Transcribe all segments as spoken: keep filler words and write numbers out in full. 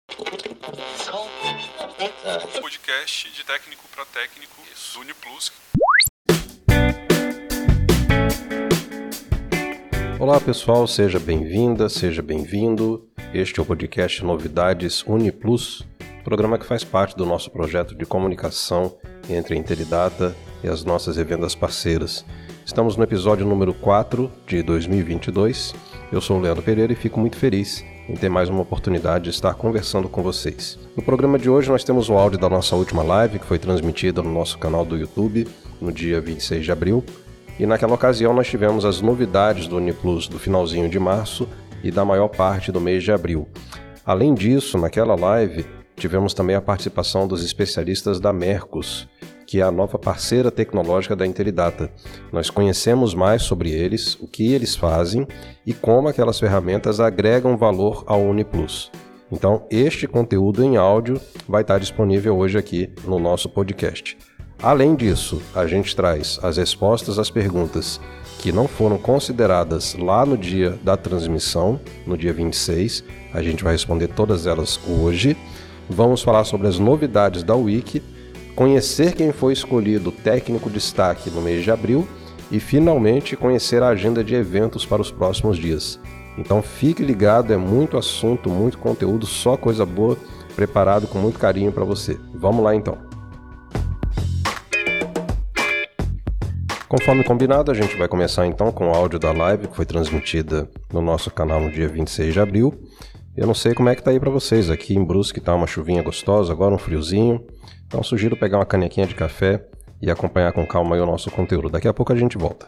Podcast de técnico para técnico, Uniplus. Olá pessoal, seja bem-vinda, seja bem-vindo. Este é o podcast Novidades Uniplus, programa que faz parte do nosso projeto de comunicação entre a Intelidata e as nossas revendas parceiras. Estamos no episódio número quatro de dois mil e vinte e dois. Eu sou o Leandro Pereira e fico muito feliz em ter mais uma oportunidade de estar conversando com vocês. No programa de hoje nós temos o áudio da nossa última live, que foi transmitida no nosso canal do YouTube no dia vinte e seis de abril. E naquela ocasião nós tivemos as novidades do Uniplus do finalzinho de março e da maior parte do mês de abril. Além disso, naquela live tivemos também a participação dos especialistas da Mercus, que é a nova parceira tecnológica da Intelidata. Nós conhecemos mais sobre eles, o que eles fazem e como aquelas ferramentas agregam valor ao Uniplus. Então, este conteúdo em áudio vai estar disponível hoje aqui no nosso podcast. Além disso, a gente traz as respostas às perguntas que não foram consideradas lá no dia da transmissão, no dia vinte e seis. A gente vai responder todas elas hoje. Vamos falar sobre as novidades da Wiki, conhecer quem foi escolhido técnico destaque no mês de abril e, finalmente, conhecer a agenda de eventos para os próximos dias. Então fique ligado, é muito assunto, muito conteúdo, só coisa boa, preparado com muito carinho para você. Vamos lá então. Conforme combinado, a gente vai começar então com o áudio da live que foi transmitida no nosso canal no dia vinte e seis de abril. Eu não sei como é que tá aí para vocês, aqui em Brusque tá uma chuvinha gostosa, agora um friozinho. Então sugiro pegar uma canequinha de café e acompanhar com calma aí o nosso conteúdo. Daqui a pouco a gente volta.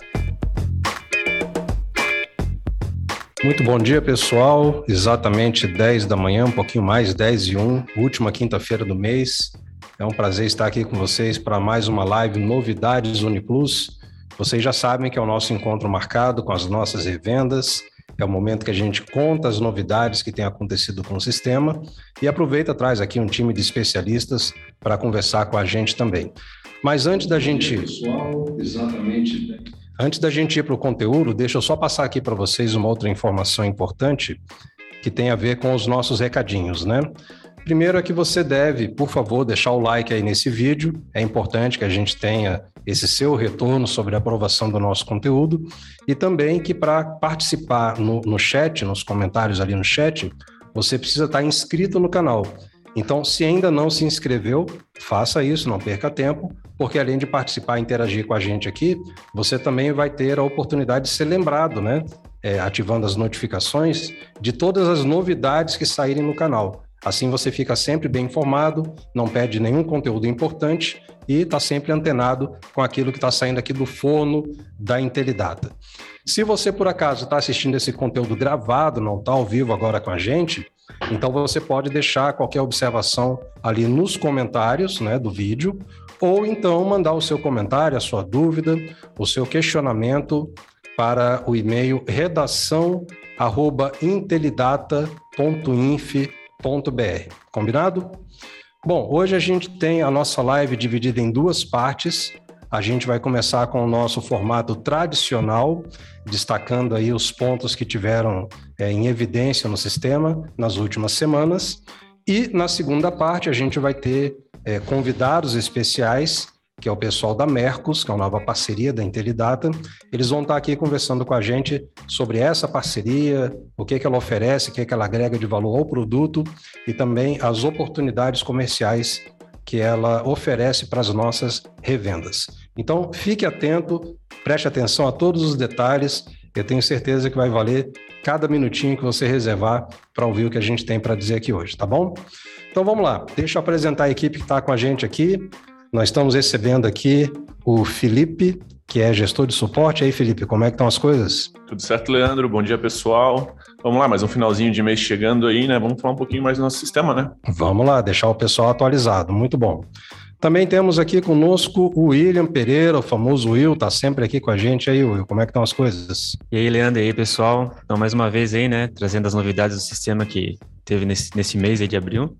Muito bom dia, pessoal. Exatamente dez da manhã, um pouquinho mais, dez e um, última quinta-feira do mês. É um prazer estar aqui com vocês para mais uma live Novidades Uniplus. Vocês já sabem que é o nosso encontro marcado com as nossas revendas. É o momento que a gente conta as novidades que têm acontecido com o sistema e aproveita, traz aqui um time de especialistas para conversar com a gente também. Mas antes da gente... Pessoal, exatamente... Antes da gente ir para o conteúdo, deixa eu só passar aqui para vocês uma outra informação importante que tem a ver com os nossos recadinhos, né? Primeiro é que você deve, por favor, deixar o like aí nesse vídeo. É importante que a gente tenha esse seu retorno sobre a aprovação do nosso conteúdo e também que para participar no, no chat, nos comentários ali no chat, você precisa estar inscrito no canal. Então, se ainda não se inscreveu, faça isso, não perca tempo, porque além de participar e interagir com a gente aqui, você também vai ter a oportunidade de ser lembrado, né? É, ativando as notificações de todas as novidades que saírem no canal. Assim você fica sempre bem informado, não perde nenhum conteúdo importante e está sempre antenado com aquilo que está saindo aqui do forno da Intelidata. Se você, por acaso, está assistindo esse conteúdo gravado, não está ao vivo agora com a gente, então você pode deixar qualquer observação ali nos comentários, né, do vídeo, ou então mandar o seu comentário, a sua dúvida, o seu questionamento para o e-mail redação arroba intelidata ponto inf ponto br. Combinado? Bom, hoje a gente tem a nossa live dividida em duas partes. A gente vai começar com o nosso formato tradicional, destacando aí os pontos que tiveram é, em evidência no sistema nas últimas semanas. E na segunda parte a gente vai ter é, convidados especiais, que é o pessoal da Mercus, que é uma nova parceria da Intelidata. Eles vão estar aqui conversando com a gente sobre essa parceria, o que, que ela oferece, o que, que ela agrega de valor ao produto e também as oportunidades comerciais que ela oferece para as nossas revendas. Então, fique atento, preste atenção a todos os detalhes. Eu tenho certeza que vai valer cada minutinho que você reservar para ouvir o que a gente tem para dizer aqui hoje, tá bom? Então, vamos lá. Deixa eu apresentar a equipe que está com a gente aqui. Nós estamos recebendo aqui o Felipe, que é gestor de suporte. E aí, Felipe, como é que estão as coisas? Tudo certo, Leandro. Bom dia, pessoal. Vamos lá, mais um finalzinho de mês chegando aí, né? Vamos falar um pouquinho mais do nosso sistema, né? Vamos lá, deixar o pessoal atualizado. Muito bom. Também temos aqui conosco o William Pereira, o famoso Will, tá sempre aqui com a gente. E aí, Will, como é que estão as coisas? E aí, Leandro, e aí, pessoal? Então, mais uma vez aí, né? Trazendo as novidades do sistema que teve nesse, nesse mês aí de abril.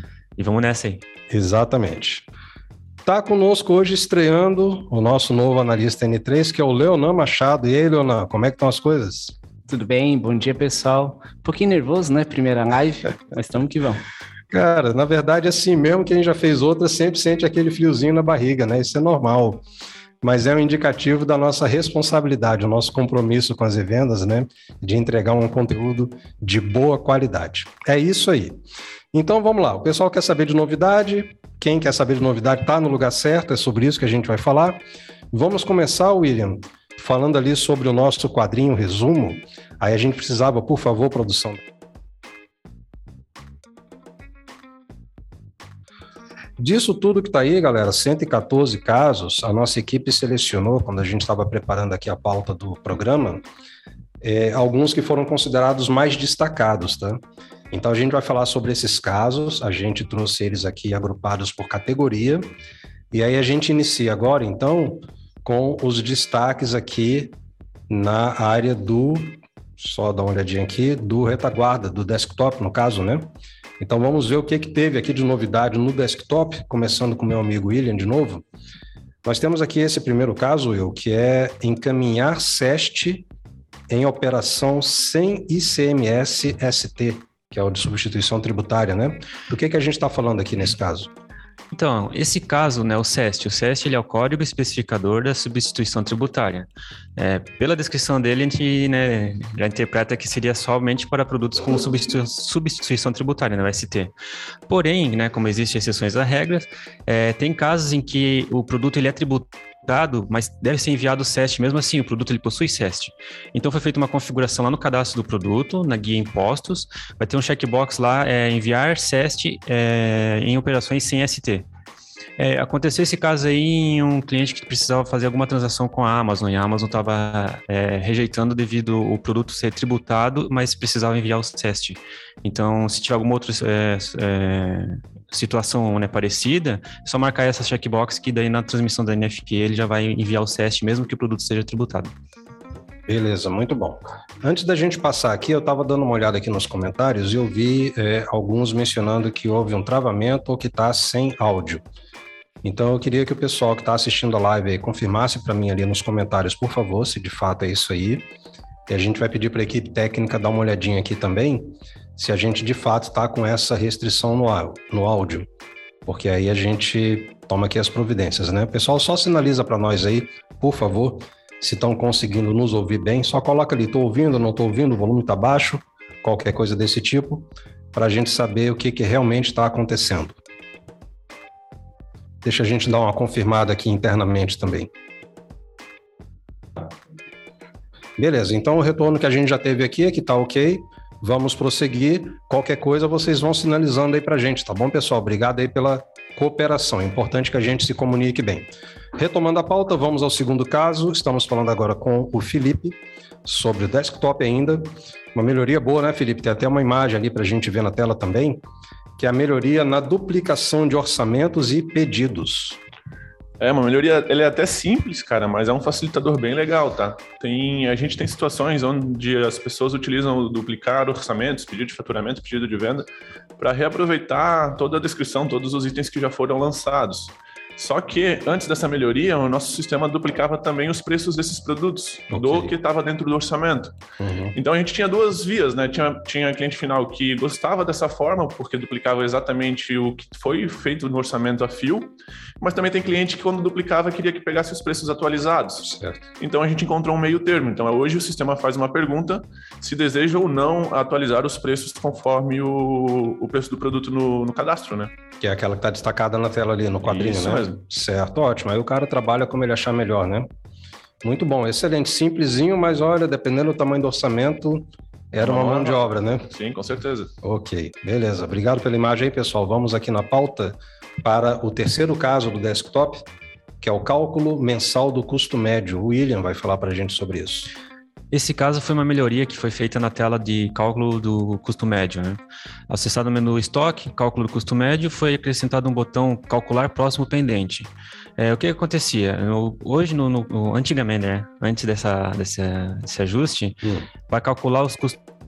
E vamos nessa aí. Exatamente. Está conosco hoje estreando o nosso novo analista N três, que é o Leonan Machado. E aí, Leonan, como é que estão as coisas? Tudo bem? Bom dia, pessoal. Um pouquinho nervoso, né? Primeira live, mas estamos que vamos. Cara, na verdade, assim, mesmo quem já fez outra sempre sente aquele friozinho na barriga, né? Isso é normal. Mas é um indicativo da nossa responsabilidade, o nosso compromisso com as vendas, né? De entregar um conteúdo de boa qualidade. É isso aí. Então, vamos lá. O pessoal quer saber de novidade. Quem quer saber de novidade está no lugar certo. É sobre isso que a gente vai falar. Vamos começar, William, falando ali sobre o nosso quadrinho resumo. Aí a gente precisava, por favor, produção. Disso tudo que está aí, galera, cento e quatorze casos, a nossa equipe selecionou, quando a gente estava preparando aqui a pauta do programa, é, alguns que foram considerados mais destacados, tá? Então a gente vai falar sobre esses casos, a gente trouxe eles aqui agrupados por categoria, e aí a gente inicia agora, então, com os destaques aqui na área do, só dar uma olhadinha aqui, do retaguarda, do desktop, no caso, né? Então vamos ver o que, que teve aqui de novidade no desktop, começando com o meu amigo William de novo. Nós temos aqui esse primeiro caso, Will, que é encaminhar S E S T em operação sem I C M S S T, que é o de substituição tributária, né? Do que, que a gente está falando aqui nesse caso? Então, esse caso, né, o S E S T, o S E S T ele é o código especificador da substituição tributária. É, pela descrição dele, a gente, né, já interpreta que seria somente para produtos com substitu- substituição tributária, né, o S T. Porém, né, como existem exceções à regra, é, tem casos em que o produto ele é tributado, mas deve ser enviado o S E S T, mesmo assim, o produto ele possui S E S T. Então foi feita uma configuração lá no cadastro do produto, na guia impostos, vai ter um checkbox lá, é, enviar S E S T é, em operações sem S T. É, aconteceu esse caso aí em um cliente que precisava fazer alguma transação com a Amazon, e a Amazon estava é, rejeitando devido ao produto ser tributado, mas precisava enviar o S E S T. Então, se tiver alguma outra é, é, situação, né, parecida, é só marcar essa checkbox que daí na transmissão da N F Q ele já vai enviar o S E S T mesmo que o produto seja tributado. Beleza, muito bom. Antes da gente passar aqui, eu estava dando uma olhada aqui nos comentários e eu vi é, alguns mencionando que houve um travamento ou que está sem áudio. Então eu queria que o pessoal que está assistindo a live aí confirmasse para mim ali nos comentários, por favor, se de fato é isso aí. E a gente vai pedir para a equipe técnica dar uma olhadinha aqui também, se a gente de fato está com essa restrição no, no áudio, porque aí a gente toma aqui as providências, né? O pessoal só sinaliza para nós aí, por favor, se estão conseguindo nos ouvir bem, só coloca ali, estou ouvindo, não estou ouvindo, o volume está baixo, qualquer coisa desse tipo, para a gente saber o que, que realmente está acontecendo. Deixa a gente dar uma confirmada aqui internamente também. Beleza, então o retorno que a gente já teve aqui é que tá ok. Vamos prosseguir. Qualquer coisa vocês vão sinalizando aí pra gente, tá bom, pessoal? Obrigado aí pela cooperação. É importante que a gente se comunique bem. Retomando a pauta, vamos ao segundo caso. Estamos falando agora com o Felipe sobre o desktop ainda. Uma melhoria boa, né, Felipe? Tem até uma imagem ali pra gente ver na tela também, que é a melhoria na duplicação de orçamentos e pedidos. É, uma melhoria, ele é até simples, cara, mas é um facilitador bem legal, tá? Tem, a gente tem situações onde as pessoas utilizam o duplicar orçamentos, pedido de faturamento, pedido de venda, para reaproveitar toda a descrição, todos os itens que já foram lançados. Só que, antes dessa melhoria, o nosso sistema duplicava também os preços desses produtos, okay, do que estava dentro do orçamento. Uhum. Então, a gente tinha duas vias, né? Tinha, tinha cliente final que gostava dessa forma, porque duplicava exatamente o que foi feito no orçamento a fio, mas também tem cliente que, quando duplicava, queria que pegasse os preços atualizados. Certo. Então, a gente encontrou um meio termo. Então, hoje o sistema faz uma pergunta se deseja ou não atualizar os preços conforme o, o preço do produto no, no cadastro, né? Que é aquela que está destacada na tela ali, no quadrinho, isso, né? Mesmo. Certo, ótimo. Aí o cara trabalha como ele achar melhor, né? Muito bom, excelente. Simplesinho, mas olha, dependendo do tamanho do orçamento, era uma ah, mão de obra, né? Sim, com certeza. Ok, beleza. Obrigado pela imagem aí, pessoal. Vamos aqui na pauta para o terceiro caso do desktop, que é o cálculo mensal do custo médio. O William vai falar para a gente sobre isso. Esse caso foi uma melhoria que foi feita na tela de cálculo do custo médio, né? Acessado no menu estoque, cálculo do custo médio, foi acrescentado um botão calcular próximo pendente. É, o que acontecia? Eu, hoje, no, no, antigamente, né? Antes dessa, dessa, desse ajuste, hum. vai calcular os custos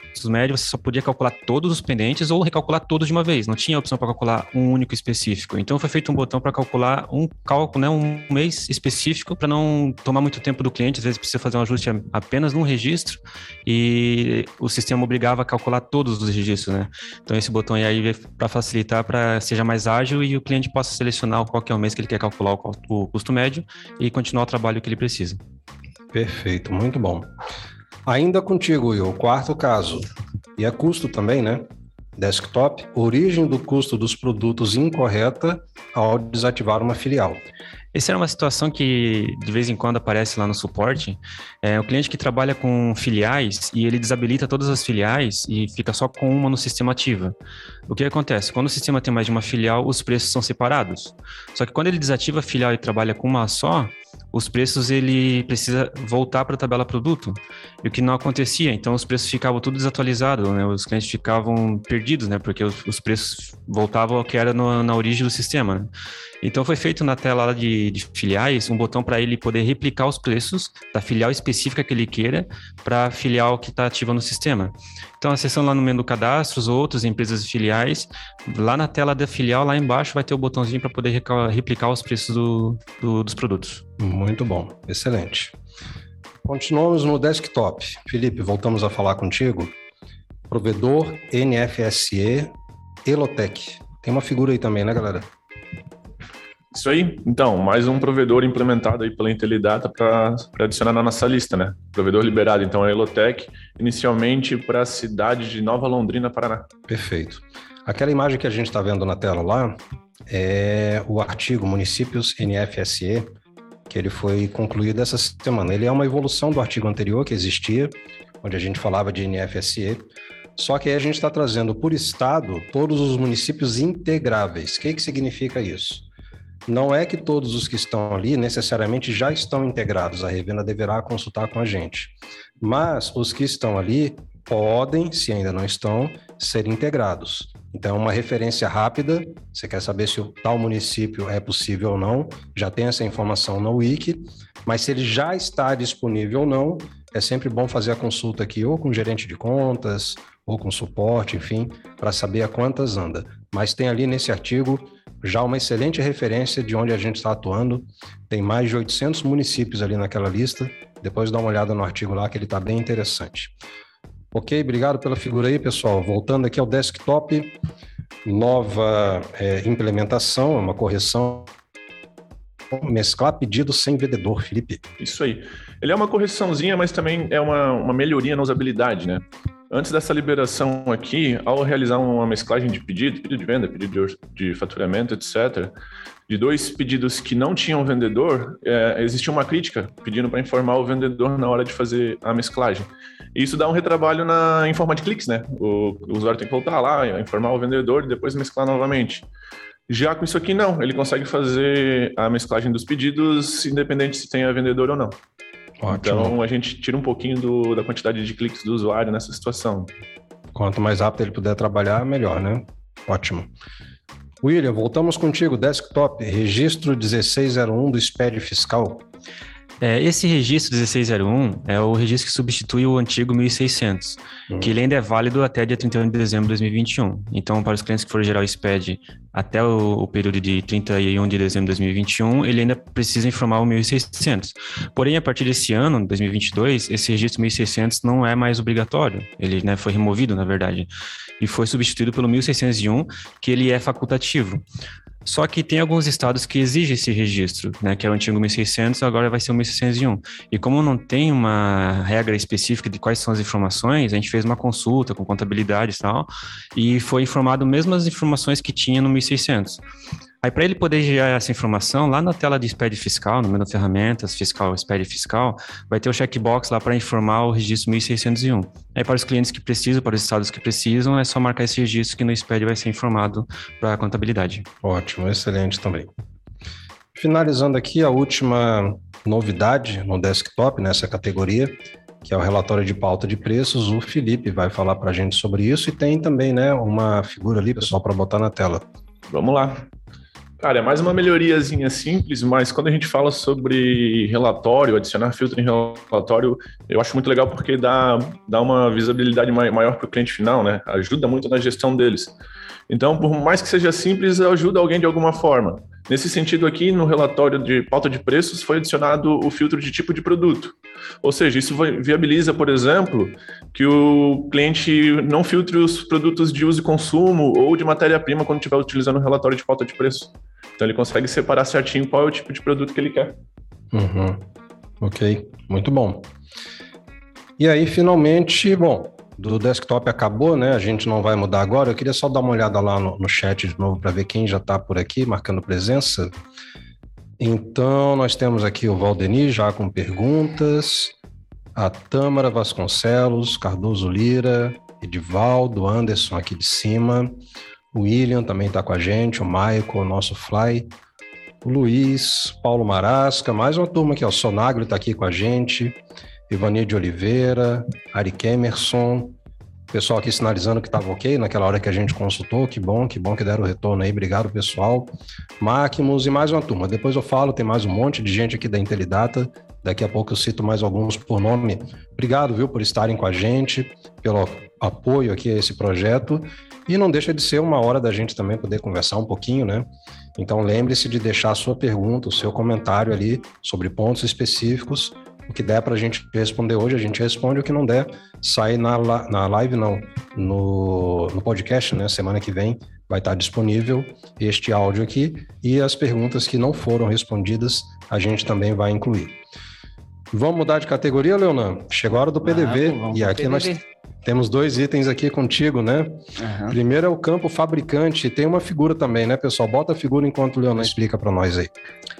médio, você só podia calcular todos os pendentes ou recalcular todos de uma vez. Não tinha opção para calcular um único específico. Então foi feito um botão para calcular um cálculo, né, um mês específico, para não tomar muito tempo do cliente. Às vezes precisa fazer um ajuste apenas num registro e o sistema obrigava a calcular todos os registros, né? Então esse botão aí veio para facilitar, para seja mais ágil e o cliente possa selecionar qual que é o mês que ele quer calcular o, o custo médio e continuar o trabalho que ele precisa. Perfeito, muito bom. Ainda contigo, Will, o quarto caso, e é custo também, né? Desktop, origem do custo dos produtos incorreta ao desativar uma filial. Essa era uma situação que de vez em quando aparece lá no suporte. É o cliente que trabalha com filiais e ele desabilita todas as filiais e fica só com uma no sistema ativa. O que acontece? Quando o sistema tem mais de uma filial, os preços são separados. Só que quando ele desativa a filial e trabalha com uma só, os preços ele precisa voltar para a tabela produto, e o que não acontecia. Então os preços ficavam tudo desatualizados, né? Os clientes ficavam perdidos, né? Porque os, os preços voltavam ao que era no, na origem do sistema, né? Então foi feito na tela de, de filiais um botão para ele poder replicar os preços da filial específica que ele queira para a filial que está ativa no sistema. Então acessando lá no menu cadastros, outros, empresas e filiais, lá na tela da filial, lá embaixo vai ter o botãozinho para poder replicar os preços do, do, dos produtos. Muito bom, excelente. Continuamos no desktop. Felipe, voltamos a falar contigo. Provedor N F S E Elotec. Tem uma figura aí também, né, galera? Isso aí. Então, mais um provedor implementado aí pela Intelidata para adicionar na nossa lista, né? Provedor liberado, então, é a Elotec, inicialmente para a cidade de Nova Londrina, Paraná. Perfeito. Aquela imagem que a gente está vendo na tela lá é o artigo Municípios N F S E, que ele foi concluído essa semana. Ele é uma evolução do artigo anterior que existia, onde a gente falava de N F S E, só que aí a gente está trazendo por estado todos os municípios integráveis. O que que significa isso? Não é que todos os que estão ali necessariamente já estão integrados, a Revenda deverá consultar com a gente, mas os que estão ali podem, se ainda não estão, ser integrados. Então, uma referência rápida, você quer saber se o tal município é possível ou não, já tem essa informação no Wiki, mas se ele já está disponível ou não, é sempre bom fazer a consulta aqui ou com o gerente de contas, ou com suporte, enfim, para saber a quantas anda. Mas tem ali nesse artigo já uma excelente referência de onde a gente está atuando, tem mais de oitocentos municípios ali naquela lista, depois dá uma olhada no artigo lá que ele está bem interessante. Ok, obrigado pela figura aí, pessoal. Voltando aqui ao desktop, nova é, implementação, uma correção, mesclar pedido sem vendedor, Felipe. Isso aí. Ele é uma correçãozinha, mas também é uma, uma melhoria na usabilidade, né? Antes dessa liberação aqui, ao realizar uma mesclagem de pedido, pedido de venda, pedido de, de faturamento, etcétera, de dois pedidos que não tinham vendedor, é, existia uma crítica pedindo para informar o vendedor na hora de fazer a mesclagem. E isso dá um retrabalho na, em forma de cliques, né? O, o usuário tem que voltar lá, informar o vendedor e depois mesclar novamente. Já com isso aqui, não. Ele consegue fazer a mesclagem dos pedidos, independente se tem a vendedor ou não. Ótimo. Então, a gente tira um pouquinho do, da quantidade de cliques do usuário nessa situação. Quanto mais rápido ele puder trabalhar, melhor, né? Ótimo. William, voltamos contigo. Desktop, registro dezesseis zero um do S P E D fiscal. É, esse registro dezesseis zero um é o registro que substitui o antigo mil e seiscentos, uhum. que ele ainda é válido até dia trinta e um de dezembro de dois mil e vinte e um. Então, para os clientes que forem gerar o S P E D até o, o período de trinta e um de dezembro de dois mil e vinte e um, ele ainda precisa informar o mil e seiscentos. Porém, a partir desse ano, dois mil e vinte e dois, esse registro mil e seiscentos não é mais obrigatório. Ele, né, foi removido, na verdade, e foi substituído pelo mil seiscentos e um, que ele é facultativo. Só que tem alguns estados que exigem esse registro, né, que é o antigo mil e seiscentos, agora vai ser o mil seiscentos e um. E como não tem uma regra específica de quais são as informações, a gente fez uma consulta com contabilidade e tal, e foi informado mesmo as informações que tinha no mil e seiscentos. Aí, para ele poder gerar essa informação, lá na tela de S P E D fiscal, no menu ferramentas, fiscal, S P E D fiscal, vai ter o checkbox lá para informar o registro mil e seiscentos e um. Aí, para os clientes que precisam, para os estados que precisam, é só marcar esse registro que no S P E D vai ser informado para a contabilidade. Ótimo, excelente também. Finalizando aqui, a última novidade no desktop, nessa categoria, que é o relatório de pauta de preços. O Felipe vai falar para a gente sobre isso e tem também, né, uma figura ali, pessoal, para botar na tela. Vamos lá. Cara, é mais uma melhoriazinha simples, mas quando a gente fala sobre relatório, adicionar filtro em relatório, eu acho muito legal porque dá, dá uma visibilidade maior para o cliente final, né? Ajuda muito na gestão deles. Então, por mais que seja simples, ajuda alguém de alguma forma. Nesse sentido aqui, no relatório de pauta de preços, foi adicionado o filtro de tipo de produto. Ou seja, isso viabiliza, por exemplo, que o cliente não filtre os produtos de uso e consumo ou de matéria-prima quando estiver utilizando o relatório de pauta de preço. Então, ele consegue separar certinho qual é o tipo de produto que ele quer. Uhum. Ok, muito bom. E aí, finalmente, bom, do desktop acabou, né? A gente não vai mudar agora. Eu queria só dar uma olhada lá no, no chat de novo para ver quem já está por aqui, marcando presença. Então, nós temos aqui o Valdeni já com perguntas, a Tâmara Vasconcelos, Cardoso Lira, Edivaldo, Anderson aqui de cima, o William também está com a gente, o Michael, o nosso Fly, o Luiz, Paulo Marasca, mais uma turma aqui, ó, o Sonagro está aqui com a gente, Ivani de Oliveira, Ari Kemerson, pessoal aqui sinalizando que estava ok naquela hora que a gente consultou, que bom, que bom que deram o retorno aí, obrigado pessoal. Máquimos e mais uma turma, depois eu falo, tem mais um monte de gente aqui da Intelidata, daqui a pouco eu cito mais alguns por nome. Obrigado, viu, por estarem com a gente, pelo apoio aqui a esse projeto, e não deixa de ser uma hora da gente também poder conversar um pouquinho, né? Então lembre-se de deixar a sua pergunta, o seu comentário ali sobre pontos específicos. O que der para a gente responder hoje, a gente responde. O que não der, sai na, na live, não, no, no podcast, né? Semana que vem vai estar disponível este áudio aqui. E as perguntas que não foram respondidas, a gente também vai incluir. Vamos mudar de categoria, Leonan? Chegou a hora do P D V. Ah, e aqui P D V. Nós temos dois itens aqui contigo, né? Uhum. Primeiro é o campo fabricante. Tem uma figura também, né, pessoal? Bota a figura enquanto o Leonan explica para nós aí.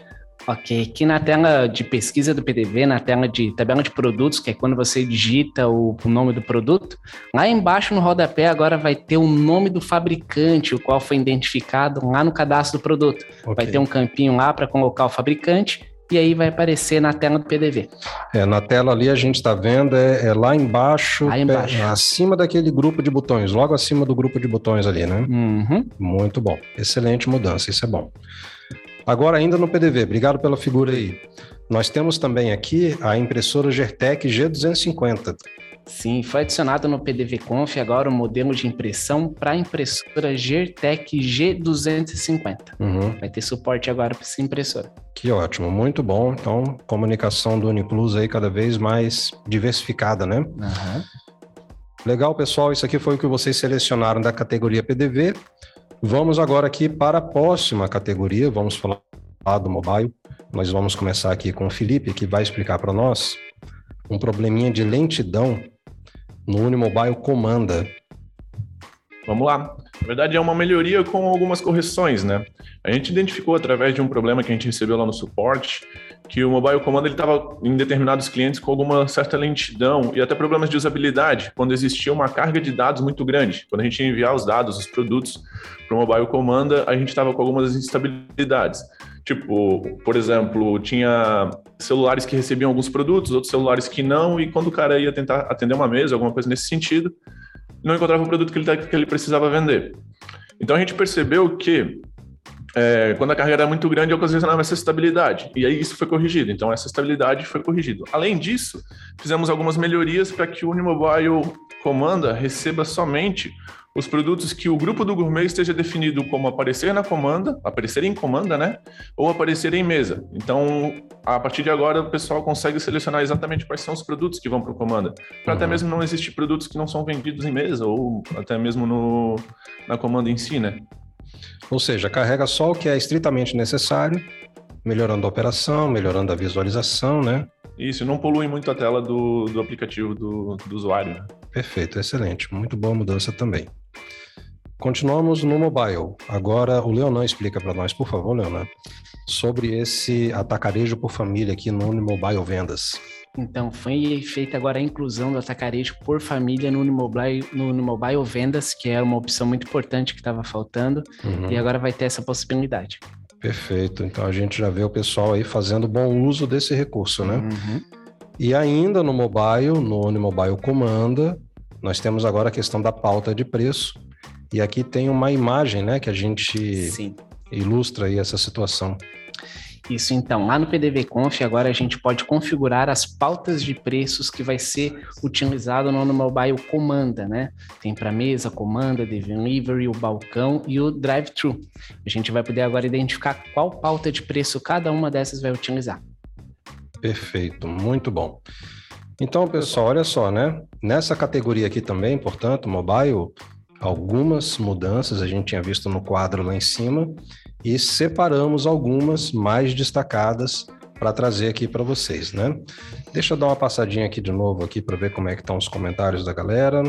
Ok, aqui na tela de pesquisa do P D V, na tela de tabela de produtos, que é quando você digita o, o nome do produto, lá embaixo no rodapé agora vai ter o nome do fabricante, o qual foi identificado lá no cadastro do produto. Okay. Vai ter um campinho lá para colocar o fabricante e aí vai aparecer na tela do P D V. É, na tela ali a gente está vendo, é, é lá embaixo, lá embaixo. É, acima daquele grupo de botões, logo acima do grupo de botões ali, né? Uhum. Muito bom, excelente mudança, isso é bom. Agora ainda no P D V, obrigado pela figura aí. Nós temos também aqui a impressora Gertec G duzentos e cinquenta. Sim, foi adicionado no P D V Conf agora o modelo de impressão para a impressora Gertec G duzentos e cinquenta. Uhum. Vai ter suporte agora para essa impressora. Que ótimo, muito bom. Então, comunicação do Uniplus aí cada vez mais diversificada, né? Uhum. Legal, pessoal, isso aqui foi o que vocês selecionaram da categoria P D V. Vamos agora aqui para a próxima categoria, vamos falar do mobile. Nós vamos começar aqui com o Felipe, que vai explicar para nós um probleminha de lentidão no Unimobile Comanda. Vamos lá. Na verdade, é uma melhoria com algumas correções, né? A gente identificou através de um problema que a gente recebeu lá no suporte que o Mobile Comanda estava em determinados clientes com alguma certa lentidão e até problemas de usabilidade, quando existia uma carga de dados muito grande. Quando a gente ia enviar os dados, os produtos para o Mobile Comanda, a gente estava com algumas instabilidades. Tipo, por exemplo, tinha celulares que recebiam alguns produtos, outros celulares que não, e quando o cara ia tentar atender uma mesa, alguma coisa nesse sentido, não encontrava o produto que ele, que ele precisava vender. Então a gente percebeu que É, quando a carga era muito grande, ocasionava essa estabilidade. E aí isso foi corrigido. Então essa estabilidade foi corrigida. Além disso, fizemos algumas melhorias para que o Unimobile Comanda receba somente os produtos que o grupo do gourmet esteja definido como aparecer na comanda, aparecer em comanda, né? Ou aparecer em mesa. Então, a partir de agora, o pessoal consegue selecionar exatamente quais são os produtos que vão para o comanda. Para uhum. até mesmo não existir produtos que não são vendidos em mesa, ou até mesmo no, na comanda em si, né? Ou seja, carrega só o que é estritamente necessário, melhorando a operação, melhorando a visualização, né? Isso, não polui muito a tela do, do aplicativo do, do usuário. Né? Perfeito, excelente. Muito boa mudança também. Continuamos no mobile. Agora o Leonan explica para nós, por favor, Leonan, sobre esse atacarejo por família aqui no Unimobile Vendas. Então, foi feita agora a inclusão do atacarejo por família no Unimobile, no Unimobile Vendas, que era uma opção muito importante que estava faltando, uhum. e agora vai ter essa possibilidade. Perfeito. Então, a gente já vê o pessoal aí fazendo bom uso desse recurso, né? Uhum. E ainda no mobile, no Unimobile Comanda, nós temos agora a questão da pauta de preço. E aqui tem uma imagem, né, que a gente Sim. Ilustra aí essa situação. Isso, então, lá no P D V Conf, agora a gente pode configurar as pautas de preços que vai ser utilizado no Mobile Comanda, né? Tem para mesa, comanda, delivery, o balcão e o drive-thru. A gente vai poder agora identificar qual pauta de preço cada uma dessas vai utilizar. Perfeito, muito bom. Então, pessoal, olha só, né? Nessa categoria aqui também, portanto, mobile, algumas mudanças a gente tinha visto no quadro lá em cima e separamos algumas mais destacadas para trazer aqui para vocês, né? Deixa eu dar uma passadinha aqui de novo aqui para ver como é que estão os comentários da galera.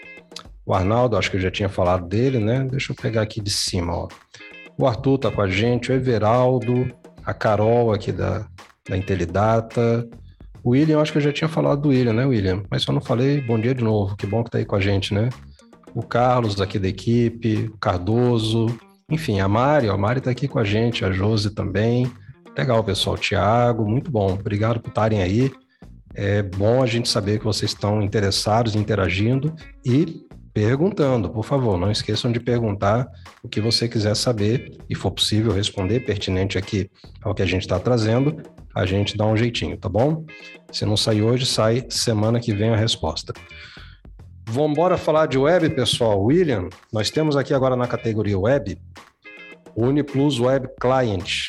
O Arnaldo, acho que eu já tinha falado dele, né? Deixa eu pegar aqui de cima, ó. O Arthur tá com a gente, o Everaldo, a Carol aqui da, da Intelidata. O William, acho que eu já tinha falado do William, né, William? Mas só não falei, bom dia de novo, que bom que tá aí com a gente, né? O Carlos aqui da equipe, o Cardoso, enfim, a Mari, ó, a Mari tá aqui com a gente, a Josi também. Legal, pessoal, Thiago, muito bom, obrigado por estarem aí. É bom a gente saber que vocês estão interessados, interagindo e perguntando, por favor, não esqueçam de perguntar o que você quiser saber e for possível responder, pertinente aqui ao que a gente está trazendo, a gente dá um jeitinho, tá bom? Se não sair hoje, sai semana que vem a resposta. Vamos embora falar de web, pessoal. William, nós temos aqui agora na categoria web, o UniPlus Web Client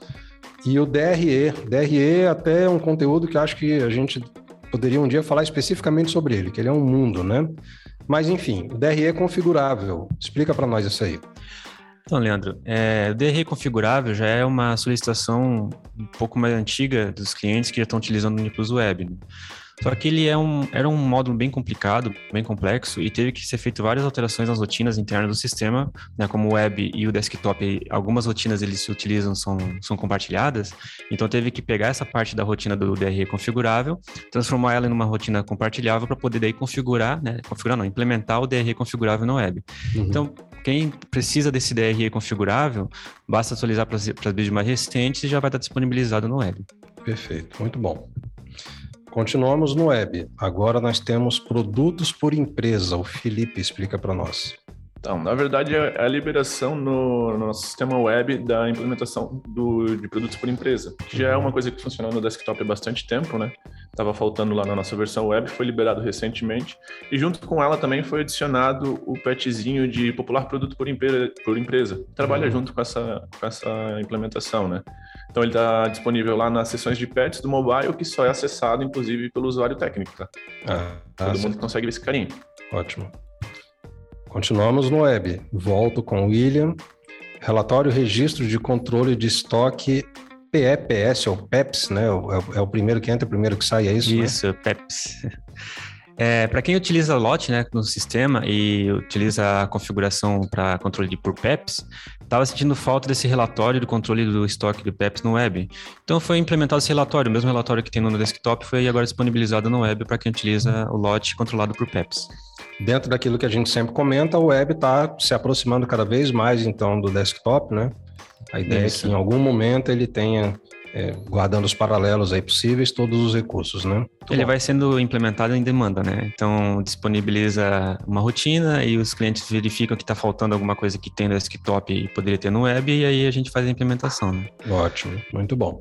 e o D R E. D R E até é um conteúdo que acho que a gente poderia um dia falar especificamente sobre ele, que ele é um mundo, né? Mas enfim, o D R E é configurável. Explica para nós isso aí. Então, Leandro, é, o D R E configurável já é uma solicitação um pouco mais antiga dos clientes que já estão utilizando o UniPlus Web, né? Só que ele é um, era um módulo bem complicado, bem complexo, e teve que ser feito várias alterações nas rotinas internas do sistema, né, como o web e o desktop, algumas rotinas eles se utilizam, são, são compartilhadas, então teve que pegar essa parte da rotina do D R E configurável, transformar ela em uma rotina compartilhável para poder daí configurar, né, configurar não, implementar o D R E configurável no web. Uhum. Então, quem precisa desse D R E configurável, basta atualizar para as builds mais recentes e já vai estar disponibilizado no web. Perfeito, muito bom. Continuamos no web. Agora nós temos produtos por empresa. O Felipe explica para nós. Então, na verdade, é a liberação no, no nosso sistema web da implementação do, de produtos por empresa, que já é uma coisa que funciona no desktop há bastante tempo, né? Estava faltando lá na nossa versão web, foi liberado recentemente, e junto com ela também foi adicionado o patchzinho de popular produto por, impre, por empresa. Trabalha uhum. junto com essa, com essa implementação, né? Então ele está disponível lá nas seções de patches do mobile, que só é acessado, inclusive, pelo usuário técnico, tá? Ah, tá Todo certo. Mundo consegue ver esse carinho. Ótimo. Continuamos no web. Volto com o William. Relatório Registro de Controle de Estoque P E P S, ou P E P S, né? É o, é o primeiro que entra, o primeiro que sai, é isso? Isso, né? P E P S. É, para quem utiliza Lot, né, no sistema e utiliza a configuração para controle de, por P E P S, estava sentindo falta desse relatório do controle do estoque do P E P S no web. Então foi implementado esse relatório, o mesmo relatório que tem no desktop foi agora disponibilizado no web para quem utiliza o Lot controlado por P E P S. Dentro daquilo que a gente sempre comenta, o web está se aproximando cada vez mais então do desktop, né? A ideia Isso. é que em algum momento ele tenha, é, guardando os paralelos aí possíveis, todos os recursos, né? Muito ele bom. Vai sendo implementado em demanda, né? Então disponibiliza uma rotina e os clientes verificam que está faltando alguma coisa que tem no desktop e poderia ter no web, e aí a gente faz a implementação, né? Ótimo, muito bom.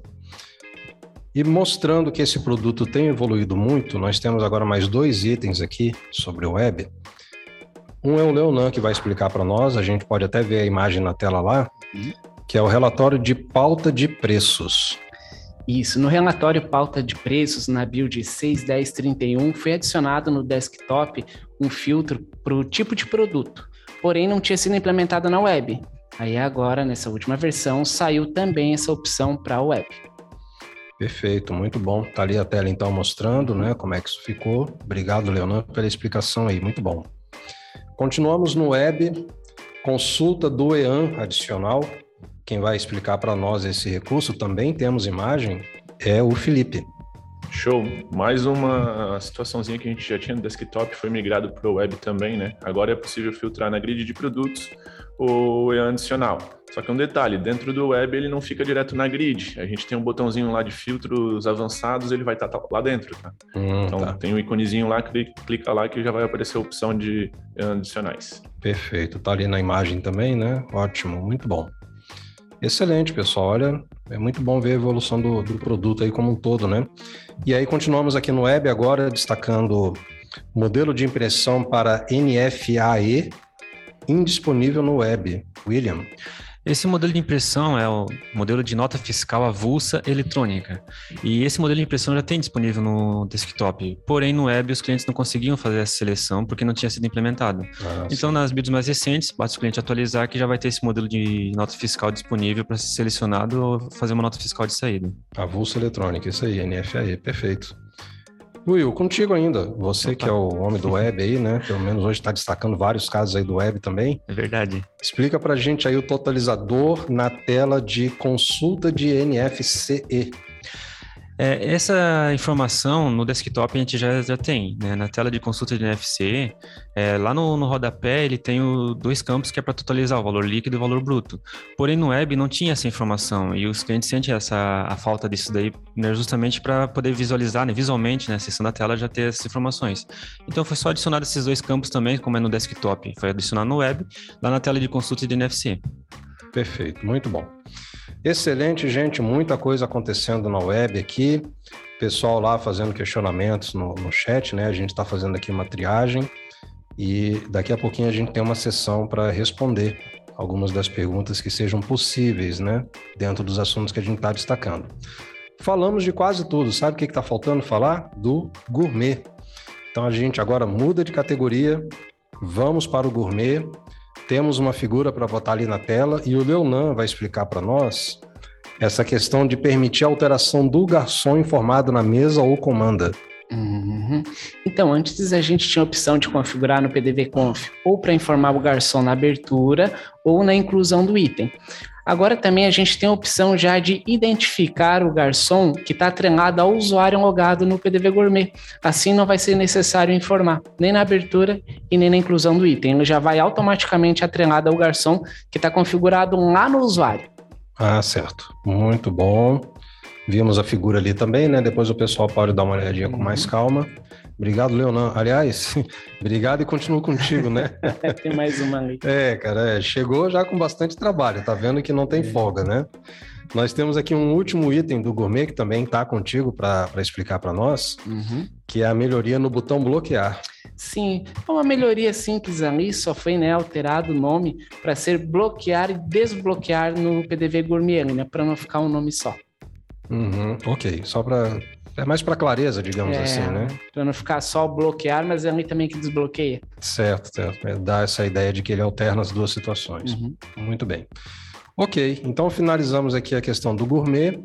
E mostrando que esse produto tem evoluído muito, nós temos agora mais dois itens aqui sobre o web. Um é o Leonan, que vai explicar para nós, a gente pode até ver a imagem na tela lá, que é o relatório de pauta de preços. Isso, no relatório pauta de preços, na build seis ponto dez ponto trinta e um, foi adicionado no desktop um filtro para o tipo de produto, porém não tinha sido implementado na web. Aí agora, nessa última versão, saiu também essa opção para a web. Perfeito, muito bom. Tá ali a tela então mostrando, né, como é que isso ficou. Obrigado, Leonardo, pela explicação aí, muito bom. Continuamos no web, consulta do E A N adicional. Quem vai explicar para nós esse recurso, também temos imagem, é o Felipe. Show. Mais uma situaçãozinha que a gente já tinha no desktop, foi migrado para o web também, né? Agora é possível filtrar na grid de produtos o E A N adicional. Só que um detalhe, dentro do web ele não fica direto na grid. A gente tem um botãozinho lá de filtros avançados, ele vai estar lá dentro, tá? Hum, então tá. Tem um iconezinho lá, clica lá que já vai aparecer a opção de E A N adicionais. Perfeito. Tá ali na imagem também, né? Ótimo, muito bom. Excelente, pessoal. Olha, é muito bom ver a evolução do, do produto aí como um todo, né? E aí continuamos aqui no web agora, destacando modelo de impressão para N F A E indisponível no web. William. Esse modelo de impressão é o modelo de nota fiscal avulsa eletrônica. E esse modelo de impressão já tem disponível no desktop. Porém, no web, os clientes não conseguiam fazer essa seleção porque não tinha sido implementado. Ah, então, nas builds mais recentes, basta o cliente atualizar que já vai ter esse modelo de nota fiscal disponível para ser selecionado ou fazer uma nota fiscal de saída. Avulsa eletrônica, isso aí, N F A E, perfeito. Will, contigo ainda, você Opa. que é o homem do web aí, né? Pelo menos hoje está destacando vários casos aí do web também. É verdade. Explica pra gente aí o totalizador na tela de consulta de N F C E. É, essa informação no desktop a gente já, já tem, né? Na tela de consulta de N F C E, é, lá no, no rodapé ele tem o, dois campos que é para totalizar o valor líquido e o valor bruto. Porém no web não tinha essa informação e os clientes sentem essa, a falta disso daí, né? Justamente para poder visualizar, né? Visualmente, né? A seção da tela já ter essas informações. Então foi só adicionar esses dois campos também, como é no desktop. Foi adicionar no web, lá na tela de consulta de N F C E. Perfeito, muito bom. Excelente, gente, muita coisa acontecendo na web aqui, pessoal lá fazendo questionamentos no, no chat, né? A gente está fazendo aqui uma triagem e daqui a pouquinho a gente tem uma sessão para responder algumas das perguntas que sejam possíveis, né? Dentro dos assuntos que a gente está destacando. Falamos de quase tudo, sabe o que está faltando falar? Do gourmet. Então a gente agora muda de categoria, vamos para o gourmet. Temos uma figura para botar ali na tela e o Leonan vai explicar para nós essa questão de permitir a alteração do garçom informado na mesa ou comanda. Uhum. Então, antes a gente tinha a opção de configurar no P D V Conf ou para informar o garçom na abertura ou na inclusão do item. Agora também a gente tem a opção já de identificar o garçom que está atrelado ao usuário logado no P D V Gourmet. Assim não vai ser necessário informar, nem na abertura e nem na inclusão do item. Ele já vai automaticamente atrelado ao garçom que está configurado lá no usuário. Ah, certo. Muito bom. Vimos a figura ali também, né? Depois o pessoal pode dar uma olhadinha com mais calma. Obrigado, Leonan. Aliás, obrigado e continuo contigo, né? Tem mais uma ali. É, cara, é, chegou já com bastante trabalho, tá vendo que não tem é. folga, né? Nós temos aqui um último item do Gourmet que também está contigo para explicar para nós, uhum. que é a melhoria no botão bloquear. Sim, é uma melhoria simples ali, só foi, né, alterado o nome para ser bloquear e desbloquear no P D V Gourmet, né, para não ficar um nome só. Uhum, ok, só para... É mais para clareza, digamos é, assim, né? Para não ficar só bloquear, mas é ali também que desbloqueia. Certo, certo. É, dá essa ideia de que ele alterna as duas situações. Uhum. Muito bem. Ok, então finalizamos aqui a questão do gourmet.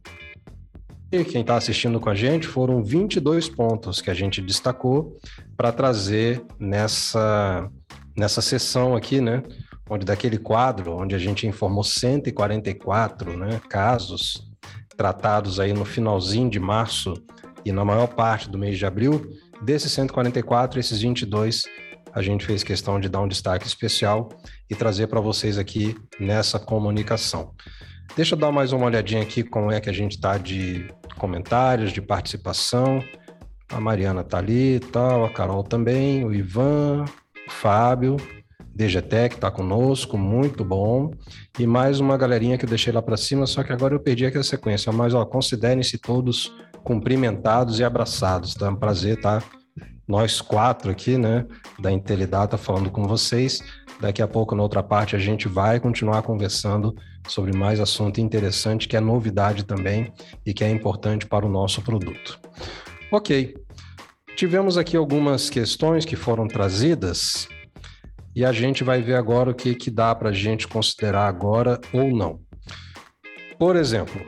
E quem está assistindo com a gente, foram vinte e dois pontos que a gente destacou para trazer nessa, nessa sessão aqui, né? Onde daquele quadro, onde a gente informou cento e quarenta e quatro, né, casos tratados aí no finalzinho de março e na maior parte do mês de abril, desses cento e quarenta e quatro, esses vinte e dois, a gente fez questão de dar um destaque especial e trazer para vocês aqui nessa comunicação. Deixa eu dar mais uma olhadinha aqui como é que a gente está de comentários, de participação. A Mariana está ali e tal, a Carol também, o Ivan, o Fábio, D G Tech está conosco, muito bom. E mais uma galerinha que eu deixei lá para cima, só que agora eu perdi aqui a sequência. Mas, ó, considerem-se todos cumprimentados e abraçados, tá? É um prazer estar nós quatro aqui, né, da Intelidata falando com vocês. Daqui a pouco, na outra parte, a gente vai continuar conversando sobre mais assunto interessante, que é novidade também e que é importante para o nosso produto. Ok, tivemos aqui algumas questões que foram trazidas e a gente vai ver agora o que, que dá para a gente considerar agora ou não. Por exemplo,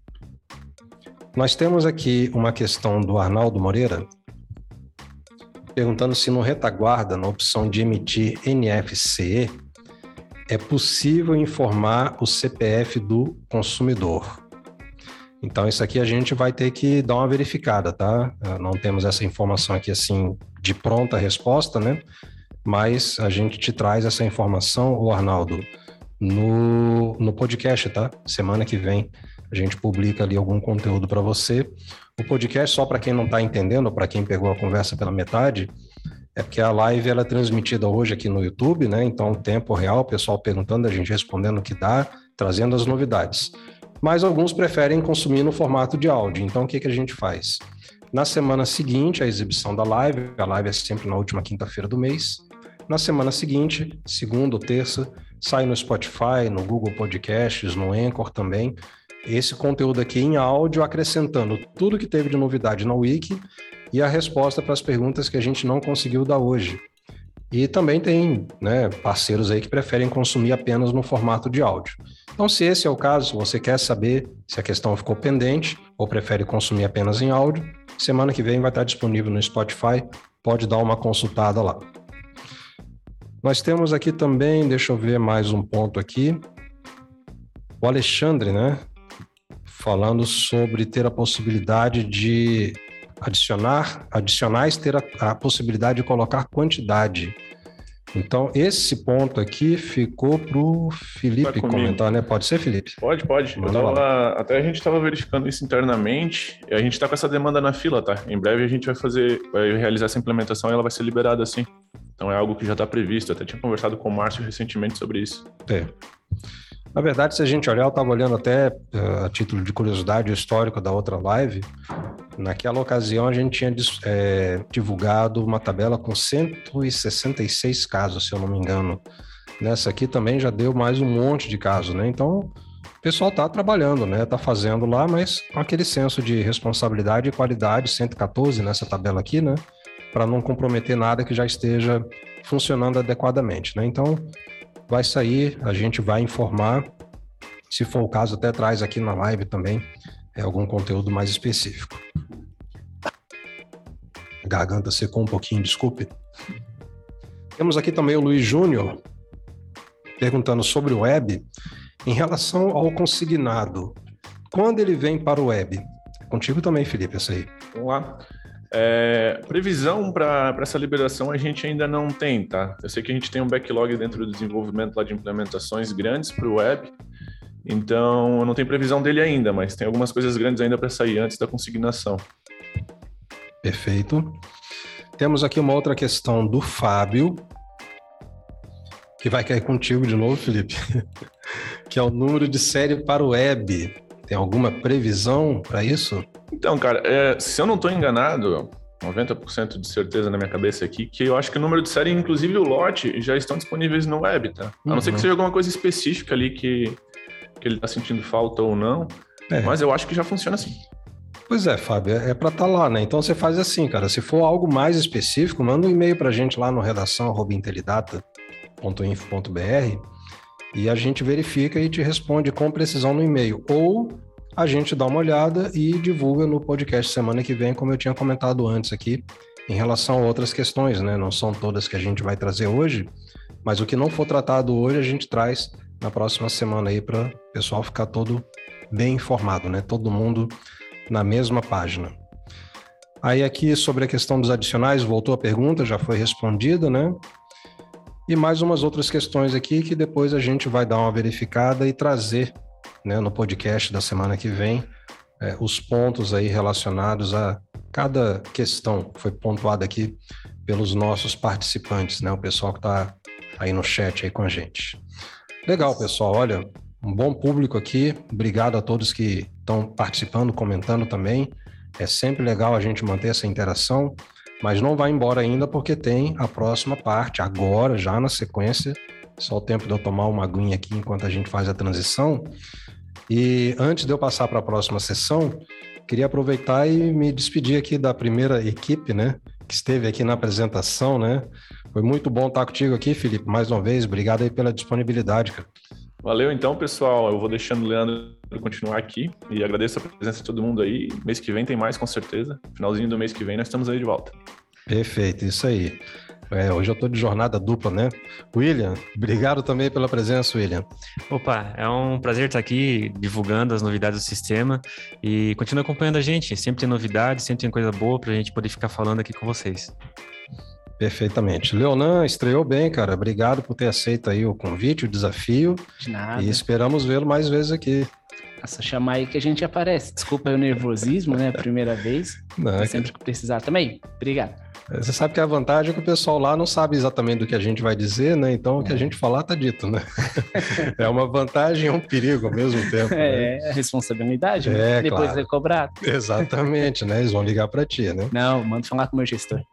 nós temos aqui uma questão do Arnaldo Moreira, perguntando se no retaguarda, na opção de emitir N F C E, é possível informar o C P F do consumidor. Então, isso aqui a gente vai ter que dar uma verificada, tá? Não temos essa informação aqui, assim, de pronta resposta, né? Mas a gente te traz essa informação, ô Arnaldo, no, no podcast, tá? Semana que vem a gente publica ali algum conteúdo para você. O podcast, só para quem não está entendendo, para quem pegou a conversa pela metade, é porque a live ela é transmitida hoje aqui no YouTube, né? Então, tempo real, o pessoal perguntando, a gente respondendo o que dá, trazendo as novidades. Mas alguns preferem consumir no formato de áudio. Então, o que, que a gente faz? Na semana seguinte, a exibição da live, a live é sempre na última quinta-feira do mês. Na semana seguinte, segunda ou terça, sai no Spotify, no Google Podcasts, no Anchor também, esse conteúdo aqui em áudio, acrescentando tudo que teve de novidade na Wiki e a resposta para as perguntas que a gente não conseguiu dar hoje. E também tem, né, parceiros aí que preferem consumir apenas no formato de áudio. Então, se esse é o caso, se você quer saber se a questão ficou pendente ou prefere consumir apenas em áudio, semana que vem vai estar disponível no Spotify, pode dar uma consultada lá. Nós temos aqui também, deixa eu ver mais um ponto aqui, o Alexandre, né, falando sobre ter a possibilidade de adicionar, adicionais ter a, a possibilidade de colocar quantidade. Então, esse ponto aqui ficou para o Felipe comentar, né? Pode ser, Felipe? Pode, pode. Eu tava, até a gente estava verificando isso internamente e a gente está com essa demanda na fila, tá? Em breve a gente vai fazer, vai realizar essa implementação e ela vai ser liberada assim. Então é algo que já está previsto. Eu até tinha conversado com o Márcio recentemente sobre isso. É. Na verdade, se a gente olhar, eu estava olhando até uh, a título de curiosidade o histórico da outra live. Naquela ocasião, a gente tinha é, divulgado uma tabela com cento e sessenta e seis casos, se eu não me engano. Nessa aqui também já deu mais um monte de casos, né? Então, o pessoal está trabalhando, né? Está fazendo lá, mas com aquele senso de responsabilidade e qualidade, cento e quatorze nessa tabela aqui, né? Para não comprometer nada que já esteja funcionando adequadamente, né? Então, vai sair, a gente vai informar, se for o caso, até traz aqui na live também é, algum conteúdo mais específico. A garganta secou um pouquinho, desculpe. Temos aqui também o Luiz Júnior perguntando sobre o web em relação ao consignado. Quando ele vem para o web? Contigo também, Felipe, essa aí. Vamos lá. É, previsão para essa liberação a gente ainda não tem, tá? Eu sei que a gente tem um backlog dentro do desenvolvimento lá de implementações grandes para o web, então eu não tenho previsão dele ainda, mas tem algumas coisas grandes ainda para sair antes da consignação. Perfeito. Temos aqui uma outra questão do Fábio, que vai cair contigo de novo, Felipe, que é o número de série para o web. Tem alguma previsão para isso? Então, cara, é, se eu não estou enganado, noventa por cento de certeza na minha cabeça aqui, que eu acho que o número de série, inclusive o lote, já estão disponíveis no web, tá? A não uhum. ser que seja alguma coisa específica ali que, que ele está sentindo falta ou não, é. Mas eu acho que já funciona assim. Pois é, Fábio, é para estar tá lá, né? Então você faz assim, cara, se for algo mais específico, manda um e-mail para a gente lá no redação arroba intelidata ponto info ponto b r e a gente verifica e te responde com precisão no e-mail. Ou a gente dá uma olhada e divulga no podcast semana que vem, como eu tinha comentado antes aqui, em relação a outras questões, né? Não são todas que a gente vai trazer hoje, mas o que não for tratado hoje a gente traz na próxima semana aí para o pessoal ficar todo bem informado, né? Todo mundo na mesma página. Aí aqui sobre a questão dos adicionais, voltou a pergunta, já foi respondida, né? E mais umas outras questões aqui que depois a gente vai dar uma verificada e trazer, né, no podcast da semana que vem, é, os pontos aí relacionados a cada questão que foi pontuada aqui pelos nossos participantes, né, o pessoal que está aí no chat aí com a gente. Legal, pessoal, olha, um bom público aqui, obrigado a todos que estão participando, comentando também, é sempre legal a gente manter essa interação, mas não vai embora ainda porque tem a próxima parte, agora, já na sequência, só o tempo de eu tomar uma aguinha aqui enquanto a gente faz a transição. E antes de eu passar para a próxima sessão, queria aproveitar e me despedir aqui da primeira equipe, né, que esteve aqui na apresentação, né? Foi muito bom estar contigo aqui, Felipe, mais uma vez, obrigado aí pela disponibilidade, cara. Valeu então, pessoal, eu vou deixando o Leandro continuar aqui e agradeço a presença de todo mundo aí. Mês que vem tem mais, com certeza. Finalzinho do mês que vem nós estamos aí de volta. Perfeito, isso aí. É, hoje eu estou de jornada dupla, né? William, obrigado também pela presença, William. Opa, é um prazer estar aqui divulgando as novidades do sistema e continue acompanhando a gente. Sempre tem novidades, sempre tem coisa boa para a gente poder ficar falando aqui com vocês. Perfeitamente. Leonan, estreou bem, cara. Obrigado por ter aceito aí o convite, o desafio. De nada. E esperamos vê-lo mais vezes aqui. É só chamar aí que a gente aparece. Desculpa aí o nervosismo, né? Primeira vez. Não, é sempre que precisar também. Obrigado. Você sabe que a vantagem é que o pessoal lá não sabe exatamente do que a gente vai dizer, né? Então o que a gente falar tá dito, né? É uma vantagem e um perigo ao mesmo tempo. É, né? a responsabilidade, É, né? Depois claro. é cobrado. Exatamente, né? Eles vão ligar para ti, né? Não, manda falar com o meu gestor.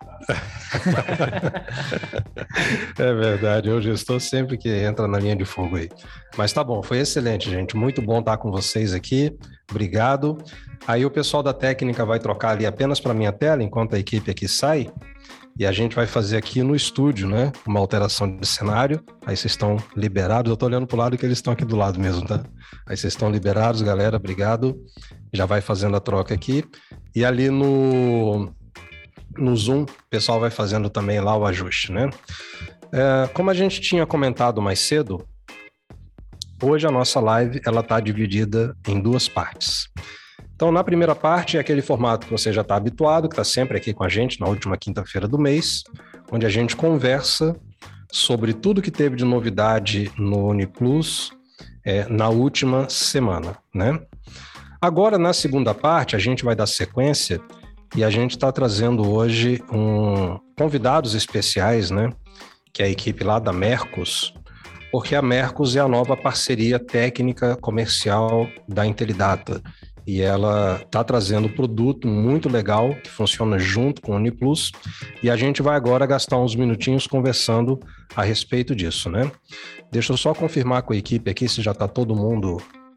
É verdade, o gestor sempre que entra na linha de fogo aí. Mas tá bom, foi excelente, gente. Muito bom estar com vocês aqui. Obrigado. Aí o pessoal da técnica vai trocar ali apenas para minha tela, enquanto a equipe aqui sai. E a gente vai fazer aqui no estúdio, né? Uma alteração de cenário. Aí vocês estão liberados. Eu tô olhando pro lado que eles estão aqui do lado mesmo, tá? Aí vocês estão liberados, galera. Obrigado. Já vai fazendo a troca aqui. E ali no, no Zoom, o pessoal vai fazendo também lá o ajuste, né? É, como a gente tinha comentado mais cedo, hoje a nossa live ela tá dividida em duas partes. Então, na primeira parte é aquele formato que você já está habituado, que está sempre aqui com a gente na última quinta-feira do mês, onde a gente conversa sobre tudo que teve de novidade no UniPlus é, na última semana, né? Agora, na segunda parte, a gente vai dar sequência e a gente está trazendo hoje um, convidados especiais, né? Que é a equipe lá da Mercos, porque a Mercos é a nova parceria técnica comercial da Intelidata. E ela está trazendo um produto muito legal que funciona junto com o UniPlus. E a gente vai agora gastar uns minutinhos conversando a respeito disso, né? Deixa eu só confirmar com a equipe aqui se já está todo mundo...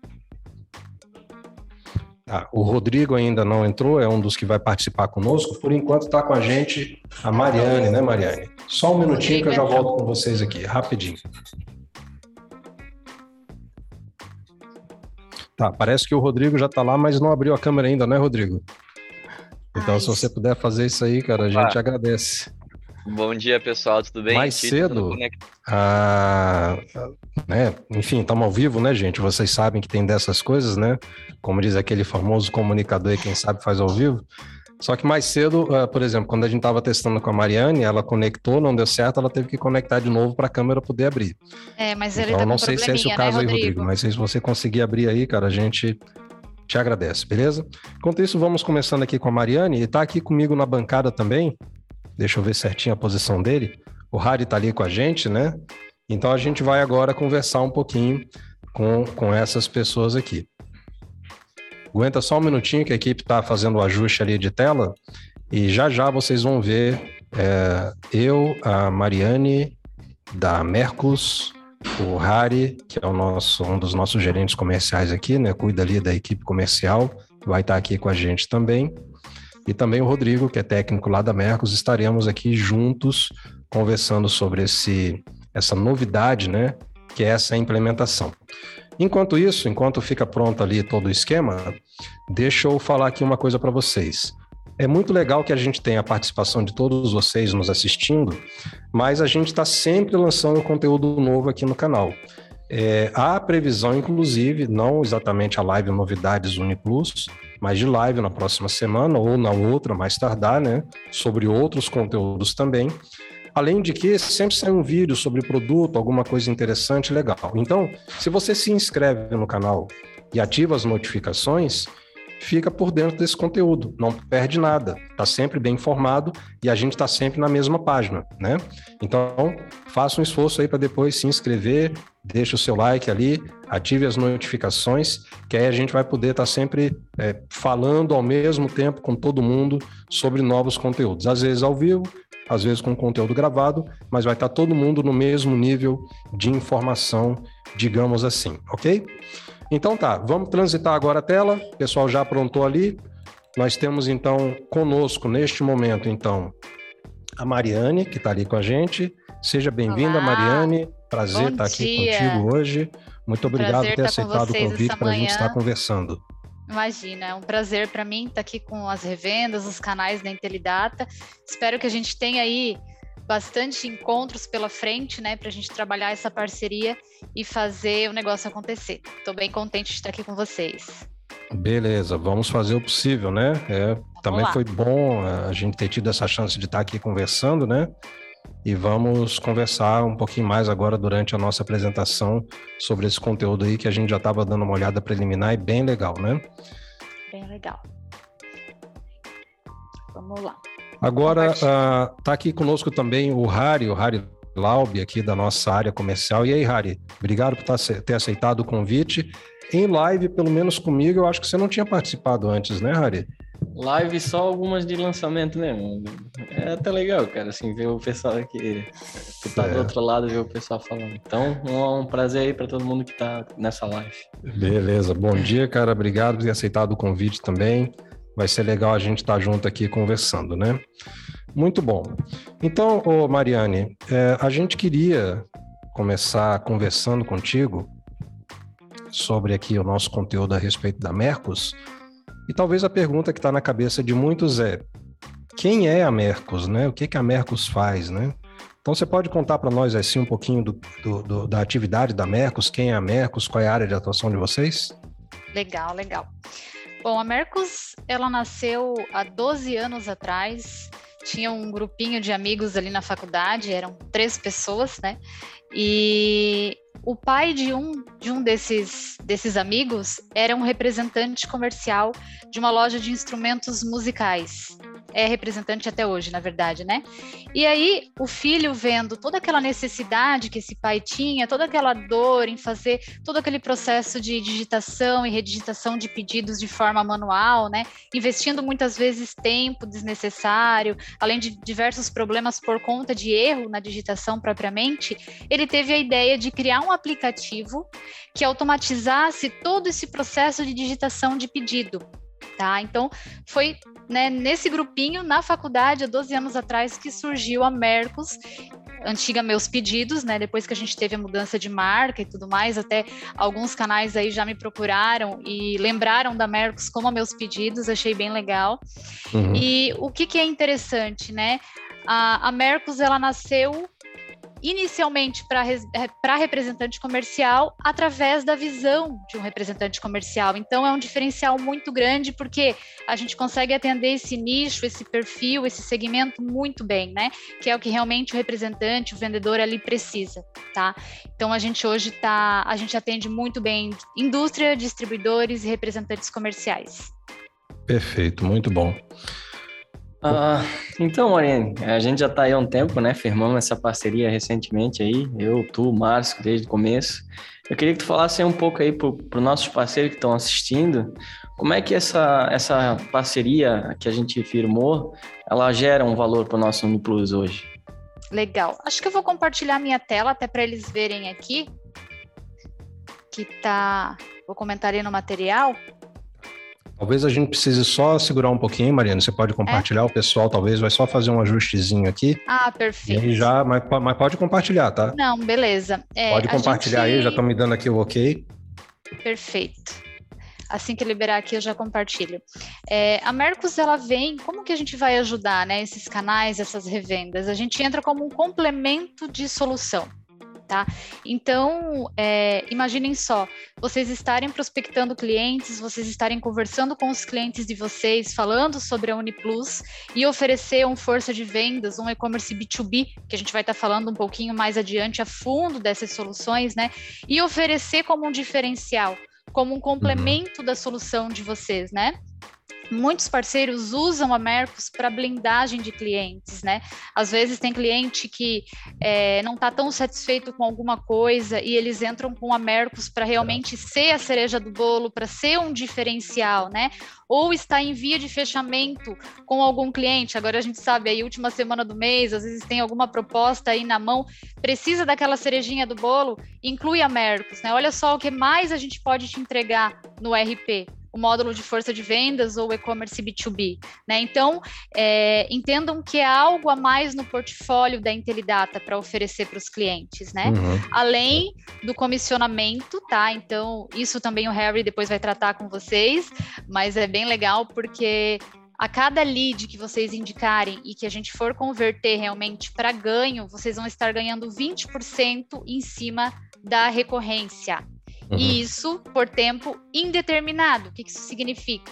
Ah, o Rodrigo ainda não entrou, é um dos que vai participar conosco. Por enquanto está com a gente a Mariane, né, Mariane? Só um minutinho que eu já volto com vocês aqui, rapidinho. Tá, parece que o Rodrigo já tá lá, mas não abriu a câmera ainda, né, Rodrigo? Então, Ai, se você puder fazer isso aí, cara, a gente ah. agradece. Bom dia, pessoal, tudo bem? Mais Tito, cedo, ah, né, enfim, estamos ao vivo, né, gente? Vocês sabem que tem dessas coisas, né? Como diz aquele famoso comunicador aí, quem sabe faz ao vivo. Só que mais cedo, uh, por exemplo, quando a gente estava testando com a Mariane, ela conectou, não deu certo, ela teve que conectar de novo para a câmera poder abrir. É, mas ele então, tá não com sei se é esse o caso, né, aí, Rodrigo? Rodrigo, mas se você conseguir abrir aí, cara, a gente te agradece, beleza? Enquanto isso, vamos começando aqui com a Mariane, e tá aqui comigo na bancada também, deixa eu ver certinho a posição dele, o Harry tá ali com a gente, né? Então a gente vai agora conversar um pouquinho com, com essas pessoas aqui. Aguenta só um minutinho que a equipe está fazendo o ajuste ali de tela e já já vocês vão ver é, eu, a Mariane da Mercos, o Harry, que é o nosso, um dos nossos gerentes comerciais aqui, né? Cuida ali da equipe comercial, vai estar aqui com a gente também. E também o Rodrigo, que é técnico lá da Mercos, estaremos aqui juntos conversando sobre esse, essa novidade, né? Que é essa implementação. Enquanto isso, enquanto fica pronto ali todo o esquema, deixa eu falar aqui uma coisa para vocês. É muito legal que a gente tenha a participação de todos vocês nos assistindo, mas a gente está sempre lançando conteúdo novo aqui no canal. É, há previsão, inclusive, não exatamente a live Novidades UniPlus, mas de live na próxima semana ou na outra, mais tardar, né? Sobre outros conteúdos também. Além de que sempre sai um vídeo sobre produto, alguma coisa interessante, legal. Então, se você se inscreve no canal e ativa as notificações, fica por dentro desse conteúdo, não perde nada, está sempre bem informado e a gente está sempre na mesma página, né? Então, faça um esforço aí para depois se inscrever, deixa o seu like ali, ative as notificações, que aí a gente vai poder estar tá sempre é, falando ao mesmo tempo com todo mundo sobre novos conteúdos, às vezes ao vivo, às vezes com conteúdo gravado, mas vai estar todo mundo no mesmo nível de informação, digamos assim, ok? Então tá, vamos transitar agora a tela, o pessoal já aprontou ali, nós temos então conosco neste momento, então, a Mariane, que está ali com a gente, seja bem-vinda, Mariane, prazer Bom estar aqui dia. contigo hoje, muito obrigado por ter aceitado o convite para a gente estar conversando. Imagina, é um prazer para mim estar aqui com as revendas, os canais da Intelidata. Espero que a gente tenha aí bastante encontros pela frente, né, para a gente trabalhar essa parceria e fazer o negócio acontecer. Estou bem contente de estar aqui com vocês. Beleza, vamos fazer o possível, né? É, também lá. Foi bom a gente ter tido essa chance de estar aqui conversando, né? E vamos conversar um pouquinho mais agora durante a nossa apresentação sobre esse conteúdo aí que a gente já estava dando uma olhada preliminar e bem legal, né? Bem legal. Vamos lá. Agora, está aqui conosco também o Harry, o Harry Laub, aqui da nossa área comercial. E aí, Harry, obrigado por ter aceitado o convite. Em live, pelo menos comigo, eu acho que você não tinha participado antes, né, Harry? Live só algumas de lançamento mesmo. É até legal, cara, assim, ver o pessoal aqui, que tá do outro lado, ver o pessoal falando. Então, um, um prazer aí para todo mundo que tá nessa live. Beleza, bom dia, cara, obrigado por ter aceitado o convite também. Vai ser legal a gente estar junto aqui conversando, né? Muito bom. Então, ô Mariane, é, a gente queria começar conversando contigo sobre aqui o nosso conteúdo a respeito da Mercos. E talvez a pergunta que está na cabeça de muitos é: quem é a Mercos, né? O que, que a Mercos faz, né? Então você pode contar para nós assim um pouquinho do, do, do, da atividade da Mercos, quem é a Mercos, qual é a área de atuação de vocês? Legal, legal. Bom, a Mercos, ela nasceu há doze anos atrás, tinha um grupinho de amigos ali na faculdade, eram três pessoas, né? E o pai de um, de um desses, desses amigos era um representante comercial de uma loja de instrumentos musicais. É representante até hoje, na verdade, né? E aí, o filho vendo toda aquela necessidade que esse pai tinha, toda aquela dor em fazer todo aquele processo de digitação e redigitação de pedidos de forma manual, né? Investindo muitas vezes tempo desnecessário, além de diversos problemas por conta de erro na digitação propriamente, ele teve a ideia de criar um aplicativo que automatizasse todo esse processo de digitação de pedido. Tá? Então, foi né, nesse grupinho, na faculdade, há doze anos atrás, que surgiu a Mercos, antiga Meus Pedidos, né? Depois que a gente teve a mudança de marca e tudo mais, até alguns canais aí já me procuraram e lembraram da Mercos como a Meus Pedidos, achei bem legal. Uhum. E o que, que é interessante, né? A, a Mercos, ela nasceu inicialmente para representante comercial através da visão de um representante comercial. Então, é um diferencial muito grande porque a gente consegue atender esse nicho, esse perfil, esse segmento muito bem, né? Que é o que realmente o representante, o vendedor ali precisa, tá? Então, a gente hoje tá, a gente atende muito bem indústria, distribuidores e representantes comerciais. Perfeito, muito bom. Ah, então, Mariane, a gente já está aí há um tempo, né? Firmamos essa parceria recentemente aí, eu, tu, o Márcio, desde o começo. Eu queria que tu falasse um pouco aí para os nossos parceiros que estão assistindo, como é que essa, essa parceria que a gente firmou, ela gera um valor para o nosso UniPlus hoje? Legal. Acho que eu vou compartilhar minha tela até para eles verem aqui, que tá... Vou comentar aí no material. Talvez a gente precise só segurar um pouquinho, Mariana. Você pode compartilhar, é? O pessoal talvez vai só fazer um ajustezinho aqui. Ah, perfeito. E aí já, mas, mas pode compartilhar, tá? Não, beleza. É, pode compartilhar gente... aí, já estão me dando aqui o ok. Perfeito. Assim que liberar aqui, eu já compartilho. É, a Mercos, ela vem, como que a gente vai ajudar, né, esses canais, essas revendas? A gente entra como um complemento de solução. Tá? Então, é, imaginem só, vocês estarem prospectando clientes, vocês estarem conversando com os clientes de vocês, falando sobre a UniPlus e oferecer um força de vendas, um e-commerce B dois B, que a gente vai estar falando um pouquinho mais adiante a fundo dessas soluções, né? E oferecer como um diferencial, como um complemento da solução de vocês, né? Muitos parceiros usam a Mercos para blindagem de clientes, né? Às vezes tem cliente que é, não está tão satisfeito com alguma coisa e eles entram com a Mercos para realmente ser a cereja do bolo, para ser um diferencial, né? Ou está em via de fechamento com algum cliente. Agora a gente sabe, aí última semana do mês, às vezes tem alguma proposta aí na mão, precisa daquela cerejinha do bolo, inclui a Mercos, né? Olha só o que mais a gente pode te entregar no R P. O módulo de força de vendas ou e-commerce B dois B, né? Então, é, entendam que é algo a mais no portfólio da Intelidata para oferecer para os clientes, né? Uhum. Além do comissionamento, tá? Então, isso também o Harry depois vai tratar com vocês, mas é bem legal porque a cada lead que vocês indicarem e que a gente for converter realmente para ganho, vocês vão estar ganhando vinte por cento em cima da recorrência. Uhum. E isso por tempo indeterminado. O que isso significa?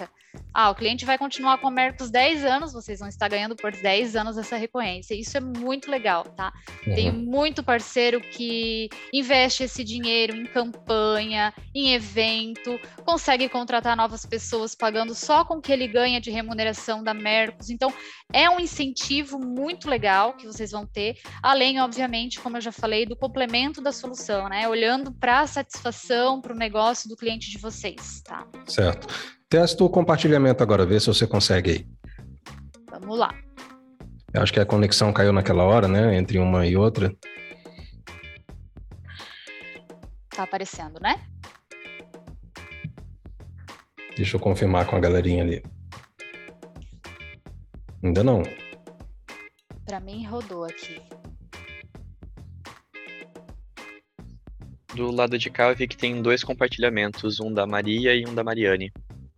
Ah, o cliente vai continuar com a Mercos dez anos, vocês vão estar ganhando por dez anos essa recorrência. Isso é muito legal, tá? Uhum. Tem muito parceiro que investe esse dinheiro em campanha, em evento, consegue contratar novas pessoas pagando só com o que ele ganha de remuneração da Mercos. Então, é um incentivo muito legal que vocês vão ter, além, obviamente, como eu já falei, do complemento da solução, né? Olhando para a satisfação, para o negócio do cliente de vocês, tá? Certo. Testa o compartilhamento agora, vê se você consegue aí. Vamos lá. Eu acho que a conexão caiu naquela hora, né? Entre uma e outra. Tá aparecendo, né? Deixa eu confirmar com a galerinha ali. Ainda não. Para mim, rodou aqui. Do lado de cá, eu vi que tem dois compartilhamentos, um da Maria e um da Mariane.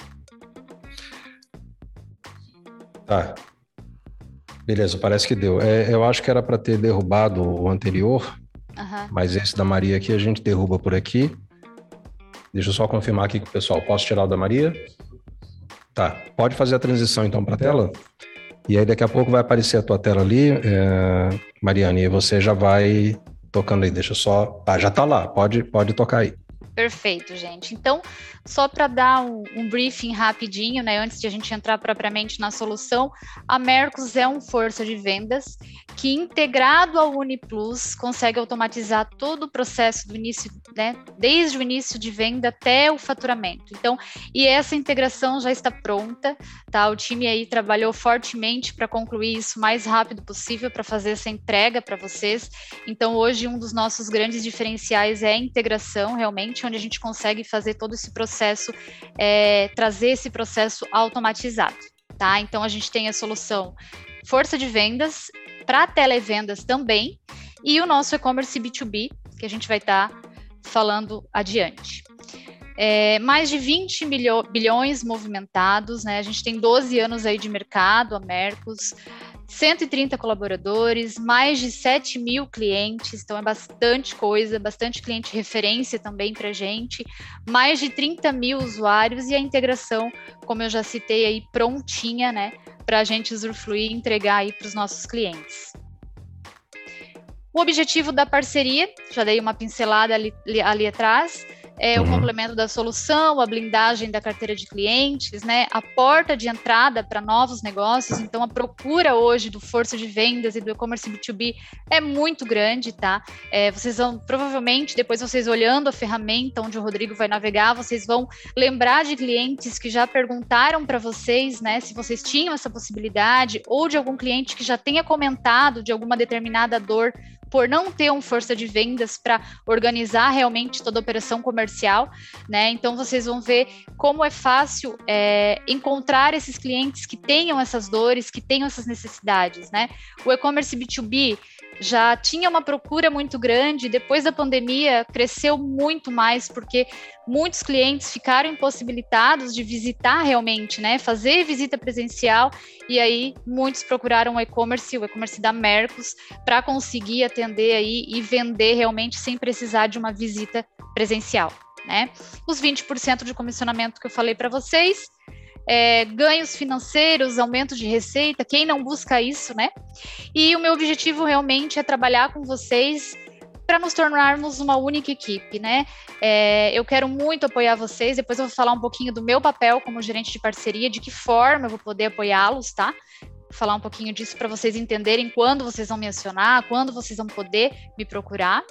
Tá. Beleza, parece que deu. É, eu acho que era para ter derrubado o anterior, uhum. Mas esse da Maria aqui a gente derruba por aqui. Deixa eu só confirmar aqui com o pessoal. Posso tirar o da Maria? Tá. Pode fazer a transição então para a tela? E aí daqui a pouco vai aparecer a tua tela ali, é... Mariane, e você já vai tocando aí. Deixa eu só... Ah, já tá lá. Pode, pode tocar aí. Perfeito, gente. Então, só para dar um, um briefing rapidinho, né, antes de a gente entrar propriamente na solução, a Mercos é um força de vendas que, integrado ao UniPlus, consegue automatizar todo o processo do início, né, desde o início de venda até o faturamento. Então, e essa integração já está pronta, tá? O time aí trabalhou fortemente para concluir isso o mais rápido possível, para fazer essa entrega para vocês. Então, hoje, um dos nossos grandes diferenciais é a integração, realmente, onde a gente consegue fazer todo esse processo, é, trazer esse processo automatizado, tá? Então, a gente tem a solução força de vendas, para televendas também, e o nosso e-commerce B dois B, que a gente vai estar tá falando adiante. É, mais de vinte milho, bilhões movimentados, né? A gente tem doze anos aí de mercado, a Mercos, cento e trinta colaboradores, mais de sete mil clientes, então é bastante coisa, bastante cliente referência também para a gente, mais de trinta mil usuários e a integração, como eu já citei aí, prontinha, né, para a gente usufruir e entregar aí para os nossos clientes. O objetivo da parceria, já dei uma pincelada ali, ali atrás, é o complemento da solução, a blindagem da carteira de clientes, né? A porta de entrada para novos negócios. Então, a procura hoje do força de vendas e do e-commerce B dois B é muito grande, tá? É, vocês vão, provavelmente, depois vocês olhando a ferramenta onde o Rodrigo vai navegar, vocês vão lembrar de clientes que já perguntaram para vocês, né? Se vocês tinham essa possibilidade, ou de algum cliente que já tenha comentado de alguma determinada dor por não ter um força de vendas para organizar realmente toda a operação comercial, né? Então, vocês vão ver como é fácil é, encontrar esses clientes que tenham essas dores, que tenham essas necessidades, né? O e-commerce B dois B já tinha uma procura muito grande, depois da pandemia cresceu muito mais, porque muitos clientes ficaram impossibilitados de visitar realmente, né, fazer visita presencial, e aí muitos procuraram o e-commerce, o e-commerce da Mercos, para conseguir atender aí e vender realmente sem precisar de uma visita presencial, né? Os vinte por cento de comissionamento que eu falei para vocês, É, ganhos financeiros, aumento de receita, quem não busca isso, né? E o meu objetivo realmente é trabalhar com vocês para nos tornarmos uma única equipe, né? É, eu quero muito apoiar vocês, depois eu vou falar um pouquinho do meu papel como gerente de parceria, de que forma eu vou poder apoiá-los, tá? Vou falar um pouquinho disso para vocês entenderem quando vocês vão me acionar, quando vocês vão poder me procurar.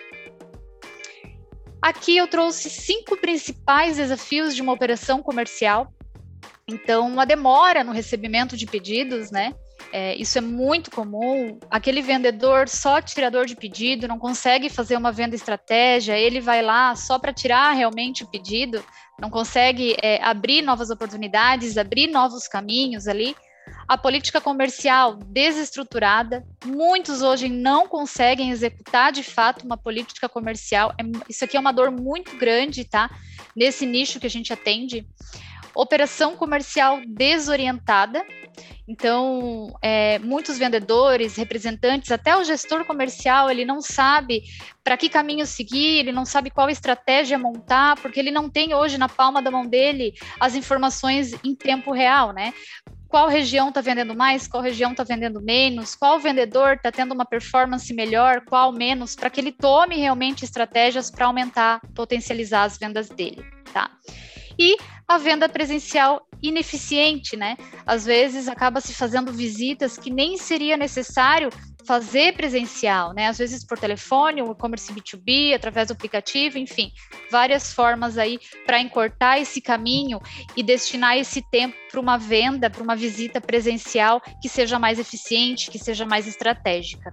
Aqui eu trouxe cinco principais desafios de uma operação comercial. Então, a demora no recebimento de pedidos, né? É, isso é muito comum. Aquele vendedor só tirador de pedido, não consegue fazer uma venda estratégia, ele vai lá só para tirar realmente o pedido, não consegue é, abrir novas oportunidades, abrir novos caminhos ali. A política comercial desestruturada, muitos hoje não conseguem executar de fato uma política comercial. É, isso aqui é uma dor muito grande, tá? Nesse nicho que a gente atende. Operação comercial desorientada. Então, é, muitos vendedores, representantes, até o gestor comercial, ele não sabe para que caminho seguir, ele não sabe qual estratégia montar, porque ele não tem hoje na palma da mão dele as informações em tempo real, né? Qual região está vendendo mais, qual região está vendendo menos, qual vendedor está tendo uma performance melhor, qual menos, para que ele tome realmente estratégias para aumentar, potencializar as vendas dele, tá? E a venda presencial ineficiente, né? Às vezes acaba se fazendo visitas que nem seria necessário fazer presencial, né? Às vezes por telefone, o e-commerce B dois B, através do aplicativo, enfim, várias formas aí para encurtar esse caminho e destinar esse tempo para uma venda, para uma visita presencial que seja mais eficiente, que seja mais estratégica.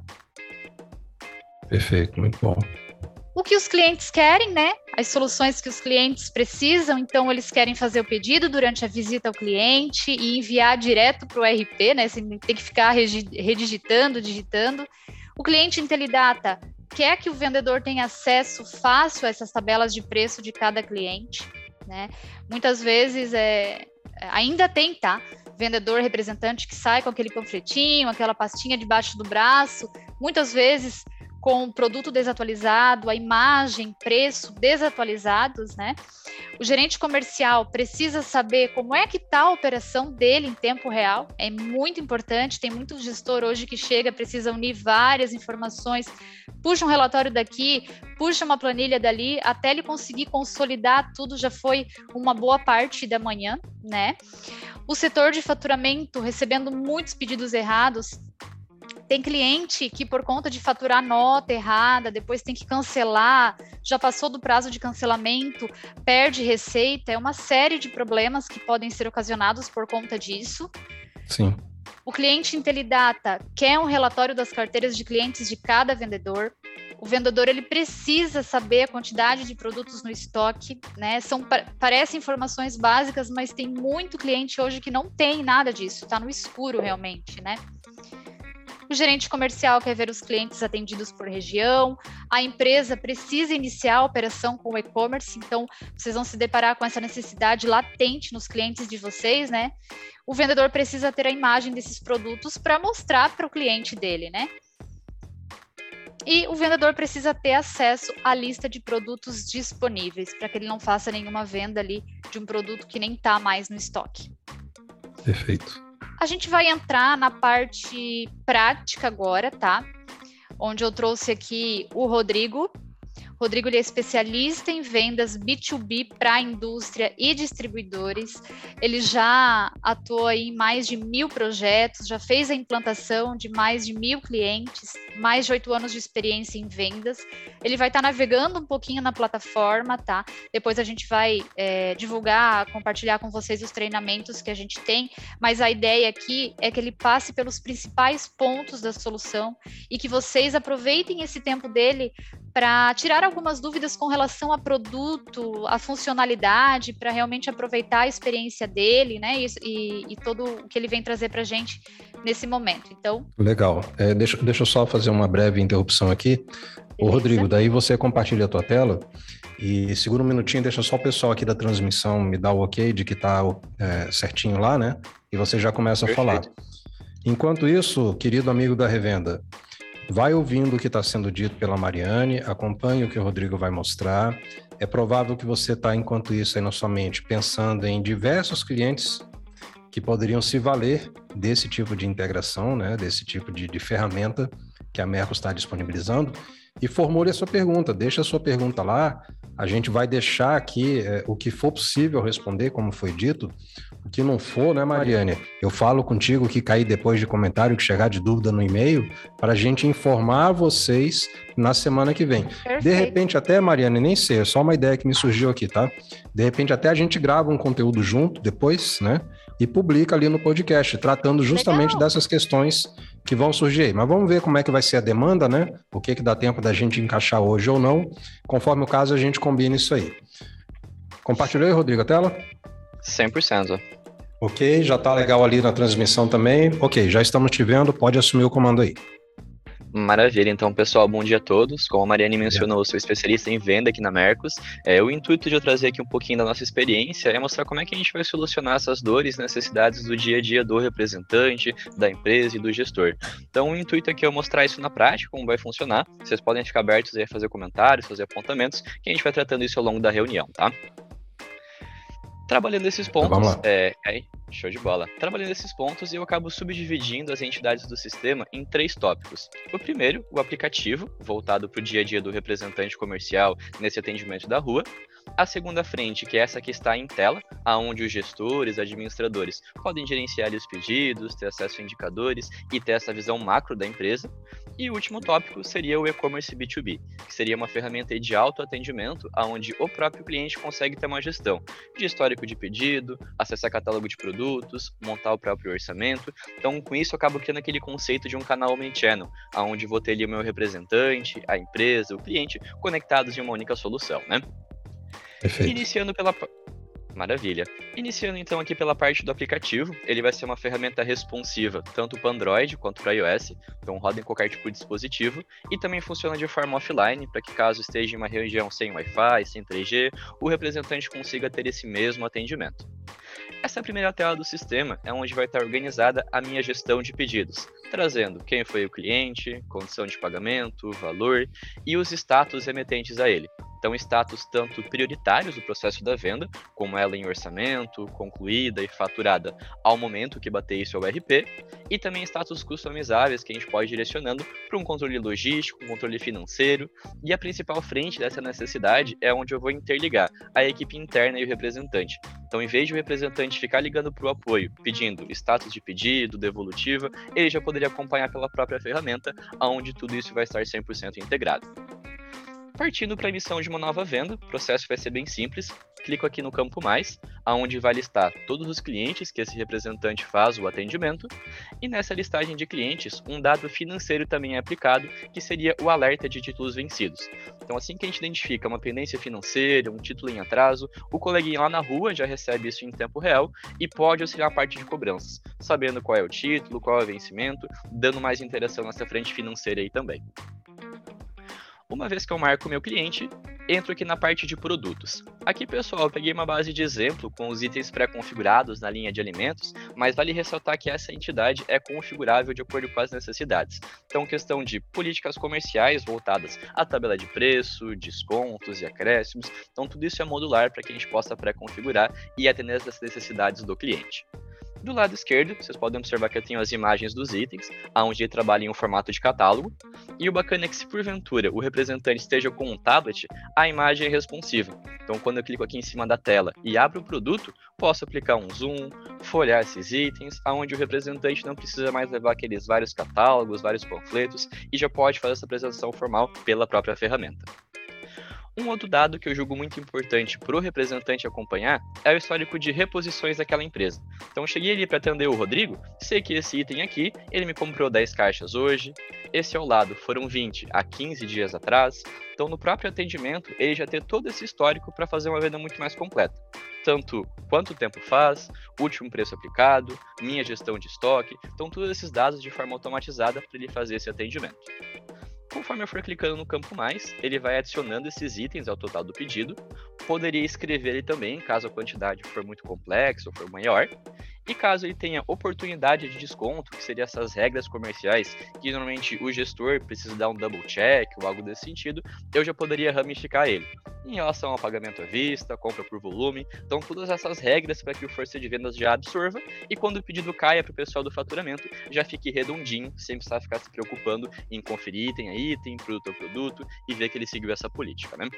Perfeito, muito bom. O que os clientes querem, né? As soluções que os clientes precisam, então eles querem fazer o pedido durante a visita ao cliente e enviar direto para o R P, né? Sem ter que ficar redigitando, digitando. O cliente Intelidata quer que o vendedor tenha acesso fácil a essas tabelas de preço de cada cliente, né? Muitas vezes é, ainda tem, tá? Vendedor representante que sai com aquele panfletinho, aquela pastinha debaixo do braço, muitas vezes com o produto desatualizado, a imagem, preço desatualizados, né? O gerente comercial precisa saber como é que está a operação dele em tempo real, é muito importante, tem muito gestor hoje que chega, precisa unir várias informações, puxa um relatório daqui, puxa uma planilha dali, até ele conseguir consolidar tudo já foi uma boa parte da manhã, né? O setor de faturamento recebendo muitos pedidos errados. Tem cliente que, por conta de faturar nota errada, depois tem que cancelar, já passou do prazo de cancelamento, perde receita, é uma série de problemas que podem ser ocasionados por conta disso. Sim. O cliente Intelidata quer um relatório das carteiras de clientes de cada vendedor. O vendedor ele precisa saber a quantidade de produtos no estoque, né? São, parecem informações básicas, mas tem muito cliente hoje que não tem nada disso, está no escuro realmente, né? O gerente comercial quer ver os clientes atendidos por região, a empresa precisa iniciar a operação com o e-commerce, então vocês vão se deparar com essa necessidade latente nos clientes de vocês, né? O vendedor precisa ter a imagem desses produtos para mostrar para o cliente dele, né? E o vendedor precisa ter acesso à lista de produtos disponíveis, para que ele não faça nenhuma venda ali de um produto que nem está mais no estoque. Perfeito. A gente vai entrar na parte prática agora, tá? Onde eu trouxe aqui o Rodrigo. Rodrigo ele é especialista em vendas B dois B para a indústria e distribuidores. Ele já atuou aí em mais de mil projetos, já fez a implantação de mais de mil clientes, mais de oito anos de experiência em vendas. Ele vai estar tá navegando um pouquinho na plataforma, tá? Depois a gente vai é, divulgar, compartilhar com vocês os treinamentos que a gente tem, mas a ideia aqui é que ele passe pelos principais pontos da solução e que vocês aproveitem esse tempo dele para tirar algumas dúvidas com relação a produto, a funcionalidade, para realmente aproveitar a experiência dele, né, e, e, e todo o que ele vem trazer para a gente nesse momento. Então, legal. É, deixa, deixa eu só fazer uma breve interrupção aqui. Ô, Rodrigo, daí você compartilha a tua tela e segura um minutinho, deixa só o pessoal aqui da transmissão me dar o ok de que tá é, certinho lá, né? E você já começa a falar. Enquanto isso, querido amigo da revenda, vai ouvindo o que está sendo dito pela Mariane, acompanhe o que o Rodrigo vai mostrar. É provável que você está, enquanto isso, aí na sua mente, pensando em diversos clientes que poderiam se valer desse tipo de integração, né, desse tipo de, de ferramenta que a Merco está disponibilizando. E formule a sua pergunta, deixa a sua pergunta lá. A gente vai deixar aqui é, o que for possível responder, como foi dito. O que não for, né, Mariane? Eu falo contigo que cair depois de comentário, que chegar de dúvida no e-mail, para a gente informar vocês na semana que vem. Perfeito. De repente até, Mariane, nem sei, é só uma ideia que me surgiu aqui, tá? De repente até a gente grava um conteúdo junto depois, né? E publica ali no podcast, tratando justamente Legal. Dessas questões que vão surgir aí. Mas vamos ver como é que vai ser a demanda, né? O que que dá tempo da gente encaixar hoje ou não. Conforme o caso, a gente combina isso aí. Compartilhou aí, Rodrigo, a tela? cem por cento. Ok, já tá legal ali na transmissão também. Ok, já estamos te vendo, pode assumir o comando aí. Maravilha, então pessoal, bom dia a todos. Como a Mariane mencionou, eu sou especialista em venda aqui na Mercos. É, o intuito de eu trazer aqui um pouquinho da nossa experiência é mostrar como é que a gente vai solucionar essas dores e necessidades do dia a dia do representante, da empresa e do gestor. Então o intuito aqui é eu mostrar isso na prática, como vai funcionar. Vocês podem ficar abertos aí a fazer comentários, fazer apontamentos, que a gente vai tratando isso ao longo da reunião, tá? Trabalhando esses pontos, Vamos lá. é, é, show de bola. Trabalhando esses pontos, eu acabo subdividindo as entidades do sistema em três tópicos. O primeiro, o aplicativo, voltado para o dia a dia do representante comercial nesse atendimento da rua. A segunda frente, que é essa que está em tela, onde os gestores, administradores podem gerenciar ali os pedidos, ter acesso a indicadores e ter essa visão macro da empresa. E o último tópico seria o e-commerce B dois B, que seria uma ferramenta de autoatendimento, onde o próprio cliente consegue ter uma gestão de histórico de pedido, acessar catálogo de produtos, montar o próprio orçamento. Então, com isso, eu acabo criando aquele conceito de um canal omnichannel, onde vou ter ali o meu representante, a empresa, o cliente, conectados em uma única solução, né? Perfeito. Iniciando pela... Maravilha. Iniciando então aqui pela parte do aplicativo, ele vai ser uma ferramenta responsiva, tanto para Android quanto para iOS, então roda em qualquer tipo de dispositivo, e também funciona de forma offline, para que caso esteja em uma região sem Wi-Fi, sem três G, o representante consiga ter esse mesmo atendimento. Essa primeira tela do sistema é onde vai estar organizada a minha gestão de pedidos, trazendo quem foi o cliente, condição de pagamento, valor e os status remetentes a ele. Então, status tanto prioritários do processo da venda, como ela em orçamento, concluída e faturada ao momento que bater isso ao R P, e também status customizáveis que a gente pode ir direcionando para um controle logístico, um controle financeiro, e a principal frente dessa necessidade é onde eu vou interligar a equipe interna e o representante. Então, em vez de o representante ficar ligando para o apoio, pedindo status de pedido, devolutiva, ele já poderia acompanhar pela própria ferramenta, onde tudo isso vai estar cem por cento integrado. Partindo para a emissão de uma nova venda, o processo vai ser bem simples. Clico aqui no campo mais, onde vai listar todos os clientes que esse representante faz o atendimento, e nessa listagem de clientes, um dado financeiro também é aplicado, que seria o alerta de títulos vencidos. Então, assim que a gente identifica uma pendência financeira, um título em atraso, o coleguinha lá na rua já recebe isso em tempo real e pode auxiliar a parte de cobranças, sabendo qual é o título, qual é o vencimento, dando mais interação nessa frente financeira aí também. Uma vez que eu marco o meu cliente, entro aqui na parte de produtos. Aqui, pessoal, eu peguei uma base de exemplo com os itens pré-configurados na linha de alimentos, mas vale ressaltar que essa entidade é configurável de acordo com as necessidades. Então, questão de políticas comerciais voltadas à tabela de preço, descontos e acréscimos. Então, tudo isso é modular para que a gente possa pré-configurar e atender às necessidades do cliente. Do lado esquerdo, vocês podem observar que eu tenho as imagens dos itens, onde ele trabalha em um formato de catálogo. E o bacana é que, se porventura o representante esteja com um tablet, a imagem é responsiva. Então, quando eu clico aqui em cima da tela e abro o produto, posso aplicar um zoom, folhear esses itens, onde o representante não precisa mais levar aqueles vários catálogos, vários panfletos, e já pode fazer essa apresentação formal pela própria ferramenta. Um outro dado que eu julgo muito importante para o representante acompanhar é o histórico de reposições daquela empresa. Então, eu cheguei ali para atender o Rodrigo, sei que esse item aqui, ele me comprou dez caixas hoje, esse ao lado foram vinte há quinze dias atrás. Então, no próprio atendimento, ele já tem todo esse histórico para fazer uma venda muito mais completa. Tanto quanto tempo faz, último preço aplicado, minha gestão de estoque, então todos esses dados de forma automatizada para ele fazer esse atendimento. Conforme eu for clicando no campo mais, ele vai adicionando esses itens ao total do pedido. Poderia escrever ele também, caso a quantidade for muito complexa ou for maior. E caso ele tenha oportunidade de desconto, que seriam essas regras comerciais, que normalmente o gestor precisa dar um double check ou algo desse sentido, eu já poderia ramificar ele. Em relação ao pagamento à vista, compra por volume, então todas essas regras para que o força de vendas já absorva e quando o pedido caia para o pessoal do faturamento, já fique redondinho, sem precisar ficar se preocupando em conferir item a item, produto a produto e ver que ele seguiu essa política, né?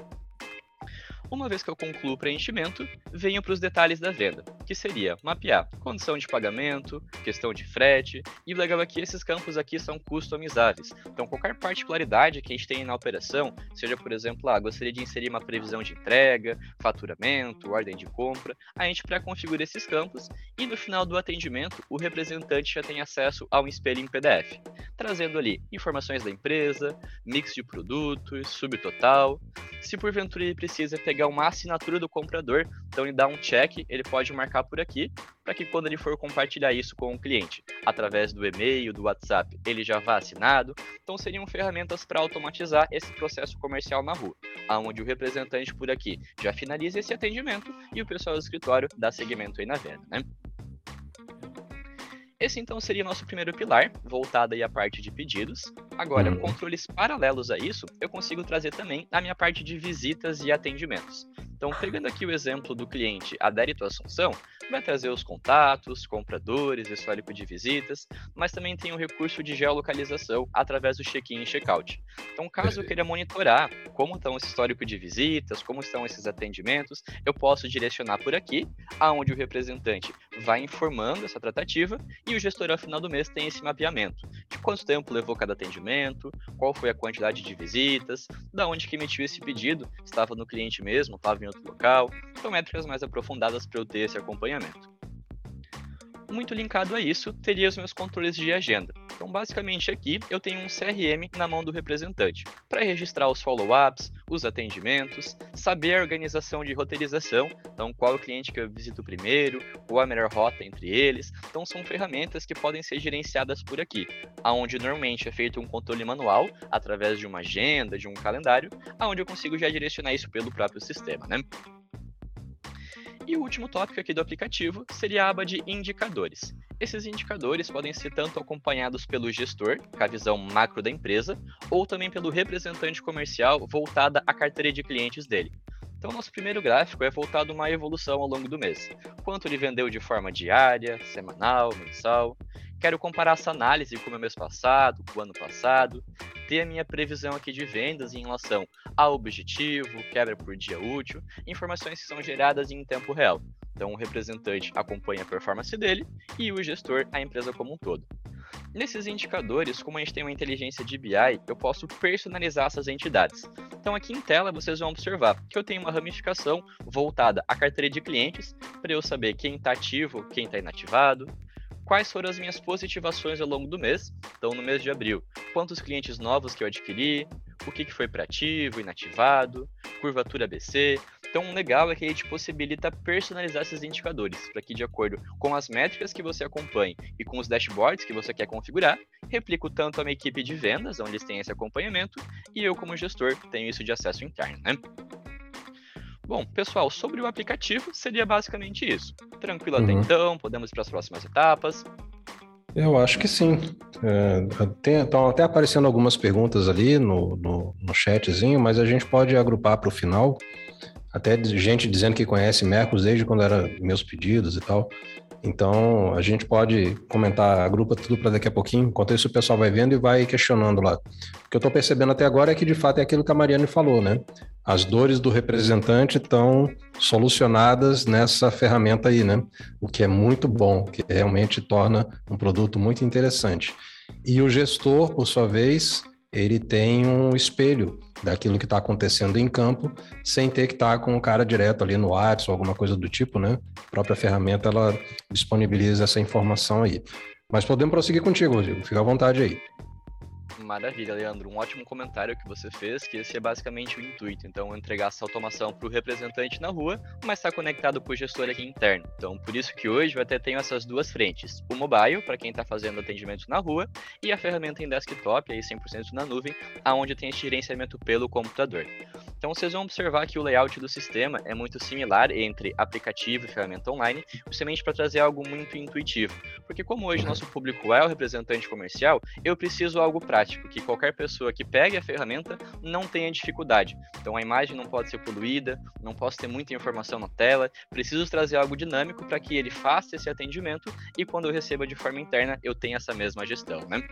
Uma vez que eu concluo o preenchimento, venho para os detalhes da venda, que seria mapear condição de pagamento, questão de frete, e o legal aqui, esses campos aqui são customizáveis. Então, qualquer particularidade que a gente tem na operação, seja, por exemplo, ah, gostaria de inserir uma previsão de entrega, faturamento, ordem de compra, a gente pré-configura esses campos e no final do atendimento, o representante já tem acesso a um espelho em P D F, trazendo ali informações da empresa, mix de produtos, subtotal. Se porventura ele precisa pegar uma assinatura do comprador, Então ele dá um check, ele pode marcar por aqui, para que quando ele for compartilhar isso com o cliente, através do e-mail, do WhatsApp, ele já vá assinado. Então seriam ferramentas para automatizar esse processo comercial na rua, onde o representante por aqui já finaliza esse atendimento e o pessoal do escritório dá seguimento aí na venda, né? Esse então seria o nosso primeiro pilar, voltado aí à parte de pedidos. Agora, uhum. controles paralelos a isso, eu consigo trazer também a minha parte de visitas e atendimentos. Então, pegando aqui o exemplo do cliente Adérito Assunção, vai trazer os contatos, compradores, histórico de visitas, mas também tem o recurso de geolocalização através do check-in e check-out. Então, caso eu queira monitorar como estão esse histórico de visitas, como estão esses atendimentos, eu posso direcionar por aqui, aonde o representante vai informando essa tratativa e o gestor ao final do mês tem esse mapeamento de quanto tempo levou cada atendimento, qual foi a quantidade de visitas, da onde que emitiu esse pedido, estava no cliente mesmo, estava em outro local, então métricas mais aprofundadas para eu ter esse acompanhamento. Muito linkado a isso, teria os meus controles de agenda. Então, basicamente aqui, eu tenho um C R M na mão do representante, para registrar os follow-ups, os atendimentos, saber a organização de roteirização, então qual é o cliente que eu visito primeiro, qual a melhor rota entre eles. Então, são ferramentas que podem ser gerenciadas por aqui, onde normalmente é feito um controle manual, através de uma agenda, de um calendário, onde eu consigo já direcionar isso pelo próprio sistema, né? E o último tópico aqui do aplicativo seria a aba de indicadores. Esses indicadores podem ser tanto acompanhados pelo gestor, com a visão macro da empresa, ou também pelo representante comercial voltada à carteira de clientes dele. Então, nosso primeiro gráfico é voltado a uma evolução ao longo do mês. Quanto ele vendeu de forma diária, semanal, mensal. Quero comparar essa análise com o mês passado, com o ano passado. Ter a minha previsão aqui de vendas em relação ao objetivo, quebra por dia útil, informações que são geradas em tempo real. Então, o representante acompanha a performance dele e o gestor a empresa como um todo. Nesses indicadores, como a gente tem uma inteligência de B I, eu posso personalizar essas entidades. Então aqui em tela vocês vão observar que eu tenho uma ramificação voltada à carteira de clientes, para eu saber quem está ativo, quem está inativado, quais foram as minhas positivações ao longo do mês. Então no mês de abril, quantos clientes novos que eu adquiri, o que foi para ativo, inativado, curvatura A B C. Então, o legal é que ele te possibilita personalizar esses indicadores, para que, de acordo com as métricas que você acompanhe e com os dashboards que você quer configurar, replico tanto a minha equipe de vendas, onde eles têm esse acompanhamento, e eu, como gestor, tenho isso de acesso interno, né? Bom, pessoal, sobre o aplicativo, seria basicamente isso. Tranquilo uhum. até então, podemos ir para as próximas etapas. Eu acho que sim. Estão é, até aparecendo algumas perguntas ali no, no, no chatzinho, mas a gente pode agrupar para o final. Até gente dizendo que conhece Mercos desde quando era meus pedidos e tal. Então, a gente pode comentar, agrupa tudo para daqui a pouquinho. Enquanto isso, o pessoal vai vendo e vai questionando lá. O que eu estou percebendo até agora é que, de fato, é aquilo que a Mariane falou, né? As dores do representante estão solucionadas nessa ferramenta aí, né? O que é muito bom, que realmente torna um produto muito interessante. E o gestor, por sua vez, ele tem um espelho daquilo que está acontecendo em campo, sem ter que estar tá com o cara direto ali no WhatsApp ou alguma coisa do tipo, né? A própria ferramenta, ela disponibiliza essa informação aí. Mas podemos prosseguir contigo, Rodrigo. Fica à vontade aí. Maravilha, Leandro. Um ótimo comentário que você fez, que esse é basicamente o intuito. Então, entregar essa automação para o representante na rua, mas está conectado com o gestor aqui interno. Então, por isso que hoje eu até tenho essas duas frentes. O mobile, para quem está fazendo atendimento na rua, e a ferramenta em desktop, aí cem por cento na nuvem, aonde tem esse gerenciamento pelo computador. Então, vocês vão observar que o layout do sistema é muito similar entre aplicativo e ferramenta online, justamente para trazer algo muito intuitivo. Porque como hoje nosso público é o representante comercial, eu preciso algo prático, que qualquer pessoa que pegue a ferramenta não tenha dificuldade. Então, a imagem não pode ser poluída, não posso ter muita informação na tela, preciso trazer algo dinâmico para que ele faça esse atendimento e quando eu receba de forma interna, eu tenha essa mesma gestão, né?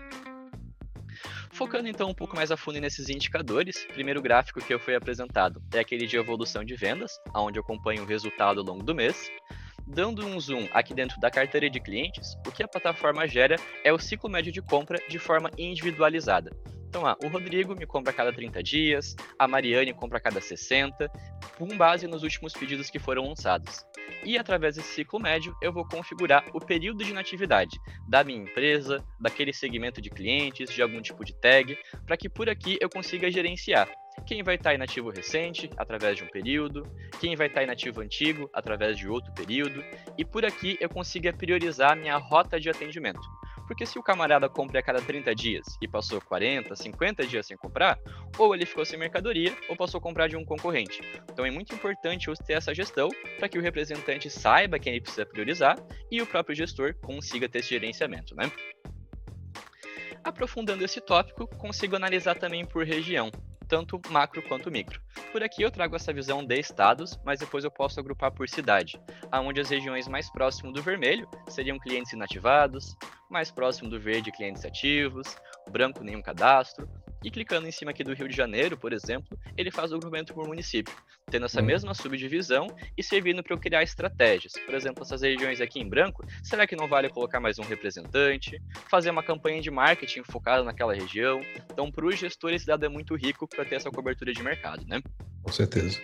Focando então um pouco mais a fundo nesses indicadores, o primeiro gráfico que eu fui apresentado é aquele de evolução de vendas, onde eu acompanho o resultado ao longo do mês. Dando um zoom aqui dentro da carteira de clientes, o que a plataforma gera é o ciclo médio de compra de forma individualizada. Então, ah, o Rodrigo me compra a cada trinta dias, a Mariane compra a cada sessenta, com base nos últimos pedidos que foram lançados. E através desse ciclo médio, eu vou configurar o período de inatividade da minha empresa, daquele segmento de clientes, de algum tipo de tag, para que por aqui eu consiga gerenciar quem vai estar inativo recente, através de um período, quem vai estar inativo antigo, através de outro período, e por aqui eu consiga priorizar a minha rota de atendimento. Porque se o camarada compra a cada trinta dias e passou quarenta, cinquenta dias sem comprar, ou ele ficou sem mercadoria, ou passou a comprar de um concorrente. Então é muito importante eu ter essa gestão para que o representante saiba quem ele precisa priorizar e o próprio gestor consiga ter esse gerenciamento, né? Aprofundando esse tópico, consigo analisar também por região, tanto macro quanto micro. Por aqui eu trago essa visão de estados, mas depois eu posso agrupar por cidade, onde as regiões mais próximas do vermelho seriam clientes inativados, mais próximo do verde, clientes ativos, branco, nenhum cadastro, e clicando em cima aqui do Rio de Janeiro, por exemplo, ele faz o agrupamento por município, tendo essa mesma subdivisão e servindo para eu criar estratégias. Por exemplo, essas regiões aqui em branco, será que não vale colocar mais um representante? Fazer uma campanha de marketing focada naquela região? Então, para os gestores, esse dado é muito rico para ter essa cobertura de mercado, né? Com certeza.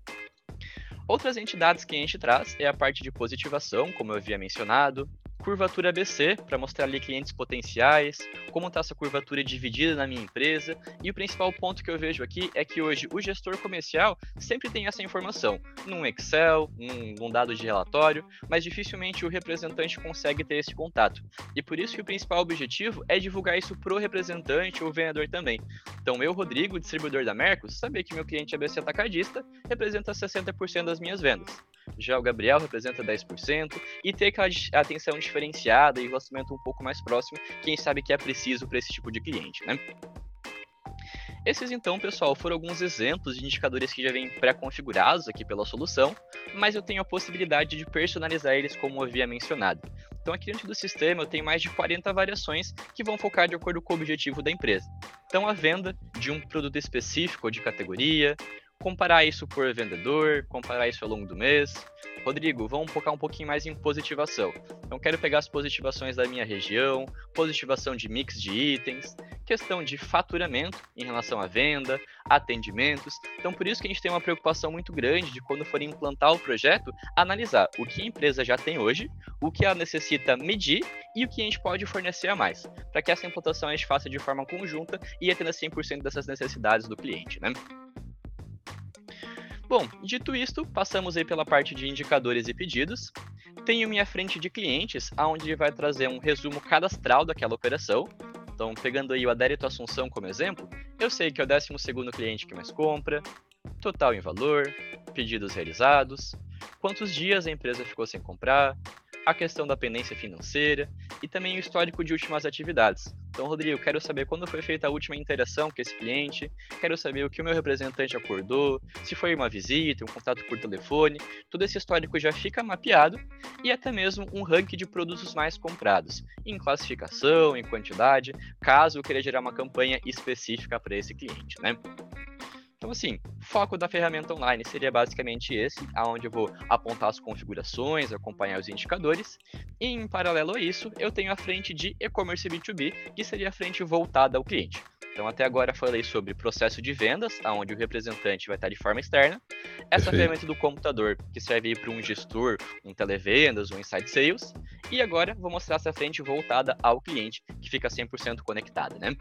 Outras entidades que a gente traz é a parte de positivação, como eu havia mencionado, curvatura A B C, para mostrar ali clientes potenciais, como está essa curvatura dividida na minha empresa, e o principal ponto que eu vejo aqui é que hoje o gestor comercial sempre tem essa informação, num Excel, num, num dado de relatório, mas dificilmente o representante consegue ter esse contato. E por isso que o principal objetivo é divulgar isso para o representante ou vendedor também. Então eu, Rodrigo, distribuidor da Mercos, saber que meu cliente A B C atacadista representa sessenta por cento das minhas vendas. Já o Gabriel representa dez por cento, e ter aquela atenção diferenciada e relacionamento um pouco mais próximo, quem sabe que é preciso para esse tipo de cliente, né? Esses então, pessoal, foram alguns exemplos de indicadores que já vêm pré-configurados aqui pela solução, mas eu tenho a possibilidade de personalizar eles como eu havia mencionado. Então aqui dentro do sistema eu tenho mais de quarenta variações que vão focar de acordo com o objetivo da empresa. Então a venda de um produto específico ou de categoria, comparar isso por vendedor, comparar isso ao longo do mês. Rodrigo, vamos focar um pouquinho mais em positivação. Então, quero pegar as positivações da minha região, positivação de mix de itens, questão de faturamento em relação à venda, atendimentos. Então, por isso que a gente tem uma preocupação muito grande de, quando for implantar o projeto, analisar o que a empresa já tem hoje, o que ela necessita medir e o que a gente pode fornecer a mais, para que essa implantação a gente faça de forma conjunta e atenda cem por cento dessas necessidades do cliente, né? Bom, dito isto, passamos aí pela parte de indicadores e pedidos. Tenho minha frente de clientes, onde ele vai trazer um resumo cadastral daquela operação. Então, pegando aí o Adérito Assunção como exemplo, eu sei que é o décimo segundo cliente que mais compra, total em valor, pedidos realizados, quantos dias a empresa ficou sem comprar, a questão da pendência financeira e também o histórico de últimas atividades. Então, Rodrigo, quero saber quando foi feita a última interação com esse cliente, quero saber o que o meu representante acordou, se foi uma visita, um contato por telefone, todo esse histórico já fica mapeado, e até mesmo um ranking de produtos mais comprados, em classificação, em quantidade, caso eu queira gerar uma campanha específica para esse cliente, né? Então, assim, foco da ferramenta online seria basicamente esse, onde eu vou apontar as configurações, acompanhar os indicadores, e em paralelo a isso, eu tenho a frente de e-commerce B dois B, que seria a frente voltada ao cliente. Então, até agora falei sobre processo de vendas, onde o representante vai estar de forma externa, essa Perfeito. ferramenta do computador, que serve para um gestor, um televendas, um inside sales, e agora vou mostrar essa frente voltada ao cliente, que fica cem por cento conectada, né?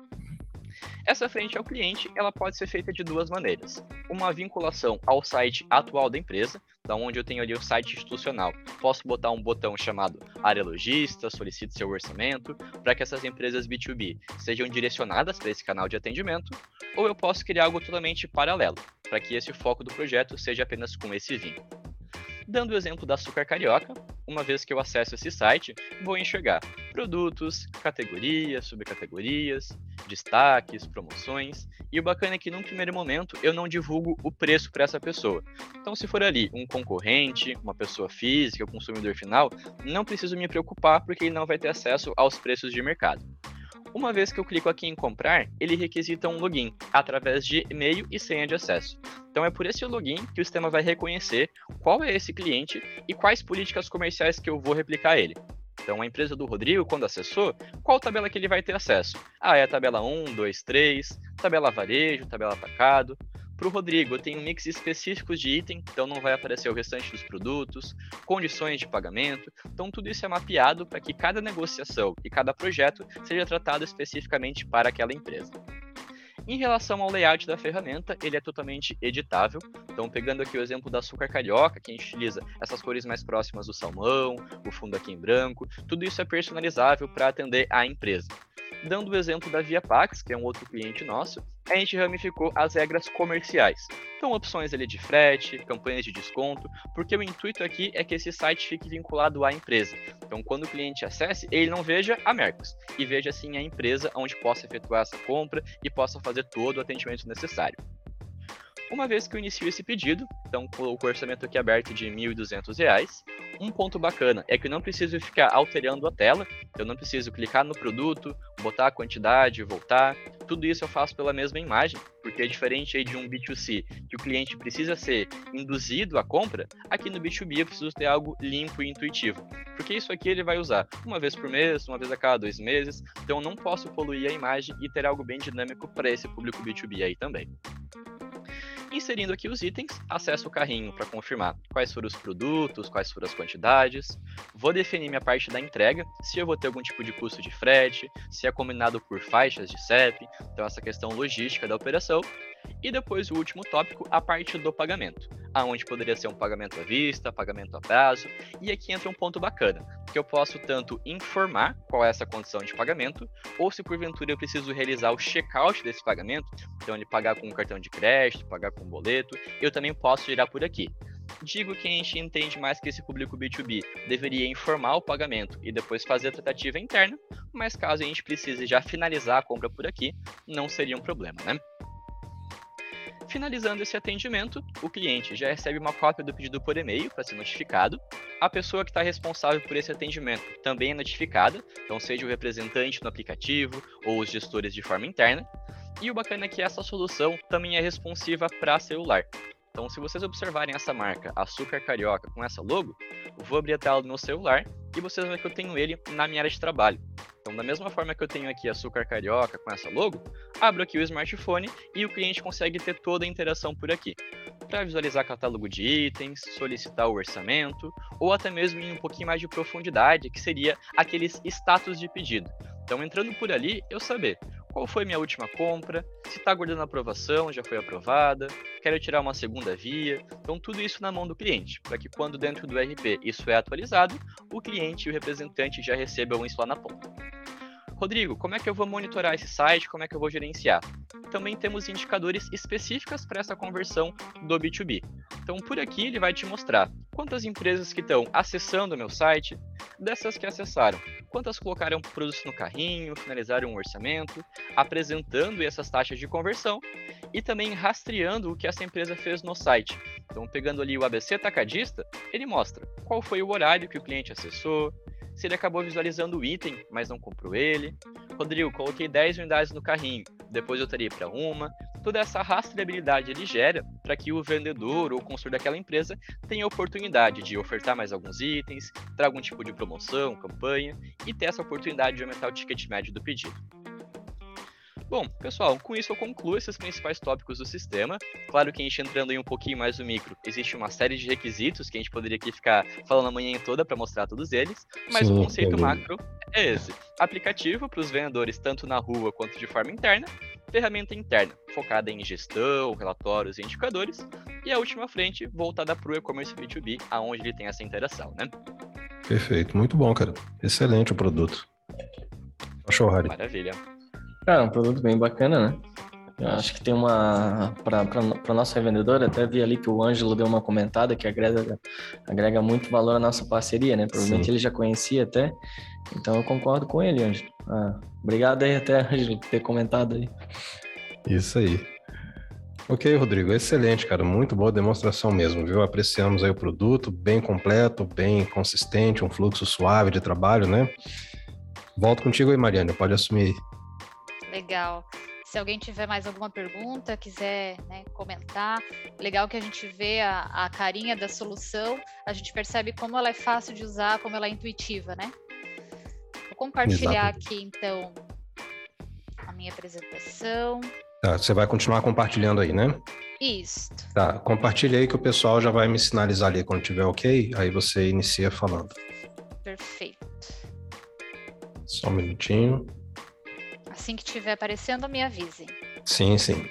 Essa frente ao cliente, ela pode ser feita de duas maneiras. Uma vinculação ao site atual da empresa, da onde eu tenho ali o site institucional. Posso botar um botão chamado Área Logista, solicite seu orçamento, para que essas empresas B dois B sejam direcionadas para esse canal de atendimento, ou eu posso criar algo totalmente paralelo, para que esse foco do projeto seja apenas com esse vínculo. Dando o exemplo da Açúcar Carioca, uma vez que eu acesso esse site, vou enxergar produtos, categorias, subcategorias, destaques, promoções, e o bacana é que num primeiro momento eu não divulgo o preço para essa pessoa. Então, se for ali um concorrente, uma pessoa física, o consumidor final, não preciso me preocupar porque ele não vai ter acesso aos preços de mercado. Uma vez que eu clico aqui em comprar, ele requisita um login, através de e-mail e senha de acesso. Então é por esse login que o sistema vai reconhecer qual é esse cliente e quais políticas comerciais que eu vou replicar a ele. Então, a empresa do Rodrigo, quando acessou, qual tabela que ele vai ter acesso? Ah, é a tabela um, dois, três, tabela varejo, tabela atacado. Para o Rodrigo, eu tenho mix específicos de item, então não vai aparecer o restante dos produtos, condições de pagamento. Então, tudo isso é mapeado para que cada negociação e cada projeto seja tratado especificamente para aquela empresa. Em relação ao layout da ferramenta, ele é totalmente editável. Então, pegando aqui o exemplo da açúcar carioca, que a gente utiliza essas cores mais próximas do salmão, o fundo aqui em branco, tudo isso é personalizável para atender a empresa. Dando o exemplo da Viapax, que é um outro cliente nosso, a gente ramificou as regras comerciais. Então, opções ali de frete, campanhas de desconto, porque o intuito aqui é que esse site fique vinculado à empresa. Então, quando o cliente acesse, ele não veja a Mercos, e veja sim a empresa onde possa efetuar essa compra e possa fazer todo o atendimento necessário. Uma vez que eu inicio esse pedido, então coloco o orçamento aqui aberto de mil e duzentos reais. Um ponto bacana é que eu não preciso ficar alterando a tela, eu não preciso clicar no produto, botar a quantidade, voltar. Tudo isso eu faço pela mesma imagem, porque é diferente aí de um B dois C, que o cliente precisa ser induzido à compra, aqui no B dois B eu preciso ter algo limpo e intuitivo. Porque isso aqui ele vai usar uma vez por mês, uma vez a cada dois meses, então eu não posso poluir a imagem e ter algo bem dinâmico para esse público B dois B aí também. Inserindo aqui os itens, acesso o carrinho para confirmar quais foram os produtos, quais foram as quantidades. Vou definir minha parte da entrega, se eu vou ter algum tipo de custo de frete, se é combinado por faixas de C E P, então essa questão logística da operação. E depois o último tópico, a parte do pagamento, aonde poderia ser um pagamento à vista, pagamento a prazo. E aqui entra um ponto bacana, que eu posso tanto informar qual é essa condição de pagamento, ou se porventura eu preciso realizar o check-out desse pagamento, então ele pagar com um cartão de crédito, pagar com um boleto, eu também posso girar por aqui. Digo que a gente entende mais que esse público B dois B deveria informar o pagamento e depois fazer a tratativa interna, mas caso a gente precise já finalizar a compra por aqui, não seria um problema, né? Finalizando esse atendimento, o cliente já recebe uma cópia do pedido por e-mail para ser notificado. A pessoa que está responsável por esse atendimento também é notificada, então seja o representante no aplicativo ou os gestores de forma interna. E o bacana é que essa solução também é responsiva para celular. Então, se vocês observarem essa marca, Açúcar Carioca, com essa logo, eu vou abrir a tela do meu celular e vocês vão ver que eu tenho ele na minha área de trabalho. Então, da mesma forma que eu tenho aqui Açúcar Carioca com essa logo, abro aqui o smartphone e o cliente consegue ter toda a interação por aqui. Para visualizar catálogo de itens, solicitar o orçamento, ou até mesmo em um pouquinho mais de profundidade, que seria aqueles status de pedido. Então, entrando por ali, eu saber qual foi minha última compra, se está aguardando aprovação, já foi aprovada, quero tirar uma segunda via. Então, tudo isso na mão do cliente, para que quando dentro do R P isso é atualizado, o cliente e o representante já recebam isso lá na ponta. Rodrigo, como é que eu vou monitorar esse site? Como é que eu vou gerenciar? Também temos indicadores específicos para essa conversão do B dois B. Então, por aqui ele vai te mostrar quantas empresas que estão acessando o meu site, dessas que acessaram, quantas colocaram produtos no carrinho, finalizaram um orçamento, apresentando essas taxas de conversão e também rastreando o que essa empresa fez no site. Então, pegando ali o A B C Atacadista, ele mostra qual foi o horário que o cliente acessou, se ele acabou visualizando o item, mas não comprou ele. Rodrigo, coloquei dez unidades no carrinho, depois eu teria para uma. Toda essa rastreabilidade ele gera para que o vendedor ou o consultor daquela empresa tenha a oportunidade de ofertar mais alguns itens, ter algum tipo de promoção, campanha, e ter essa oportunidade de aumentar o ticket médio do pedido. Bom, pessoal, com isso eu concluo esses principais tópicos do sistema. Claro que a gente entrando em um pouquinho mais no micro, existe uma série de requisitos que a gente poderia aqui ficar falando a manhã toda para mostrar todos eles, mas Sim, o conceito é macro é esse. Aplicativo para os vendedores tanto na rua quanto de forma interna, ferramenta interna focada em gestão, relatórios e indicadores, e a última frente voltada para o e-commerce B dois B, aonde ele tem essa interação, né? Perfeito, muito bom, cara. Excelente o produto. Achou, Harry? Maravilha. Cara, um produto bem bacana, né? Eu acho que tem uma... Para nosso revendedor, até vi ali que o Ângelo deu uma comentada que agrega, agrega muito valor à nossa parceria, né? Provavelmente Sim. ele já conhecia até. Então eu concordo com ele, Ângelo. Ah, obrigado aí até, Ângelo, por ter comentado aí. Isso aí. Ok, Rodrigo, excelente, cara. Muito boa demonstração mesmo, viu? Apreciamos aí o produto, bem completo, bem consistente, um fluxo suave de trabalho, né? Volto contigo aí, Mariana, pode assumir aí. Legal. Se alguém tiver mais alguma pergunta, quiser né, comentar, legal que a gente vê a, a carinha da solução, a gente percebe como ela é fácil de usar, como ela é intuitiva, né? Vou compartilhar Exato. aqui, então, a minha apresentação. Tá, você vai continuar compartilhando aí, né? Isso. Tá, compartilha aí que o pessoal já vai me sinalizar ali quando tiver ok, aí você inicia falando. Perfeito. Só um minutinho. Assim que estiver aparecendo, me avisem. Sim, sim.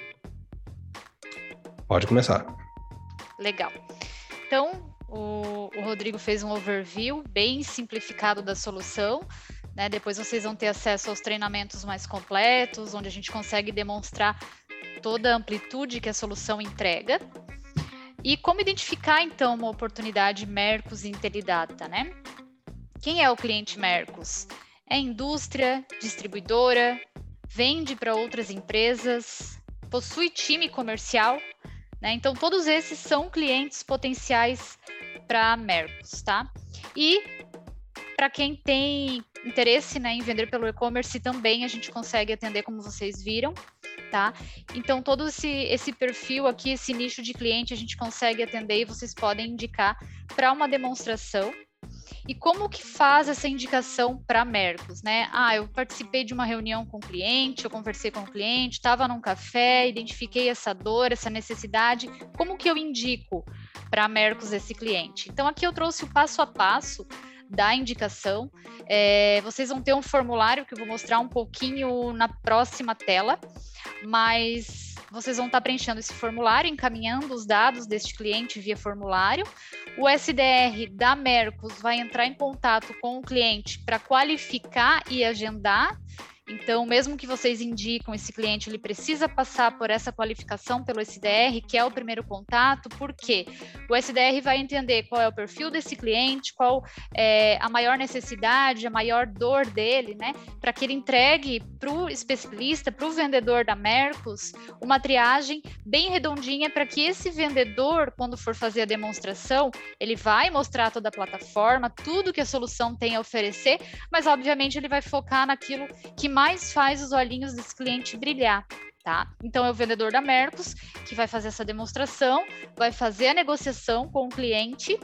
Pode começar. Legal. Então, o, o Rodrigo fez um overview bem simplificado da solução, né? Depois vocês vão ter acesso aos treinamentos mais completos, onde a gente consegue demonstrar toda a amplitude que a solução entrega. E como identificar, então, uma oportunidade Mercos e Intelidata, né? Quem é o cliente Mercos? É indústria, distribuidora, vende para outras empresas, possui time comercial, né? Então, todos esses são clientes potenciais para Mercos, tá? E para quem tem interesse, né, em vender pelo e-commerce também a gente consegue atender, como vocês viram, tá? Então, todo esse, esse perfil aqui, esse nicho de cliente a gente consegue atender e vocês podem indicar para uma demonstração. E como que faz essa indicação para Mercos, né? Ah, eu participei de uma reunião com o cliente, eu conversei com o cliente, estava num café, identifiquei essa dor, essa necessidade. Como que eu indico para Mercos esse cliente? Então, aqui eu trouxe o passo a passo da indicação. É, vocês vão ter um formulário que eu vou mostrar um pouquinho na próxima tela, mas vocês vão estar preenchendo esse formulário, encaminhando os dados deste cliente via formulário. O S D R da Mercos vai entrar em contato com o cliente para qualificar e agendar. Então, mesmo que vocês indicam esse cliente, ele precisa passar por essa qualificação pelo S D R, que é o primeiro contato, porque o S D R vai entender qual é o perfil desse cliente, qual é a maior necessidade, a maior dor dele, né? Para que ele entregue para o especialista, para o vendedor da Mercos, uma triagem bem redondinha para que esse vendedor, quando for fazer a demonstração, ele vai mostrar toda a plataforma, tudo que a solução tem a oferecer, mas obviamente ele vai focar naquilo que mais faz os olhinhos desse cliente brilhar, tá? Então, é o vendedor da Mercos que vai fazer essa demonstração, vai fazer a negociação com o cliente,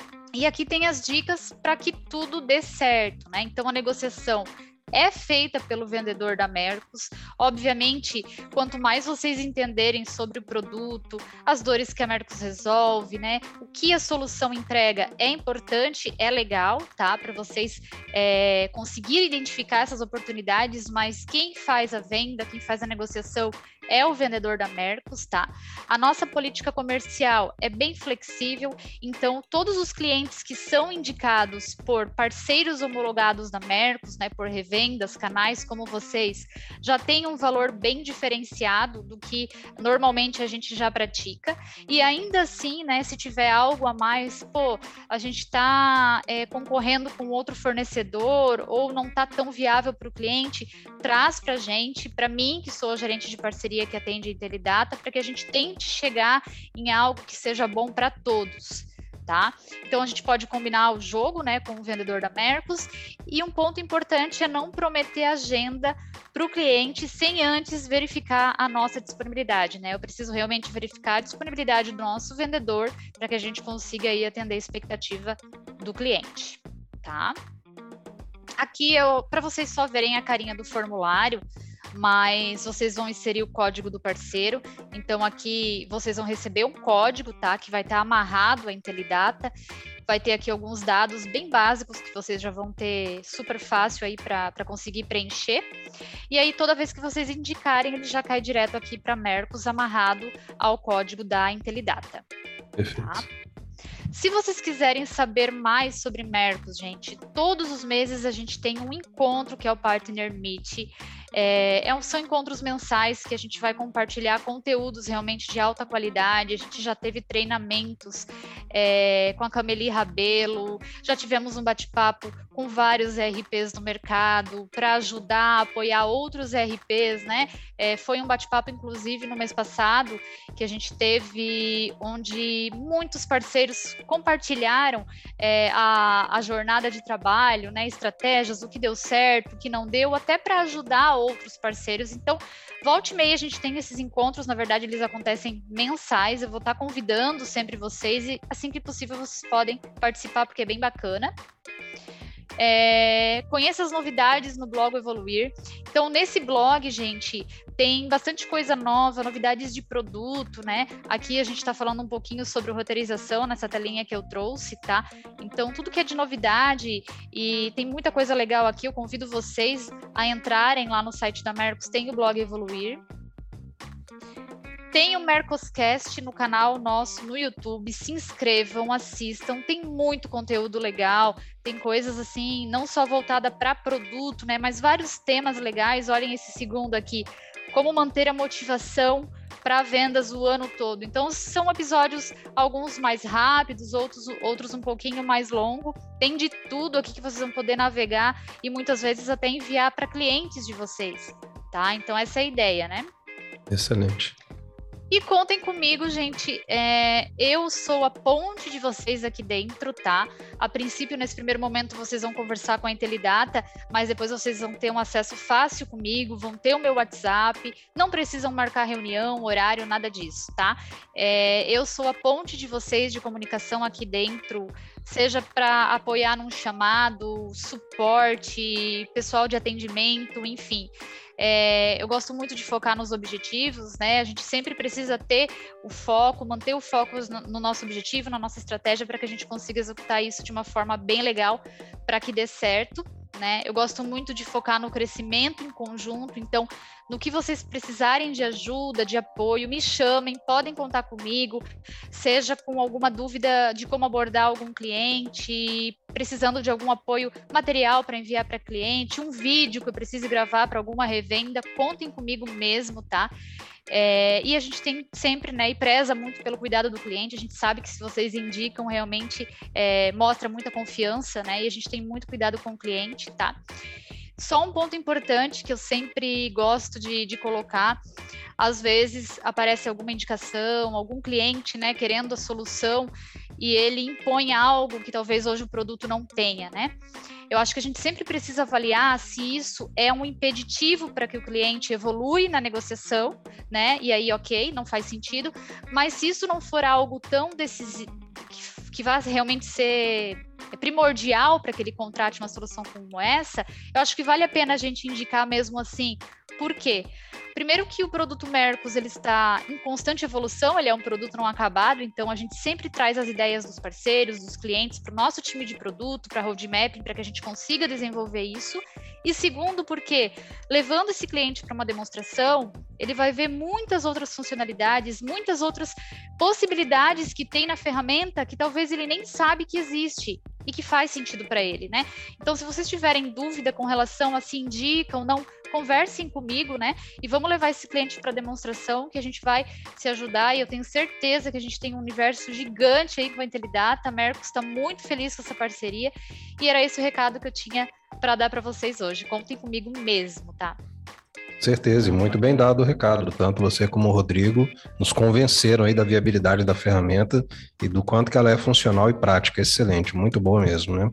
e aqui tem as dicas para que tudo dê certo, né? Então, a negociação é feita pelo vendedor da Mercos. Obviamente, quanto mais vocês entenderem sobre o produto, as dores que a Mercos resolve, né? O que a solução entrega é importante, é legal, tá? Para vocês é, conseguirem identificar essas oportunidades, mas quem faz a venda, quem faz a negociação é o vendedor da Mercos, tá? A nossa política comercial é bem flexível, então todos os clientes que são indicados por parceiros homologados da Mercos, né, por revendas, canais como vocês, já tem um valor bem diferenciado do que normalmente a gente já pratica, e ainda assim, né, se tiver algo a mais, pô, a gente está é, concorrendo com outro fornecedor ou não está tão viável para o cliente, traz para a gente, para mim, que sou gerente de parceria que atende a Intelidata, para que a gente tente chegar em algo que seja bom para todos, tá? Então, a gente pode combinar o jogo, né, com o vendedor da Mercos, e um ponto importante é não prometer agenda para o cliente sem antes verificar a nossa disponibilidade, né? Eu preciso realmente verificar a disponibilidade do nosso vendedor para que a gente consiga aí atender a expectativa do cliente, tá? Aqui, para vocês só verem a carinha do formulário, mas vocês vão inserir o código do parceiro. Então, aqui vocês vão receber um código, tá? Que vai estar amarrado à Intelidata. Vai ter aqui alguns dados bem básicos que vocês já vão ter super fácil aí para conseguir preencher. E aí, toda vez que vocês indicarem, ele já cai direto aqui para Mercos, amarrado ao código da Intelidata. Perfeito. Tá? Se vocês quiserem saber mais sobre Mercos, gente, todos os meses a gente tem um encontro que é o Partner Meet. É, é um, são encontros mensais que a gente vai compartilhar conteúdos realmente de alta qualidade. A gente já teve treinamentos é, com a Cameli Rabelo, já tivemos um bate-papo com vários R Ps do mercado para ajudar a apoiar outros R Ps, né? É, foi um bate-papo, inclusive, no mês passado, que a gente teve, onde muitos parceiros compartilharam é, a, a jornada de trabalho, né? Estratégias, o que deu certo, o que não deu, até para ajudar outros parceiros. Então, volta e meia a gente tem esses encontros, na verdade eles acontecem mensais, eu vou estar convidando sempre vocês e assim que possível vocês podem participar porque é bem bacana. É, conheça as novidades no blog Evoluir. Então, nesse blog, gente, tem bastante coisa nova, novidades de produto, né? Aqui a gente está falando um pouquinho sobre roteirização nessa telinha que eu trouxe, tá? Então, tudo que é de novidade e tem muita coisa legal aqui, eu convido vocês a entrarem lá no site da Mercos, tem o blog Evoluir. Tem o Mercoscast no canal nosso no YouTube, se inscrevam, assistam, tem muito conteúdo legal, tem coisas assim, não só voltada para produto, né, mas vários temas legais. Olhem esse segundo aqui, como manter a motivação para vendas o ano todo. Então, são episódios, alguns mais rápidos, outros, outros um pouquinho mais longos, tem de tudo aqui que vocês vão poder navegar e muitas vezes até enviar para clientes de vocês, tá? Então, essa é a ideia, né? Excelente. E contem comigo, gente, é, eu sou a ponte de vocês aqui dentro, tá? A princípio, nesse primeiro momento, vocês vão conversar com a Intelidata, mas depois vocês vão ter um acesso fácil comigo, vão ter o meu WhatsApp, não precisam marcar reunião, horário, nada disso, tá? É, eu sou a ponte de vocês de comunicação aqui dentro, seja para apoiar num chamado, suporte, pessoal de atendimento, enfim. É, eu gosto muito de focar nos objetivos, né? A gente sempre precisa ter o foco, manter o foco no, no nosso objetivo, na nossa estratégia, para que a gente consiga executar isso de uma forma bem legal, para que dê certo, né? Eu gosto muito de focar no crescimento em conjunto, então, no que vocês precisarem de ajuda, de apoio, me chamem, podem contar comigo, seja com alguma dúvida de como abordar algum cliente, precisando de algum apoio material para enviar para cliente, um vídeo que eu precise gravar para alguma revenda, contem comigo mesmo, tá? É, e a gente tem sempre, né, e preza muito pelo cuidado do cliente, a gente sabe que se vocês indicam, realmente é, mostra muita confiança, né, e a gente tem muito cuidado com o cliente, tá? Só um ponto importante que eu sempre gosto de, de colocar, às vezes aparece alguma indicação, algum cliente, né, querendo a solução e ele impõe algo que talvez hoje o produto não tenha, né? Eu acho que a gente sempre precisa avaliar se isso é um impeditivo para que o cliente evolui na negociação, né? E aí, ok, não faz sentido, mas se isso não for algo tão decisivo, que, que vai realmente ser primordial para que ele contrate uma solução como essa, eu acho que vale a pena a gente indicar mesmo assim. Por quê? Primeiro que o produto Mercos ele está em constante evolução, ele é um produto não acabado, então a gente sempre traz as ideias dos parceiros, dos clientes para o nosso time de produto, para a roadmap, para que a gente consiga desenvolver isso. E segundo, porque levando esse cliente para uma demonstração, ele vai ver muitas outras funcionalidades, muitas outras possibilidades que tem na ferramenta que talvez ele nem sabe que existe e que faz sentido para ele, né? Então, se vocês tiverem dúvida com relação a se indica ou não, conversem comigo, né? E vamos levar esse cliente para demonstração, que a gente vai se ajudar. E eu tenho certeza que a gente tem um universo gigante aí com a Intelidata. A Mercos está muito feliz com essa parceria. E era esse o recado que eu tinha para dar para vocês hoje. Contem comigo mesmo, tá? Certeza, e muito bem dado o recado. Tanto você como o Rodrigo nos convenceram aí da viabilidade da ferramenta e do quanto que ela é funcional e prática. Excelente, muito boa mesmo, né?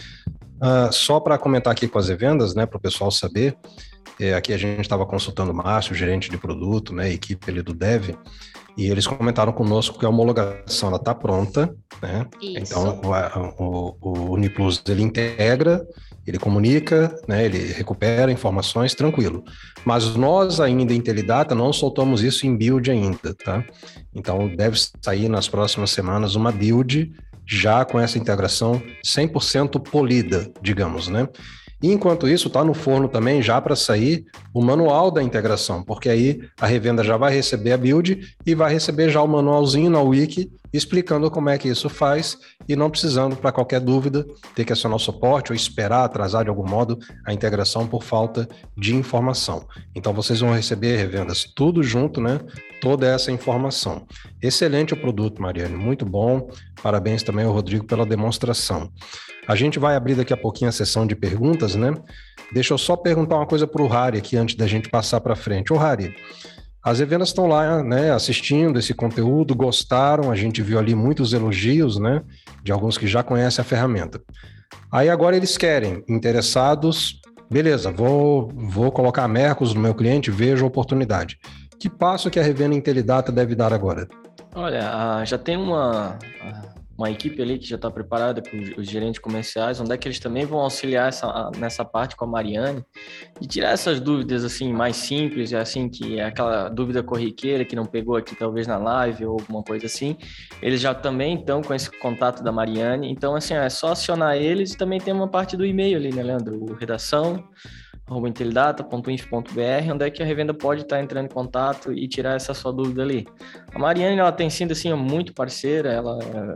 Uh, só para comentar aqui com as vendas, né, para o pessoal saber, é, aqui a gente estava consultando o Márcio, gerente de produto, né, a equipe ali do Dev, e eles comentaram conosco que a homologação ela está pronta, né? Isso. Então o, o, o Uniplus ele integra, ele comunica, né, ele recupera informações, tranquilo. Mas nós ainda, Intelidata, não soltamos isso em build ainda, tá? Então deve sair nas próximas semanas uma build já com essa integração cem por cento polida, digamos, né? E enquanto isso, está no forno também já para sair o manual da integração, porque aí a revenda já vai receber a build e vai receber já o manualzinho na wiki explicando como é que isso faz e não precisando, para qualquer dúvida, ter que acionar o suporte ou esperar atrasar de algum modo a integração por falta de informação. Então vocês vão receber, revendas, tudo junto, né? Toda essa informação. Excelente o produto, Mariane, muito bom. Parabéns também ao Rodrigo pela demonstração. A gente vai abrir daqui a pouquinho a sessão de perguntas, né? Deixa eu só perguntar uma coisa para o Harry aqui antes da gente passar para frente. Ô, Harry, as revendas estão lá, né, assistindo esse conteúdo, gostaram, a gente viu ali muitos elogios, né, de alguns que já conhecem a ferramenta. Aí agora eles querem, interessados, beleza, vou, vou colocar a Mercos no meu cliente, vejo a oportunidade. Que passo que a revenda Intelidata deve dar agora? Olha, já tem uma, uma equipe ali que já está preparada com os, os gerentes comerciais, onde é que eles também vão auxiliar essa, nessa parte com a Mariane e tirar essas dúvidas assim mais simples, assim, que é aquela dúvida corriqueira que não pegou aqui talvez na live ou alguma coisa assim. Eles já também estão com esse contato da Mariane, então assim, é só acionar eles, e também tem uma parte do e-mail ali, né, Leandro? O redação arroba intelidata ponto inf ponto b r, onde é que a revenda pode estar entrando em contato e tirar essa sua dúvida ali. A Mariane, ela tem sido, assim, muito parceira, ela,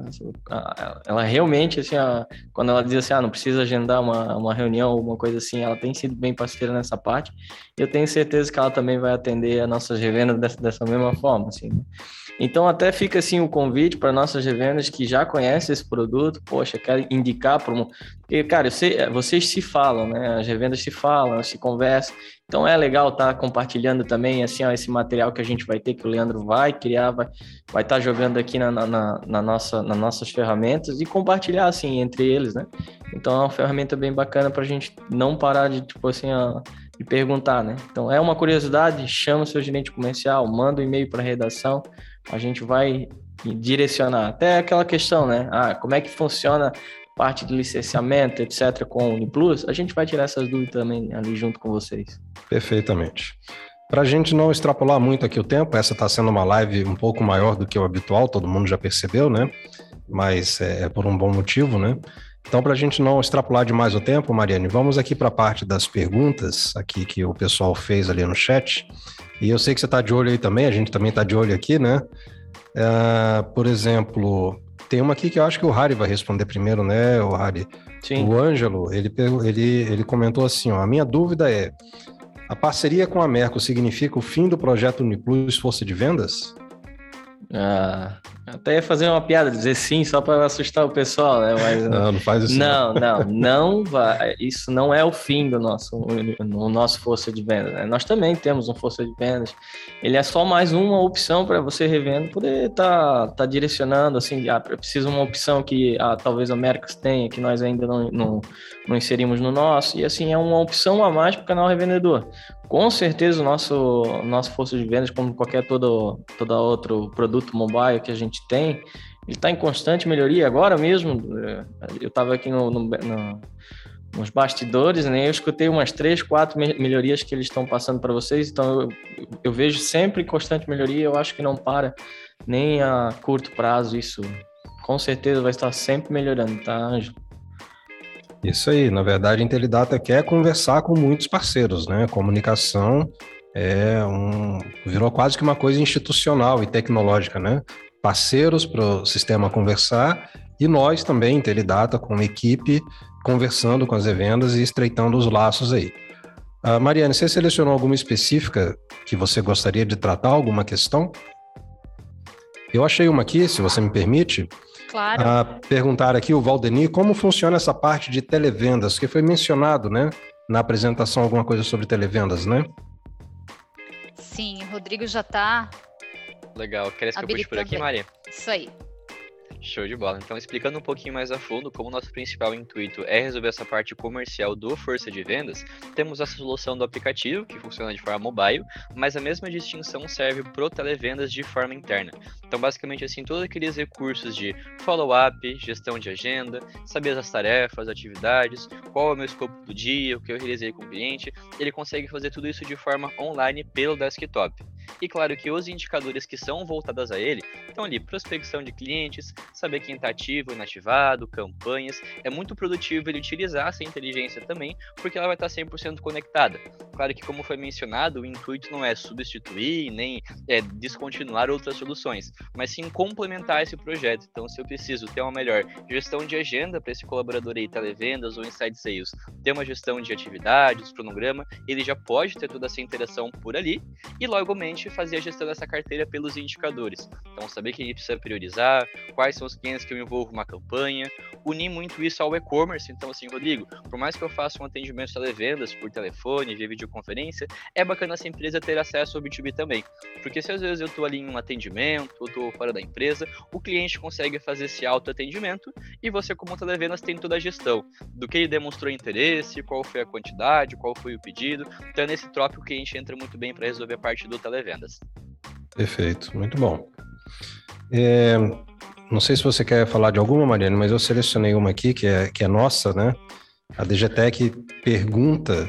ela realmente, assim, quando ela diz assim, ah, não precisa agendar uma, uma reunião ou uma coisa assim, ela tem sido bem parceira nessa parte, e eu tenho certeza que ela também vai atender as nossas revendas dessa, dessa mesma forma, assim, né? Então, até fica assim o convite para nossas revendas que já conhecem esse produto, poxa, quero indicar para um... Porque, cara, eu sei, vocês se falam, né? As revendas se falam, se conversam. Então, é legal estar tá compartilhando também, assim, ó, esse material que a gente vai ter, que o Leandro vai criar, vai vai estar tá jogando aqui na, na, na nossa, nas nossas ferramentas e compartilhar, assim, entre eles, né? Então, é uma ferramenta bem bacana para a gente não parar de, tipo assim, ó, de perguntar, né? Então, é uma curiosidade, chama o seu gerente comercial, manda um e-mail para a redação, a gente vai direcionar. Até aquela questão, né? Ah, como é que funciona parte de licenciamento, etcétera, com o UniPlus? A gente vai tirar essas dúvidas também ali junto com vocês. Perfeitamente. Para a gente não extrapolar muito aqui o tempo, essa está sendo uma live um pouco maior do que o habitual, todo mundo já percebeu, né? Mas é por um bom motivo, né? Então, para a gente não extrapolar demais o tempo, Mariane, vamos aqui para a parte das perguntas aqui que o pessoal fez ali no chat. E eu sei que você está de olho aí também, a gente também está de olho aqui, né? Uh, por exemplo, tem uma aqui que eu acho que o Harry vai responder primeiro, né, o Harry? Sim. O Ângelo, ele, ele, ele comentou assim, ó, a minha dúvida é, a parceria com a Merco significa o fim do projeto UniPlus Força de Vendas? Ah, até ia fazer uma piada, dizer sim, só para assustar o pessoal, né? Mas, não, não faz isso. Não, não, não, não vai. Isso não é o fim do nosso, o nosso força de vendas, né? Nós também temos um força de vendas. Ele é só mais uma opção para você revendo poder estar tá, tá direcionando, assim, ah, precisa uma opção que ah, talvez a Mercos tenha, que nós ainda não, não, não inserimos no nosso, e assim, é uma opção a mais para o canal revendedor. Com certeza o nosso, nosso força de vendas, como qualquer todo, todo outro produto mobile que a gente tem, ele está em constante melhoria. Agora mesmo, eu estava aqui no, no, no, nos bastidores, né? Eu escutei umas três, quatro melhorias que eles estão passando para vocês, então eu, eu vejo sempre constante melhoria, eu acho que não para nem a curto prazo, isso com certeza vai estar sempre melhorando, tá, Ângelo? Isso aí, na verdade a Intelidata quer conversar com muitos parceiros, né? Comunicação é um, virou quase que uma coisa institucional e tecnológica, né? Parceiros para o sistema conversar e nós também, Intelidata, com uma equipe, conversando com as revendas e estreitando os laços aí. Uh, Mariane, você selecionou alguma específica que você gostaria de tratar, alguma questão? Eu achei uma aqui, se você me permite. Claro. Uh, perguntar aqui o Valdeni como funciona essa parte de televendas, que foi mencionado, né, na apresentação alguma coisa sobre televendas, né? Sim, o Rodrigo já está... Legal. Queres que eu puxe por aqui, Maria? Isso aí. Show de bola. Então, explicando um pouquinho mais a fundo como o nosso principal intuito é resolver essa parte comercial do Força de Vendas, temos a solução do aplicativo, que funciona de forma mobile, mas a mesma distinção serve para o televendas de forma interna. Então, basicamente, assim, todos aqueles recursos de follow-up, gestão de agenda, saber as tarefas, atividades, qual é o meu escopo do dia, o que eu realizei com o cliente, ele consegue fazer tudo isso de forma online pelo desktop. E claro que os indicadores que são voltados a ele estão ali, prospecção de clientes, saber quem está ativo e inativado, campanhas. É muito produtivo ele utilizar essa inteligência também, porque ela vai estar cem por cento conectada. Claro que, como foi mencionado, o intuito não é substituir, nem é descontinuar outras soluções, mas sim complementar esse projeto. Então, se eu preciso ter uma melhor gestão de agenda para esse colaborador aí, televendas ou inside sales, ter uma gestão de atividades, cronograma, ele já pode ter toda essa interação por ali e, logo menos, fazer a gestão dessa carteira pelos indicadores. Então, saber quem precisa priorizar, quais são os clientes que eu envolvo uma campanha, unir muito isso ao e-commerce. Então, assim, Rodrigo, por mais que eu faça um atendimento de televendas por telefone, via videoconferência, é bacana essa empresa ter acesso ao B dois B também. Porque se às vezes eu estou ali em um atendimento, ou estou fora da empresa, o cliente consegue fazer esse autoatendimento e você, como televendas, tem toda a gestão do que ele demonstrou interesse, qual foi a quantidade, qual foi o pedido. Então, nesse tópico, o cliente entra muito bem para resolver a parte do televendas. Perfeito, muito bom. É, não sei se você quer falar de alguma, Mariane, mas eu selecionei uma aqui que é, que é nossa, né? A D G Tech pergunta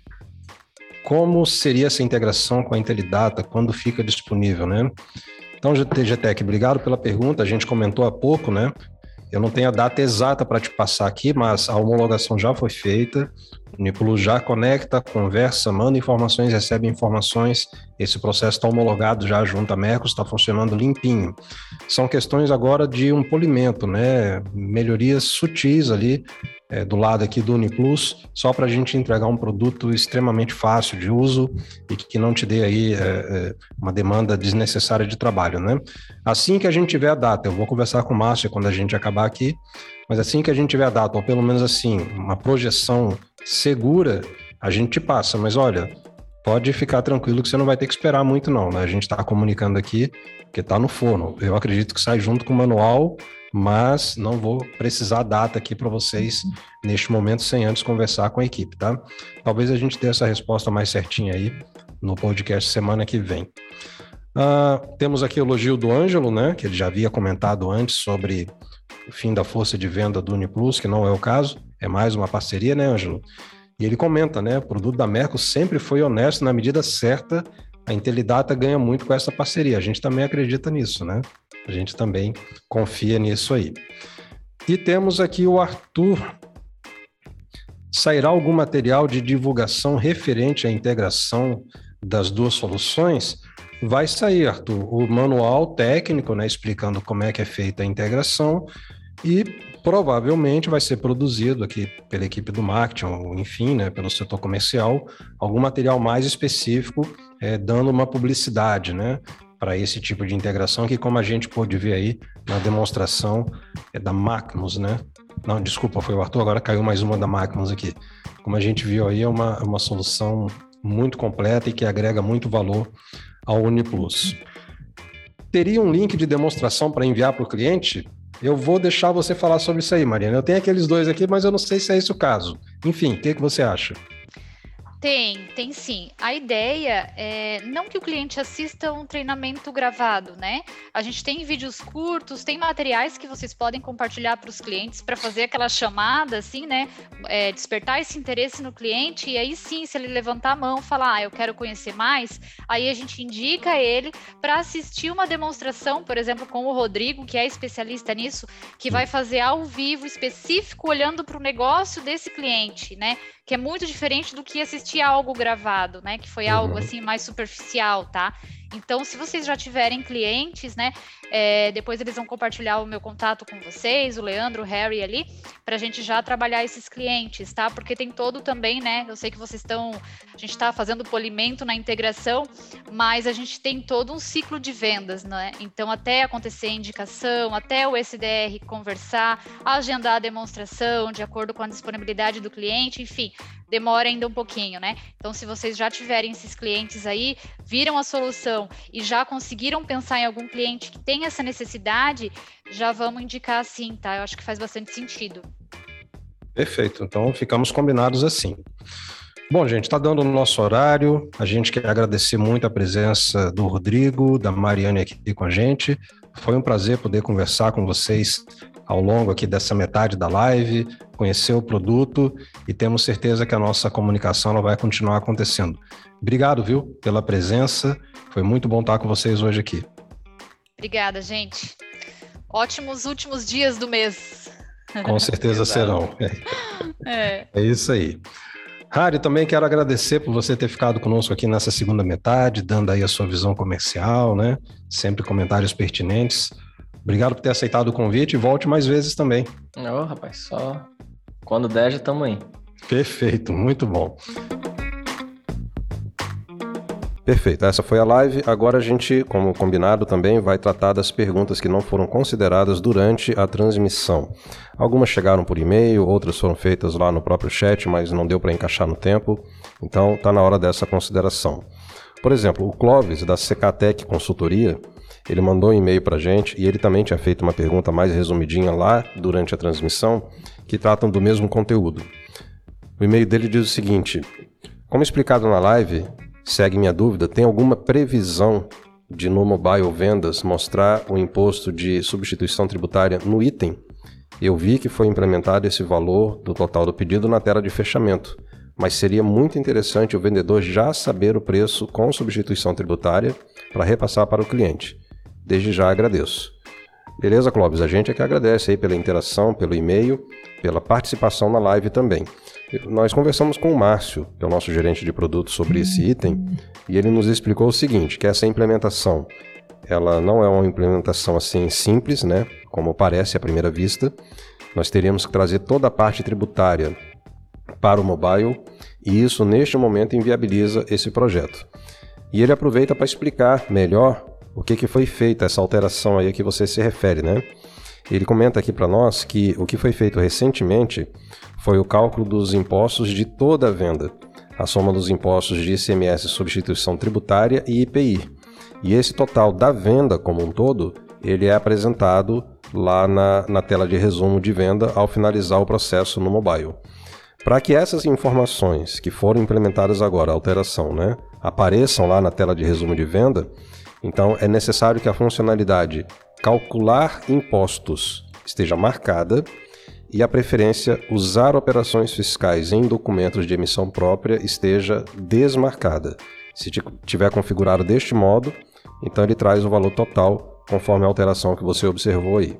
como seria essa integração com a Intelidata, quando fica disponível, né? Então, D G Tech, obrigado pela pergunta, a gente comentou há pouco, né? Eu não tenho a data exata para te passar aqui, mas a homologação já foi feita, o Uniplus já conecta, conversa, manda informações, recebe informações, esse processo está homologado já junto à Mercos, está funcionando limpinho. São questões agora de um polimento, né? Melhorias sutis ali, é, do lado aqui do Uniplus, só para a gente entregar um produto extremamente fácil de uso e que não te dê aí é, uma demanda desnecessária de trabalho, né? Assim que a gente tiver a data, eu vou conversar com o Márcio quando a gente acabar aqui, mas assim que a gente tiver a data, ou pelo menos assim, uma projeção segura, a gente te passa, mas olha, pode ficar tranquilo que você não vai ter que esperar muito não, né? A gente está comunicando aqui que está no forno, eu acredito que sai junto com o manual, mas não vou precisar data aqui para vocês neste momento sem antes conversar com a equipe, tá? Talvez a gente dê essa resposta mais certinha aí no podcast semana que vem. Uh, temos aqui o elogio do Ângelo, né? Que ele já havia comentado antes sobre o fim da força de venda do Uniplus, que não é o caso, é mais uma parceria, né, Ângelo? E ele comenta, né? O produto da Mercos sempre foi honesto na medida certa, a Intelidata ganha muito com essa parceria. A gente também acredita nisso, né? A gente também confia nisso aí. E temos aqui o Arthur. Sairá algum material de divulgação referente à integração das duas soluções? Vai sair, Arthur, o manual técnico, né, explicando como é que é feita a integração e provavelmente vai ser produzido aqui pela equipe do marketing, ou enfim, né, pelo setor comercial, algum material mais específico, é, dando uma publicidade, né, para esse tipo de integração, que como a gente pôde ver aí na demonstração é da Macmos, né? Não, desculpa, foi o Arthur, agora caiu mais uma da Macmos aqui. Como a gente viu aí, é uma, uma solução muito completa e que agrega muito valor ao Uniplus. Teria um link de demonstração para enviar para o cliente? Eu vou deixar você falar sobre isso aí, Mariana. Eu tenho aqueles dois aqui, mas eu não sei se é esse o caso. Enfim, o que, que você acha? Tem, tem sim. A ideia é não que o cliente assista um treinamento gravado, né? A gente tem vídeos curtos, tem materiais que vocês podem compartilhar para os clientes para fazer aquela chamada, assim, né? É, despertar esse interesse no cliente e aí sim, se ele levantar a mão e falar, ah, eu quero conhecer mais, aí a gente indica ele para assistir uma demonstração, por exemplo, com o Rodrigo, que é especialista nisso, que vai fazer ao vivo específico olhando para o negócio desse cliente, né? Que é muito diferente do que assistir algo gravado, né? Que foi algo assim mais superficial, tá? Então, se vocês já tiverem clientes, né? É, depois eles vão compartilhar o meu contato com vocês, o Leandro, o Harry ali, para a gente já trabalhar esses clientes, tá? Porque tem todo também, né? Eu sei que vocês estão, a gente está fazendo polimento na integração, mas a gente tem todo um ciclo de vendas, né? Então, até acontecer a indicação, até o S D R conversar, agendar a demonstração de acordo com a disponibilidade do cliente, enfim, demora ainda um pouquinho, né? Então, se vocês já tiverem esses clientes aí, viram a solução e já conseguiram pensar em algum cliente que tem essa necessidade, já vamos indicar sim, tá? Eu acho que faz bastante sentido. Perfeito, então ficamos combinados assim. Bom, gente, está dando o nosso horário, a gente quer agradecer muito a presença do Rodrigo, da Mariane aqui com a gente. Foi um prazer poder conversar com vocês ao longo aqui dessa metade da live, conhecer o produto e temos certeza que a nossa comunicação ela vai continuar acontecendo. Obrigado, viu, pela presença. Foi muito bom estar com vocês hoje aqui. Obrigada, gente. Ótimos últimos dias do mês. Com certeza serão. É. É isso aí. Harry, também quero agradecer por você ter ficado conosco aqui nessa segunda metade, dando aí a sua visão comercial, né? Sempre comentários pertinentes. Obrigado por ter aceitado o convite e volte mais vezes também. Ô, oh, rapaz, só quando der já estamos aí. Perfeito, muito bom. Perfeito, essa foi a live. Agora a gente, como combinado também, vai tratar das perguntas que não foram consideradas durante a transmissão. Algumas chegaram por e-mail, outras foram feitas lá no próprio chat, mas não deu para encaixar no tempo. Então está na hora dessa consideração. Por exemplo, o Clóvis, da C K Tech Consultoria, ele mandou um e-mail para a gente e ele também tinha feito uma pergunta mais resumidinha lá durante a transmissão, que tratam do mesmo conteúdo. O e-mail dele diz o seguinte: como explicado na live, segue minha dúvida, tem alguma previsão de no mobile vendas mostrar o imposto de substituição tributária no item, eu vi que foi implementado esse valor do total do pedido na tela de fechamento, mas seria muito interessante o vendedor já saber o preço com substituição tributária para repassar para o cliente. Desde já agradeço. Beleza, Clóvis? A gente é que agradece aí pela interação, pelo e-mail, pela participação na live também. Nós conversamos com o Márcio, que é o nosso gerente de produtos, sobre esse item, e ele nos explicou o seguinte, que essa implementação, ela não é uma implementação assim simples, né, como parece à primeira vista. Nós teríamos que trazer toda a parte tributária para o mobile, e isso neste momento inviabiliza esse projeto. E ele aproveita para explicar melhor o que, que foi feita essa alteração aí a que você se refere, né? Ele comenta aqui para nós que o que foi feito recentemente foi o cálculo dos impostos de toda a venda, a soma dos impostos de I C M S, substituição tributária e I P I. E esse total da venda como um todo, ele é apresentado lá na, na tela de resumo de venda ao finalizar o processo no mobile. Para que essas informações que foram implementadas agora, a alteração, né, apareçam lá na tela de resumo de venda, então é necessário que a funcionalidade calcular impostos esteja marcada e a preferência usar operações fiscais em documentos de emissão própria esteja desmarcada. Se tiver configurado deste modo, então ele traz o valor total conforme a alteração que você observou aí.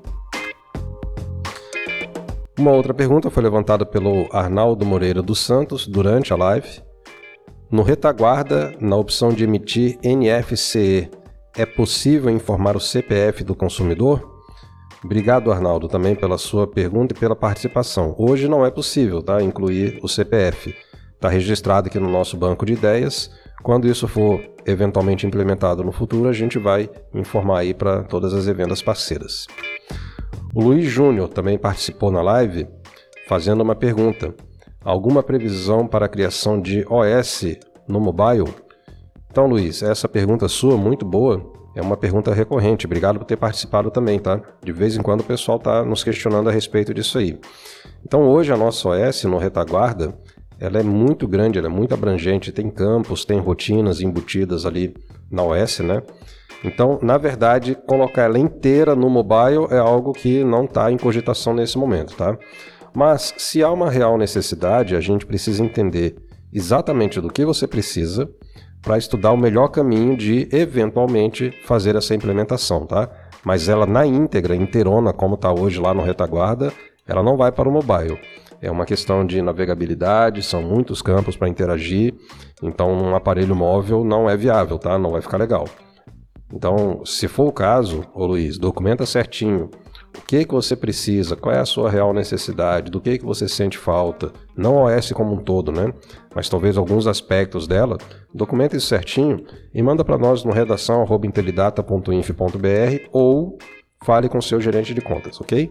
Uma outra pergunta foi levantada pelo Arnaldo Moreira dos Santos durante a live. No retaguarda, na opção de emitir N F C E, é possível informar o C P F do consumidor? Obrigado, Arnaldo, também pela sua pergunta e pela participação. Hoje não é possível, tá, incluir o C P F. Está registrado aqui no nosso banco de ideias. Quando isso for eventualmente implementado no futuro, a gente vai informar aí para todas as revendas parceiras. O Luiz Júnior também participou na live fazendo uma pergunta. Alguma previsão para a criação de O S no mobile? Então, Luiz, essa pergunta sua, muito boa, é uma pergunta recorrente. Obrigado por ter participado também, tá? De vez em quando o pessoal está nos questionando a respeito disso aí. Então, hoje a nossa O S no retaguarda, ela é muito grande, ela é muito abrangente, tem campos, tem rotinas embutidas ali na O S, né? Então, na verdade, colocar ela inteira no mobile é algo que não está em cogitação nesse momento, tá? Mas, se há uma real necessidade, a gente precisa entender exatamente do que você precisa para estudar o melhor caminho de, eventualmente, fazer essa implementação, tá? Mas ela na íntegra, inteirona, como está hoje lá no retaguarda, ela não vai para o mobile. É uma questão de navegabilidade, são muitos campos para interagir, então um aparelho móvel não é viável, tá? Não vai ficar legal. Então, se for o caso, ô Luiz, documenta certinho o que, que você precisa, qual é a sua real necessidade, do que, que você sente falta, não o O S como um todo, né? Mas talvez alguns aspectos dela, documenta isso certinho e manda para nós no redação arroba intelidata ponto inf ponto br ou fale com o seu gerente de contas, ok?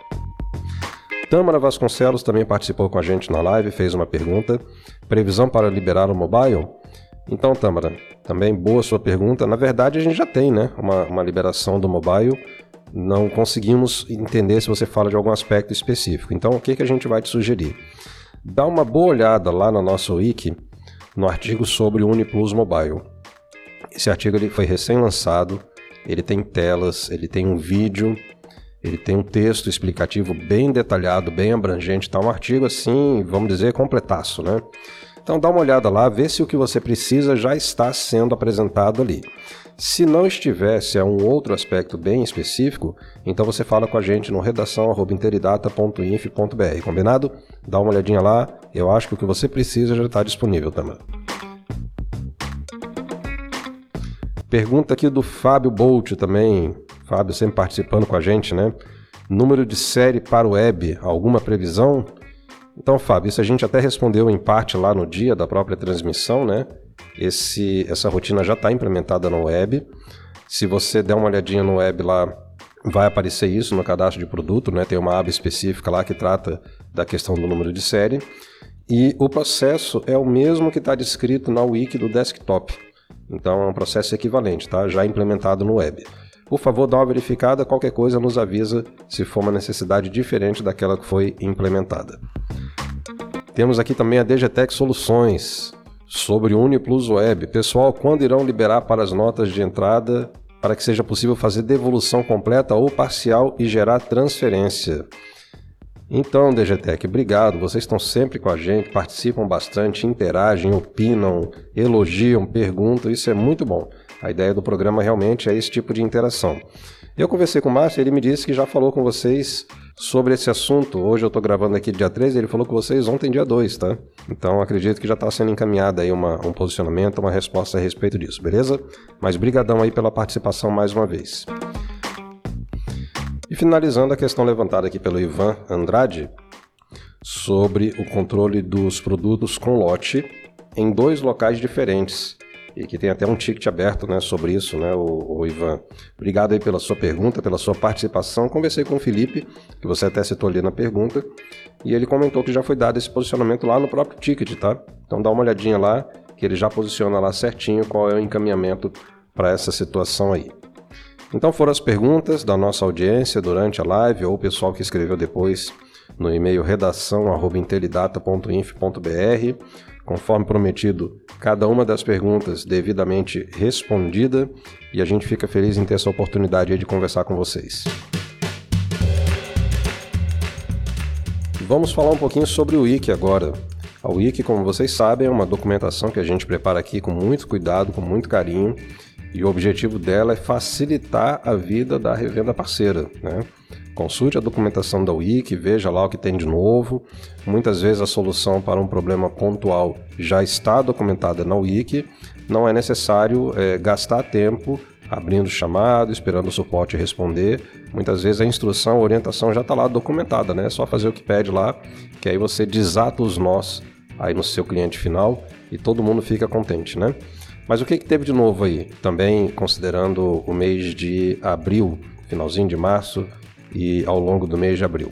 Tâmara Vasconcelos também participou com a gente na live, fez uma pergunta. Previsão para liberar o mobile? Então, Tâmara, também boa sua pergunta. Na verdade, a gente já tem, né, uma, uma liberação do mobile. Não conseguimos entender se você fala de algum aspecto específico. Então, o que, que a gente vai te sugerir? Dá uma boa olhada lá na nossa wiki, no artigo sobre o UniPlus Mobile. Esse artigo ele foi recém-lançado, ele tem telas, ele tem um vídeo, ele tem um texto explicativo bem detalhado, bem abrangente. Tá um artigo assim, vamos dizer, completaço, né? Então dá uma olhada lá, vê se o que você precisa já está sendo apresentado ali. Se não estiver, se é um outro aspecto bem específico, então você fala com a gente no redação arroba intelidata ponto inf ponto br, combinado? Dá uma olhadinha lá, eu acho que o que você precisa já está disponível também. Pergunta aqui do Fábio Bolt também, Fábio sempre participando com a gente, né? Número de série para o web, alguma previsão? Então, Fábio, isso a gente até respondeu em parte lá no dia da própria transmissão, né? Esse, essa rotina já está implementada no web. Se você der uma olhadinha no web lá, vai aparecer isso no cadastro de produto, né? Tem uma aba específica lá que trata da questão do número de série. E o processo é o mesmo que está descrito na wiki do desktop. Então, é um processo equivalente, tá? Já implementado no web. Por favor, dá uma verificada, qualquer coisa nos avisa se for uma necessidade diferente daquela que foi implementada. Temos aqui também a D G Tech Soluções. sobre o UniPlus Web. Pessoal, quando irão liberar para as notas de entrada para que seja possível fazer devolução completa ou parcial e gerar transferência? Então, D G Tech, obrigado. Vocês estão sempre com a gente, participam bastante, interagem, opinam, elogiam, perguntam. Isso é muito bom. A ideia do programa realmente é esse tipo de interação. Eu conversei com o Márcio e ele me disse que já falou com vocês sobre esse assunto. Hoje eu estou gravando aqui dia treze, ele falou com vocês ontem dia dois, tá? Então acredito que já está sendo encaminhada aí uma, um posicionamento, uma resposta a respeito disso, beleza? Mas brigadão aí pela participação mais uma vez. E finalizando a questão levantada aqui pelo Ivan Andrade sobre o controle dos produtos com lote em dois locais diferentes. E que tem até um ticket aberto, né, sobre isso, né, o, o Ivan. Obrigado aí pela sua pergunta, pela sua participação. Conversei com o Felipe, que você até citou ali na pergunta, e ele comentou que já foi dado esse posicionamento lá no próprio ticket, tá? Então dá uma olhadinha lá, que ele já posiciona lá certinho qual é o encaminhamento para essa situação aí. Então foram as perguntas da nossa audiência durante a live, ou o pessoal que escreveu depois no e-mail redação arroba intelidata ponto inf ponto br. Conforme prometido, cada uma das perguntas devidamente respondida, e a gente fica feliz em ter essa oportunidade aí de conversar com vocês. Vamos falar um pouquinho sobre o Wiki agora. A Wiki, como vocês sabem, é uma documentação que a gente prepara aqui com muito cuidado, com muito carinho, e o objetivo dela é facilitar a vida da revenda parceira, né? Consulte a documentação da Wiki, veja lá o que tem de novo. Muitas vezes a solução para um problema pontual já está documentada na Wiki. Não é necessário é, gastar tempo abrindo o chamado, esperando o suporte responder. Muitas vezes a instrução, a orientação já está lá documentada, né? É só fazer o que pede lá, que aí você desata os nós aí no seu cliente final e todo mundo fica contente, né? Mas o que, que teve de novo aí? Também considerando o mês de abril, finalzinho de março, e ao longo do mês de abril.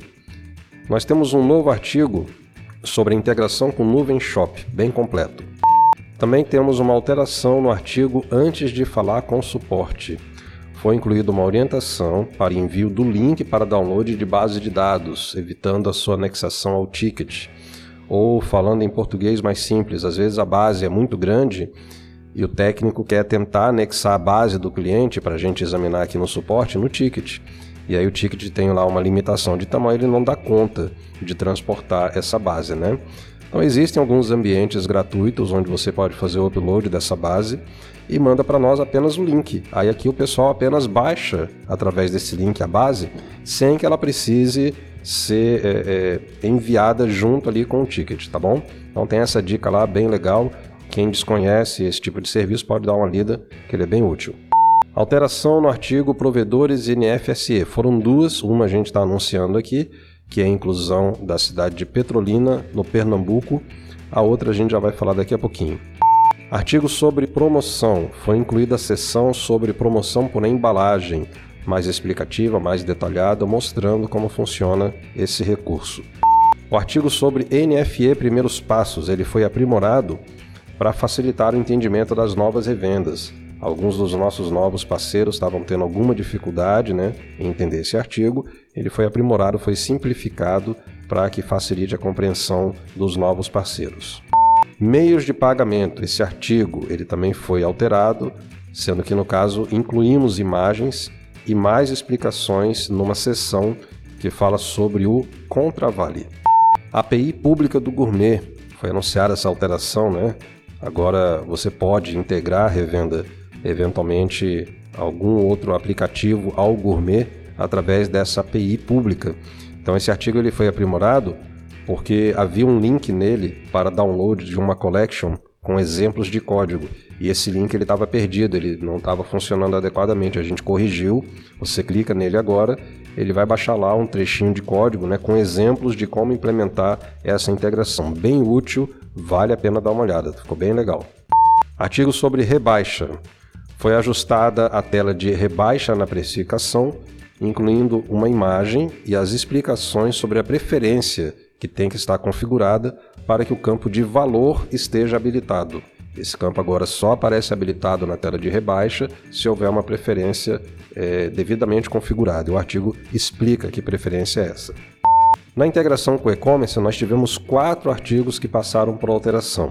Nós temos um novo artigo sobre a integração com Nuvem Shop, bem completo. Também temos uma alteração no artigo antes de falar com suporte. Foi incluída uma orientação para envio do link para download de base de dados, evitando a sua anexação ao ticket. Ou, falando em português mais simples, às vezes a base é muito grande e o técnico quer tentar anexar a base do cliente para a gente examinar aqui no suporte no ticket. E aí o ticket tem lá uma limitação de tamanho, ele não dá conta de transportar essa base, né? Então existem alguns ambientes gratuitos onde você pode fazer o upload dessa base e manda para nós apenas o link. Aí aqui o pessoal apenas baixa através desse link a base, sem que ela precise ser é, é, enviada junto ali com o ticket, tá bom? Então tem essa dica lá bem legal. Quem desconhece esse tipo de serviço pode dar uma lida, que ele é bem útil. Alteração no artigo Provedores N F S E. Foram duas, uma a gente está anunciando aqui, que é a inclusão da cidade de Petrolina, no Pernambuco. A outra a gente já vai falar daqui a pouquinho. Artigo sobre promoção. Foi incluída a seção sobre promoção por embalagem, mais explicativa, mais detalhada, mostrando como funciona esse recurso. O artigo sobre N F E Primeiros Passos, ele foi aprimorado para facilitar o entendimento das novas revendas. Alguns dos nossos novos parceiros estavam tendo alguma dificuldade, né, em entender esse artigo. Ele foi aprimorado, foi simplificado para que facilite a compreensão dos novos parceiros. Meios de pagamento. Esse artigo ele também foi alterado, sendo que no caso incluímos imagens e mais explicações numa seção que fala sobre o Contravale. A A P I pública do Gourmet. Foi anunciada essa alteração, né? Agora você pode integrar a revenda eventualmente algum outro aplicativo ao Gourmet através dessa A P I pública. Então esse artigo ele foi aprimorado porque havia um link nele para download de uma collection com exemplos de código e esse link ele estava perdido, ele não estava funcionando adequadamente. A gente corrigiu, você clica nele agora, ele vai baixar lá um trechinho de código, né, com exemplos de como implementar essa integração. Bem útil, vale a pena dar uma olhada, ficou bem legal. Artigo sobre rebaixa. Foi ajustada a tela de rebaixa na precificação, incluindo uma imagem e as explicações sobre a preferência que tem que estar configurada para que o campo de valor esteja habilitado. Esse campo agora só aparece habilitado na tela de rebaixa se houver uma preferência é, devidamente configurada. O artigo explica que preferência é essa. Na integração com o e-commerce, nós tivemos quatro artigos que passaram por alteração.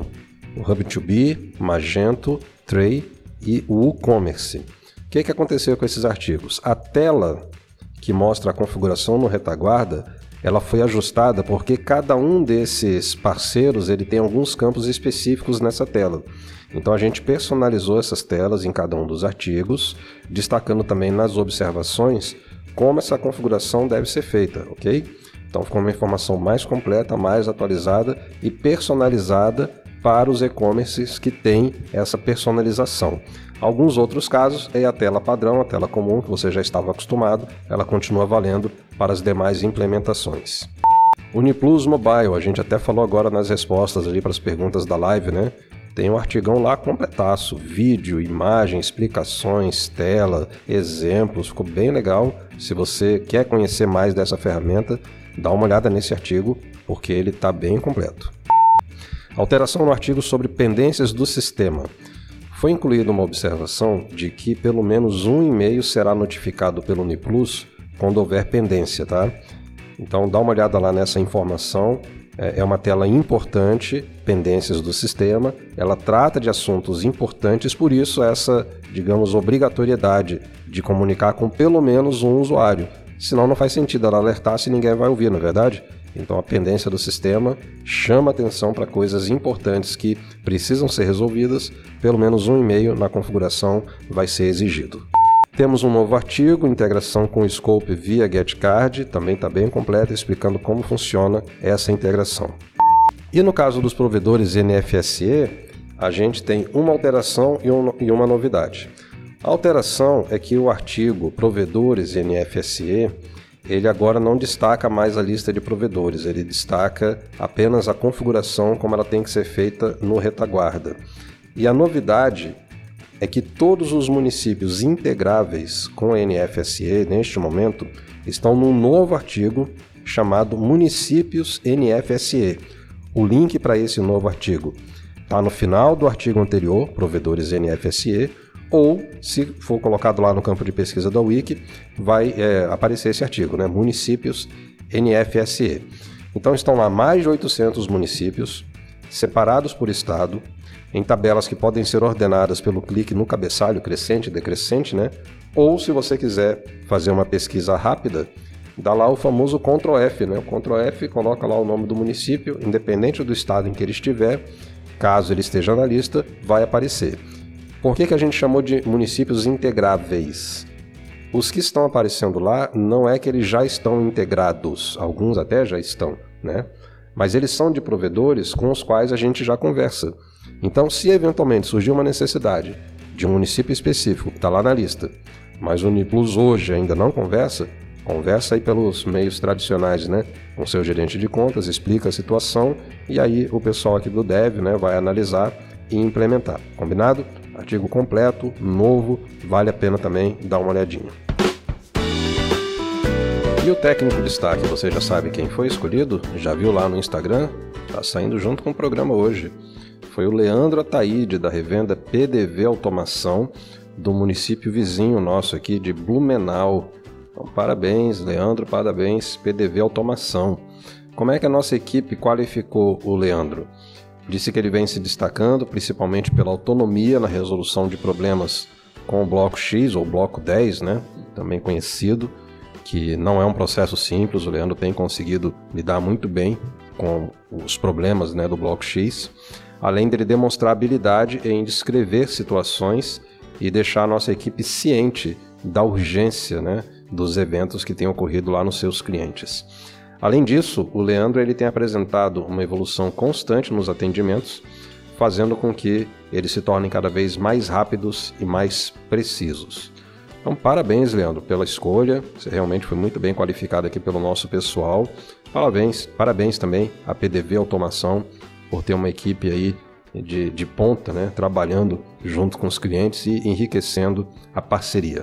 o Hub dois B, Magento, Tray e o WooCommerce. O que, que aconteceu com esses artigos? A tela que mostra a configuração no retaguarda, ela foi ajustada porque cada um desses parceiros ele tem alguns campos específicos nessa tela. Então a gente personalizou essas telas em cada um dos artigos, destacando também nas observações como essa configuração deve ser feita, ok? Então ficou uma informação mais completa, mais atualizada e personalizada para os e-commerces que têm essa personalização. Alguns outros casos é a tela padrão, a tela comum que você já estava acostumado, ela continua valendo para as demais implementações. Uniplus Mobile, a gente até falou agora nas respostas ali para as perguntas da live, né? Tem um artigão lá completaço, vídeo, imagem, explicações, tela, exemplos, ficou bem legal. Se você quer conhecer mais dessa ferramenta, dá uma olhada nesse artigo, porque ele está bem completo. Alteração no artigo sobre pendências do sistema. Foi incluída uma observação de que pelo menos um e-mail será notificado pelo Uniplus quando houver pendência, tá? Então dá uma olhada lá nessa informação. É uma tela importante, pendências do sistema, ela trata de assuntos importantes, por isso essa, digamos, obrigatoriedade de comunicar com pelo menos um usuário. Senão não faz sentido ela alertar se ninguém vai ouvir, não é verdade? Então a pendência do sistema chama atenção para coisas importantes que precisam ser resolvidas, pelo menos um e-mail na configuração vai ser exigido. Temos um novo artigo, integração com o Scope via GetCard, também está bem completo, explicando como funciona essa integração. E no caso dos provedores N F S E, a gente tem uma alteração e, um, e uma novidade. A alteração é que o artigo Provedores N F S E, ele agora não destaca mais a lista de provedores, ele destaca apenas a configuração como ela tem que ser feita no retaguarda. E a novidade é que todos os municípios integráveis com a N F S E, neste momento, estão num novo artigo chamado Municípios N F S E. O link para esse novo artigo está no final do artigo anterior, Provedores N F S E, ou, se for colocado lá no campo de pesquisa da Wiki, vai é, aparecer esse artigo, né? Municípios N F S E. Então estão lá mais de oitocentos municípios, separados por estado, em tabelas que podem ser ordenadas pelo clique no cabeçalho crescente e decrescente, né? Ou se você quiser fazer uma pesquisa rápida, dá lá o famoso control F, né? O control F coloca lá o nome do município, independente do estado em que ele estiver, caso ele esteja na lista, vai aparecer. Por que que a gente chamou de municípios integráveis? Os que estão aparecendo lá não é que eles já estão integrados, alguns até já estão, né? Mas eles são de provedores com os quais a gente já conversa. Então, se eventualmente surgir uma necessidade de um município específico que está lá na lista, mas o Uniplus hoje ainda não conversa, conversa aí pelos meios tradicionais, né? Com seu gerente de contas, explica a situação e aí o pessoal aqui do Dev, né, vai analisar e implementar. Combinado? Artigo completo, novo, vale a pena também dar uma olhadinha. E o técnico destaque, você já sabe quem foi escolhido? Já viu lá no Instagram? Tá saindo junto com o programa hoje. Foi o Leandro Ataíde, da revenda P D V Automação, do município vizinho nosso aqui de Blumenau. Então, parabéns, Leandro, parabéns, P D V Automação. Como é que a nossa equipe qualificou o Leandro? Disse que ele vem se destacando, principalmente pela autonomia na resolução de problemas com o bloco X, ou bloco dez, né? Também conhecido, que não é um processo simples, o Leandro tem conseguido lidar muito bem com os problemas, né, do bloco X. Além dele demonstrar habilidade em descrever situações e deixar a nossa equipe ciente da urgência, né, dos eventos que têm ocorrido lá nos seus clientes. Além disso, o Leandro ele tem apresentado uma evolução constante nos atendimentos, fazendo com que eles se tornem cada vez mais rápidos e mais precisos. Então, parabéns, Leandro, pela escolha, você realmente foi muito bem qualificado aqui pelo nosso pessoal. Parabéns, parabéns também à P D V Automação, por ter uma equipe aí de, de ponta, né, trabalhando junto com os clientes e enriquecendo a parceria.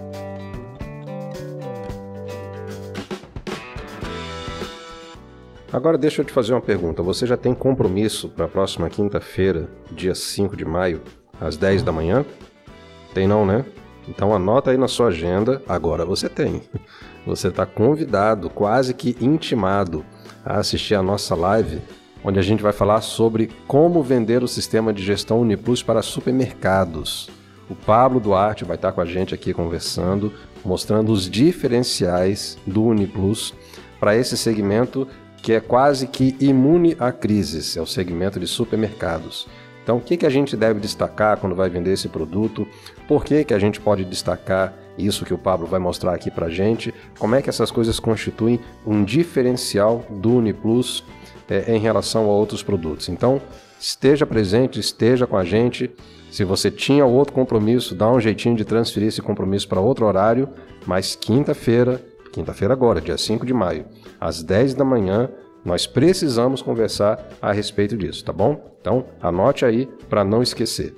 Agora deixa eu te fazer uma pergunta. Você já tem compromisso para a próxima quinta-feira, dia cinco de maio, às dez da manhã? Tem não, né? Então anota aí na sua agenda, agora você tem. Você está convidado, quase que intimado, a assistir a nossa live onde a gente vai falar sobre como vender o sistema de gestão UniPlus para supermercados. O Pablo Duarte vai estar com a gente aqui conversando, mostrando os diferenciais do UniPlus para esse segmento que é quase que imune a crises, é o segmento de supermercados. Então, o que, que a gente deve destacar quando vai vender esse produto? Por que, que a gente pode destacar isso que o Pablo vai mostrar aqui para a gente? Como é que essas coisas constituem um diferencial do UniPlus é, em relação a outros produtos? Então, esteja presente, esteja com a gente. Se você tinha outro compromisso, dá um jeitinho de transferir esse compromisso para outro horário, mas quinta-feira, quinta-feira agora, dia cinco de maio, às dez da manhã, nós precisamos conversar a respeito disso, tá bom? Então, anote aí para não esquecer.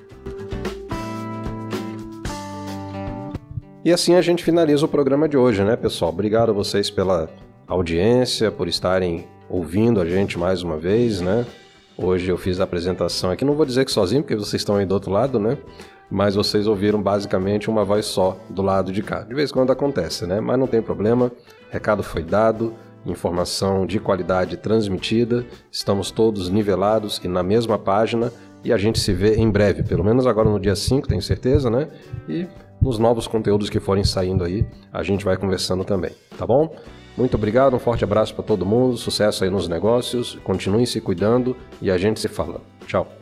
E assim a gente finaliza o programa de hoje, né, pessoal? Obrigado a vocês pela audiência, por estarem ouvindo a gente mais uma vez, né? Hoje eu fiz a apresentação aqui, não vou dizer que sozinho, porque vocês estão aí do outro lado, né? Mas vocês ouviram basicamente uma voz só do lado de cá. De vez em quando acontece, né? Mas não tem problema, recado foi dado, informação de qualidade transmitida, estamos todos nivelados e na mesma página e a gente se vê em breve, pelo menos agora no dia cinco, tenho certeza, né? E nos novos conteúdos que forem saindo aí, a gente vai conversando também, tá bom? Muito obrigado, um forte abraço para todo mundo, sucesso aí nos negócios, continuem se cuidando e a gente se fala. Tchau!